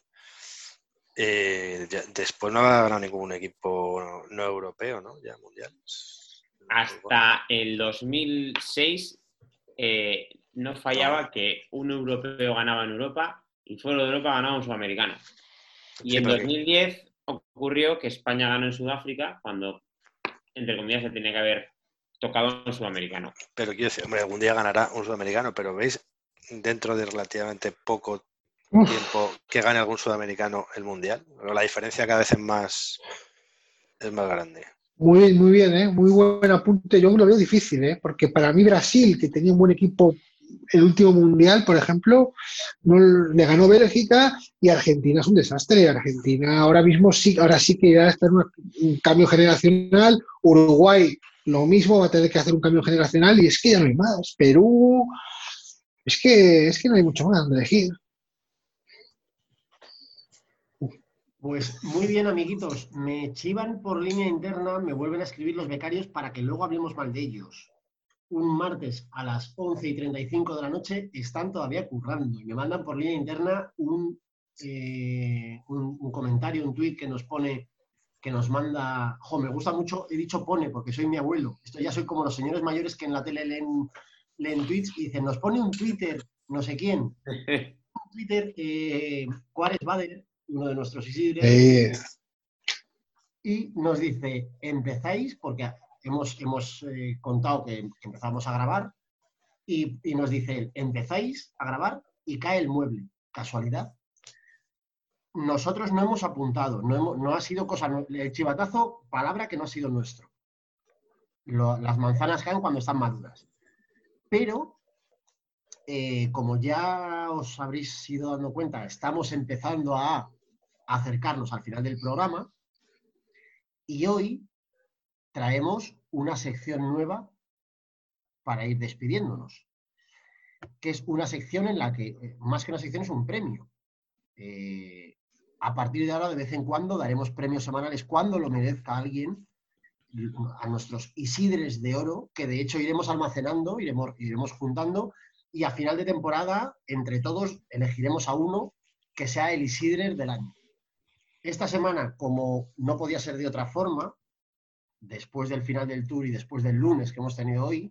Eh, ya, después no ha ganado ningún equipo no, no europeo, ¿no? Ya Mundial. Hasta el dos mil seis eh, no fallaba que un europeo ganaba en Europa y fuera de Europa ganaba un sudamericano. Y Sí, en porque- dos mil diez ocurrió que España ganó en Sudáfrica cuando, entre comillas, se tenía que haber tocado un sudamericano. Pero quiero decir, hombre, algún día ganará un sudamericano, pero ¿veis dentro de relativamente poco Uf. tiempo que gane algún sudamericano el Mundial? Pero la diferencia cada vez es más, es más grande. Muy bien, muy bien, ¿eh? Muy buen apunte. Yo lo veo difícil, ¿eh? Porque para mí Brasil, que tenía un buen equipo el último mundial, por ejemplo, no le ganó Bélgica y Argentina es un desastre. Argentina ahora mismo sí, ahora sí que ya está en una- un cambio generacional. Uruguay lo mismo, va a tener que hacer un cambio generacional y es que ya no hay más. Perú, es que es que no hay mucho más donde elegir. Pues muy bien, amiguitos. Me chivan por línea interna, me vuelven a escribir los becarios para que luego hablemos mal de ellos. Un martes a las once y treinta y cinco de la noche están todavía currando y me mandan por línea interna un, eh, un, un comentario, un tuit que nos pone, que nos manda... Jo, me gusta mucho, he dicho pone porque soy mi abuelo. Esto ya soy como los señores mayores que en la tele leen, leen tweets y dicen, nos pone un Twitter, no sé quién. Un Twitter, eh, Juárez Bader, uno de nuestros Isidres, Eh, y nos dice, empezáis, porque hemos, hemos eh, contado que, que empezamos a grabar, y, y nos dice, empezáis a grabar y cae el mueble. ¿Casualidad? Nosotros no hemos apuntado, no, hemos, no ha sido cosa, no- el chivatazo, palabra que no ha sido nuestro. Lo- las manzanas caen cuando están maduras. Pero, eh, como ya os habréis ido dando cuenta, estamos empezando a acercarnos al final del programa y hoy traemos una sección nueva para ir despidiéndonos, que es una sección en la que, eh, más que una sección, es un premio. Eh, a partir de ahora, de vez en cuando, daremos premios semanales cuando lo merezca alguien, a nuestros Isidres de oro, que de hecho iremos almacenando, iremos, iremos juntando, y a final de temporada, entre todos, elegiremos a uno que sea el Isidres del año. Esta semana, como no podía ser de otra forma, después del final del Tour y después del lunes que hemos tenido hoy,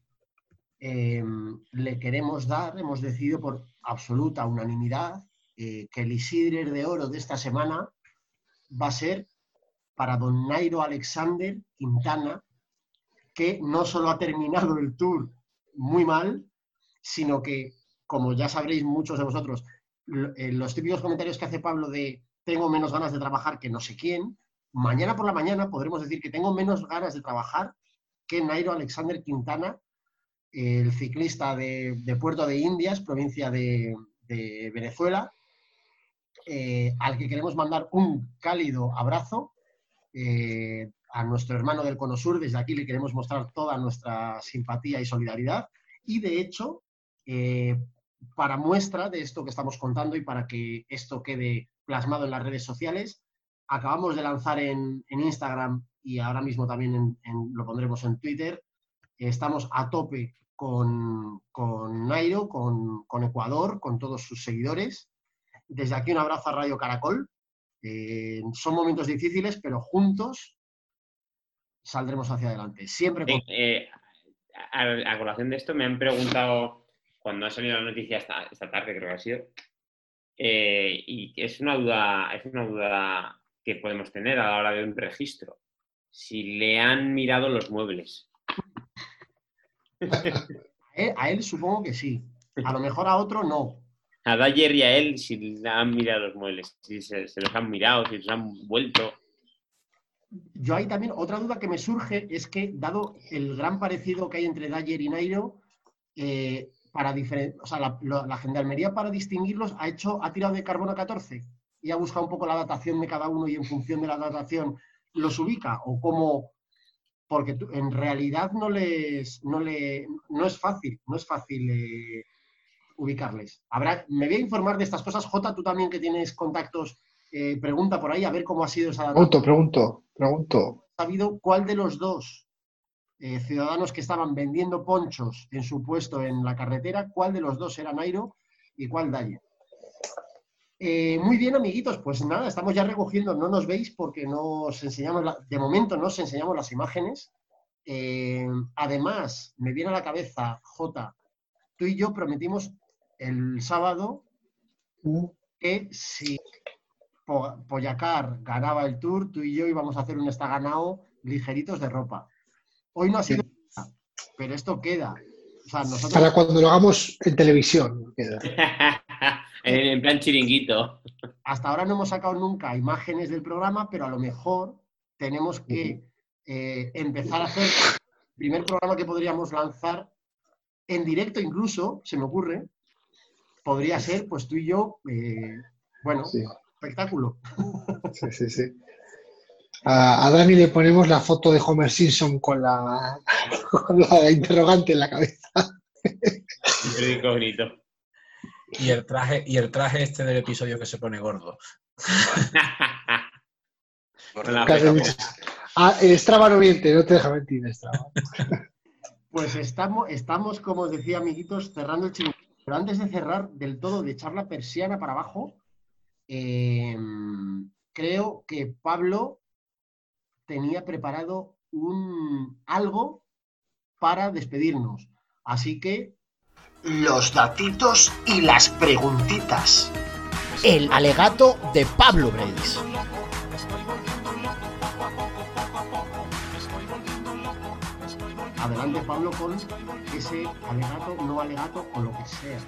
eh, le queremos dar, hemos decidido por absoluta unanimidad, eh, que el Isidre de oro de esta semana va a ser para don Nairo Alexander Quintana, que no solo ha terminado el Tour muy mal, sino que, como ya sabréis muchos de vosotros, los típicos comentarios que hace Pablo de tengo menos ganas de trabajar que no sé quién, mañana por la mañana podremos decir que tengo menos ganas de trabajar que Nairo Alexander Quintana, el ciclista de, de Puerto de Indias, provincia de, de Venezuela, eh, al que queremos mandar un cálido abrazo. Eh, a nuestro hermano del Cono Sur, desde aquí le queremos mostrar toda nuestra simpatía y solidaridad. Y de hecho, eh, para muestra de esto que estamos contando y para que esto quede plasmado en las redes sociales, acabamos de lanzar en, en Instagram y ahora mismo también en, en, lo pondremos en Twitter. Estamos a tope con, con Nairo, con, con Ecuador, con todos sus seguidores. Desde aquí un abrazo a Radio Caracol. Eh, son momentos difíciles, pero juntos saldremos hacia adelante. Siempre con... eh, a, a colación de esto me han preguntado, cuando ha salido la noticia esta, esta tarde, creo que ha sido, eh, y es una duda, es una duda que podemos tener a la hora de un registro. Si le han mirado los muebles. A él, a él supongo que sí. A lo mejor a otro no. A Dyer y a él si le han mirado los muebles, si se, se los han mirado, si los han vuelto. Yo ahí también, otra duda que me surge es que, dado el gran parecido que hay entre Dyer y Nairo, eh, para diferen... o sea, la, la, la gendarmería para distinguirlos ha hecho, ha tirado de carbono catorce y ha buscado un poco la datación de cada uno y en función de la datación los ubica, o cómo, porque tú, en realidad no les, no le, no es fácil, no es fácil eh, ubicarles. Habrá, me voy a informar de estas cosas. Jota, tú también que tienes contactos, eh, pregunta por ahí a ver cómo ha sido esa datación. Pregunto, pregunto, pregunto. ¿Ha sabido cuál de los dos eh, ciudadanos que estaban vendiendo ponchos en su puesto en la carretera, cuál de los dos era Nairo y cuál Dyer? Eh, muy bien, amiguitos, pues nada, estamos ya recogiendo, no nos veis porque no os enseñamos, la, de momento no os enseñamos las imágenes. Eh, además, me viene a la cabeza, Jota, tú y yo prometimos el sábado que si po Pogačar ganaba el Tour, tú y yo íbamos a hacer un está ganado ligeritos de ropa. Hoy no ha sido nada, pero esto queda. O sea, nosotros... Para cuando lo hagamos en televisión. Queda. en, en plan chiringuito. Hasta ahora no hemos sacado nunca imágenes del programa, pero a lo mejor tenemos que eh, empezar a hacer el primer programa que podríamos lanzar en directo incluso, se me ocurre, podría ser, pues tú y yo, eh, bueno, sí. Espectáculo. Sí, sí, sí. A, a Dani le ponemos la foto de Homer Simpson con la, con la interrogante en la cabeza. Qué bonito. Y el traje, y el traje este del episodio que se pone gordo. Ah, el Strava no miente, no te deja mentir, Strava. Pues estamos, estamos, como os decía, amiguitos, cerrando el chiringuito. Pero antes de cerrar del todo, de echar la persiana para abajo, eh, creo que Pablo tenía preparado un algo para despedirnos. Así que... los datitos y las preguntitas. El alegato de Pablo Breis. Adelante, Pablo, con ese alegato, no alegato o lo que sea.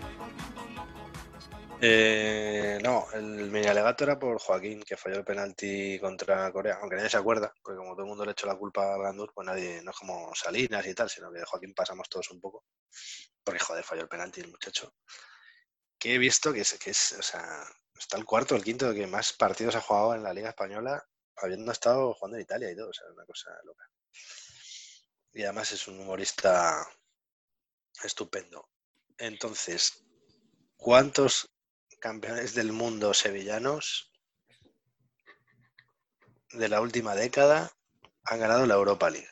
Eh, no, el mini alegato era por Joaquín, que falló el penalti contra Corea, aunque nadie se acuerda, porque como todo el mundo le echó la culpa a Gandur, pues nadie, no es como Salinas y tal, sino que de Joaquín pasamos todos un poco, porque joder, falló el penalti el muchacho. Que he visto que es, que es, o sea, está el cuarto o el quinto que más partidos ha jugado en la Liga Española, habiendo estado jugando en Italia y todo, o sea, una cosa loca. Y además es un humorista estupendo. Entonces, ¿cuántos campeones del mundo sevillanos de la última década han ganado la Europa League?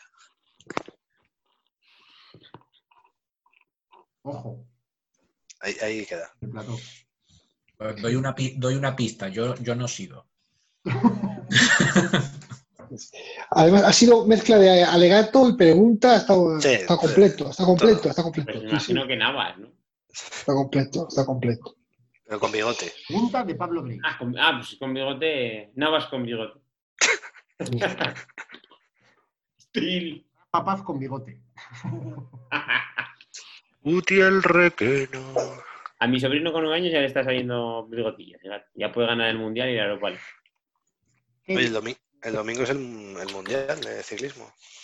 Ojo. Ahí, ahí queda. Doy una, doy una pista, yo, yo no he sido. Además, ha sido mezcla de alegato y pregunta, está, sí, está completo, está completo, todo. está completo. Pues me imagino sí, sí. que Navas, ¿no? Está completo, está completo. Pero con bigote. Pregunta de Pablo Breis. Ah, con, ah, pues con bigote, Navas con bigote. Steel. Papaz con bigote. Uti el Requeno. a mi sobrino con nueve años ya le está saliendo bigotillo. Ya puede ganar el Mundial y la Europa League. Oye, el, domi el domingo es el, el Mundial de ciclismo.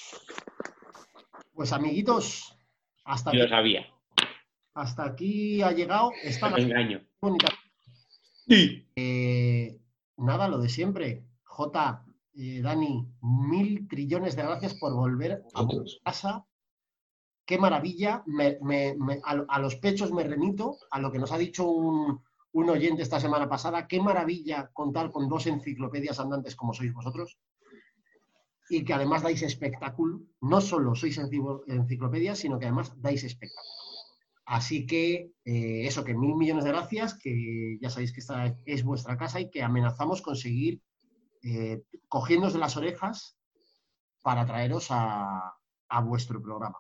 Pues amiguitos, hasta Yo aquí, lo sabía. hasta aquí ha llegado esta No me engaño. bonita. Sí. Eh, nada, lo de siempre. Jota, eh, Dani, mil trillones de gracias por volver a Otros. casa. Qué maravilla. Me, me, me, a, a los pechos me remito a lo que nos ha dicho un, un oyente esta semana pasada. Qué maravilla contar con dos enciclopedias andantes como sois vosotros. Y que además dais espectáculo. No solo sois enciclopedias, sino que además dais espectáculo. Así que eh, eso, que mil millones de gracias, que ya sabéis que esta es vuestra casa y que amenazamos conseguir eh, cogiéndoos de las orejas para traeros a, a vuestro programa.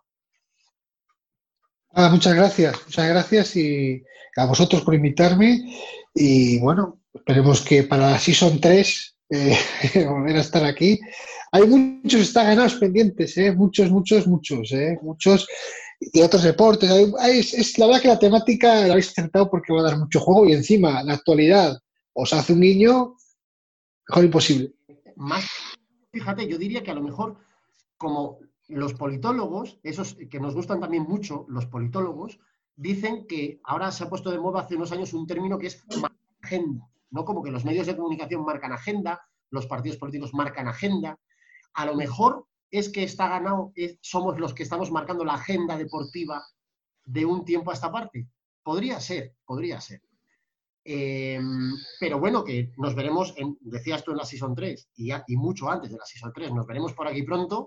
Ah, muchas gracias, muchas gracias y a vosotros por invitarme y bueno, esperemos que para la Season tres eh, volver a estar aquí. Hay muchos está ganados pendientes, ¿eh? muchos, muchos, muchos, ¿eh? muchos y otros deportes. Hay, hay, es, es la verdad que la temática la habéis acertado porque va a dar mucho juego y encima la actualidad os hace un niño mejor imposible. Más, fíjate, yo diría que a lo mejor como los politólogos, esos que nos gustan también mucho, los politólogos, dicen que ahora se ha puesto de moda hace unos años un término que es agenda, ¿no? Como que los medios de comunicación marcan agenda, los partidos políticos marcan agenda. A lo mejor es que está ganado, es, somos los que estamos marcando la agenda deportiva de un tiempo a esta parte. Podría ser, podría ser. Eh, pero bueno, que nos veremos, en, decías tú en la Season tres y, ya, y mucho antes de la Season tres, nos veremos por aquí pronto.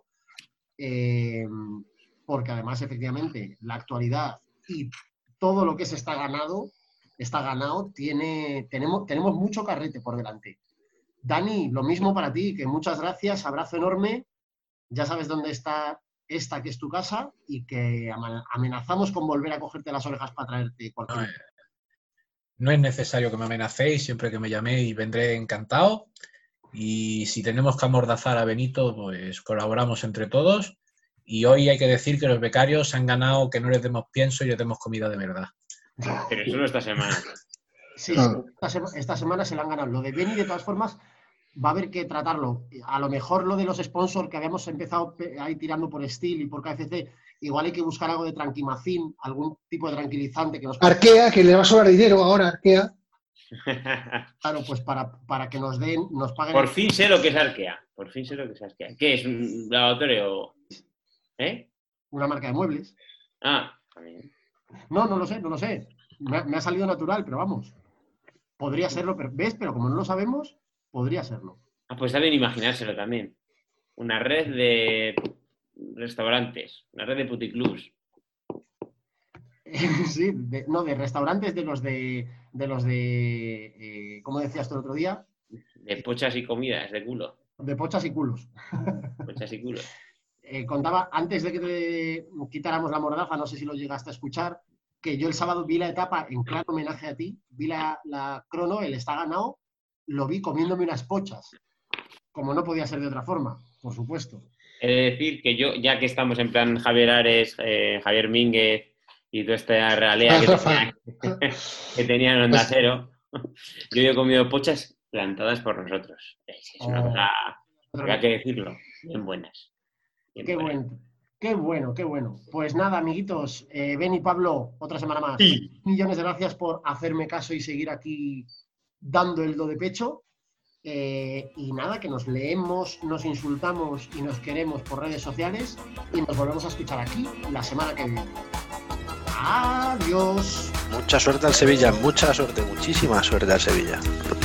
Eh, porque además efectivamente la actualidad y todo lo que se está ganado está ganado, tiene, tenemos, tenemos mucho carrete por delante. Dani, lo mismo para ti, que muchas gracias, abrazo enorme, ya sabes dónde está esta que es tu casa y que amenazamos con volver a cogerte las orejas para traerte cualquier... No, no es necesario que me amenacéis, siempre que me llaméis vendré encantado. Y si tenemos que amordazar a Benito, pues colaboramos entre todos. Y hoy hay que decir que los becarios han ganado que no les demos pienso y les demos comida de verdad. Pero solo esta semana. Sí, esta, sema, esta semana se la han ganado. Lo de Beni, de todas formas, va a haber que tratarlo. A lo mejor lo de los sponsors que habíamos empezado ahí tirando por Steel y por K F C, igual hay que buscar algo de tranquimacín, algún tipo de tranquilizante que nos... Arkea, que le va a sobrar dinero ahora, Arkea. Claro, pues para, para que nos den, nos paguen... Por fin sé lo que es Arkea. Por fin sé lo que es Arkea. ¿Qué es? ¿Un laboratorio? ¿Eh? Una marca de muebles. Ah, también. No, no lo sé, no lo sé. Me, me ha salido natural, pero vamos. Podría serlo, pero, ¿ves? Pero como no lo sabemos, podría serlo. Ah, pues está bien imaginárselo también. Una red de restaurantes, una red de puticlubs. Sí, de, no, de restaurantes de los de, de los de, eh, ¿cómo decías tú el otro día? De pochas y comidas, de culo. De pochas y culos. Pochas y culos. Eh, contaba, antes de que te quitáramos la mordaza, no sé si lo llegaste a escuchar, que yo el sábado vi la etapa en claro homenaje a ti, vi la, la crono, el está ganado, lo vi comiéndome unas pochas, como no podía ser de otra forma, por supuesto. He de decir que yo, ya que estamos en plan Javier Ares, eh, Javier Mínguez y toda esta realea que tenía, que tenía en Onda Cero, yo he comido pochas plantadas por nosotros. Es una Oh. cosa, había que decirlo, bien buenas. Bien Qué buenas. bueno, qué bueno, qué bueno. Pues nada, amiguitos, eh, Ben y Pablo, otra semana más. Sí. Millones de gracias por hacerme caso y seguir aquí dando el do de pecho. Eh, y nada, que nos leemos, nos insultamos y nos queremos por redes sociales y nos volvemos a escuchar aquí la semana que viene. Adiós. Mucha suerte al Sevilla, mucha suerte, muchísima suerte al Sevilla.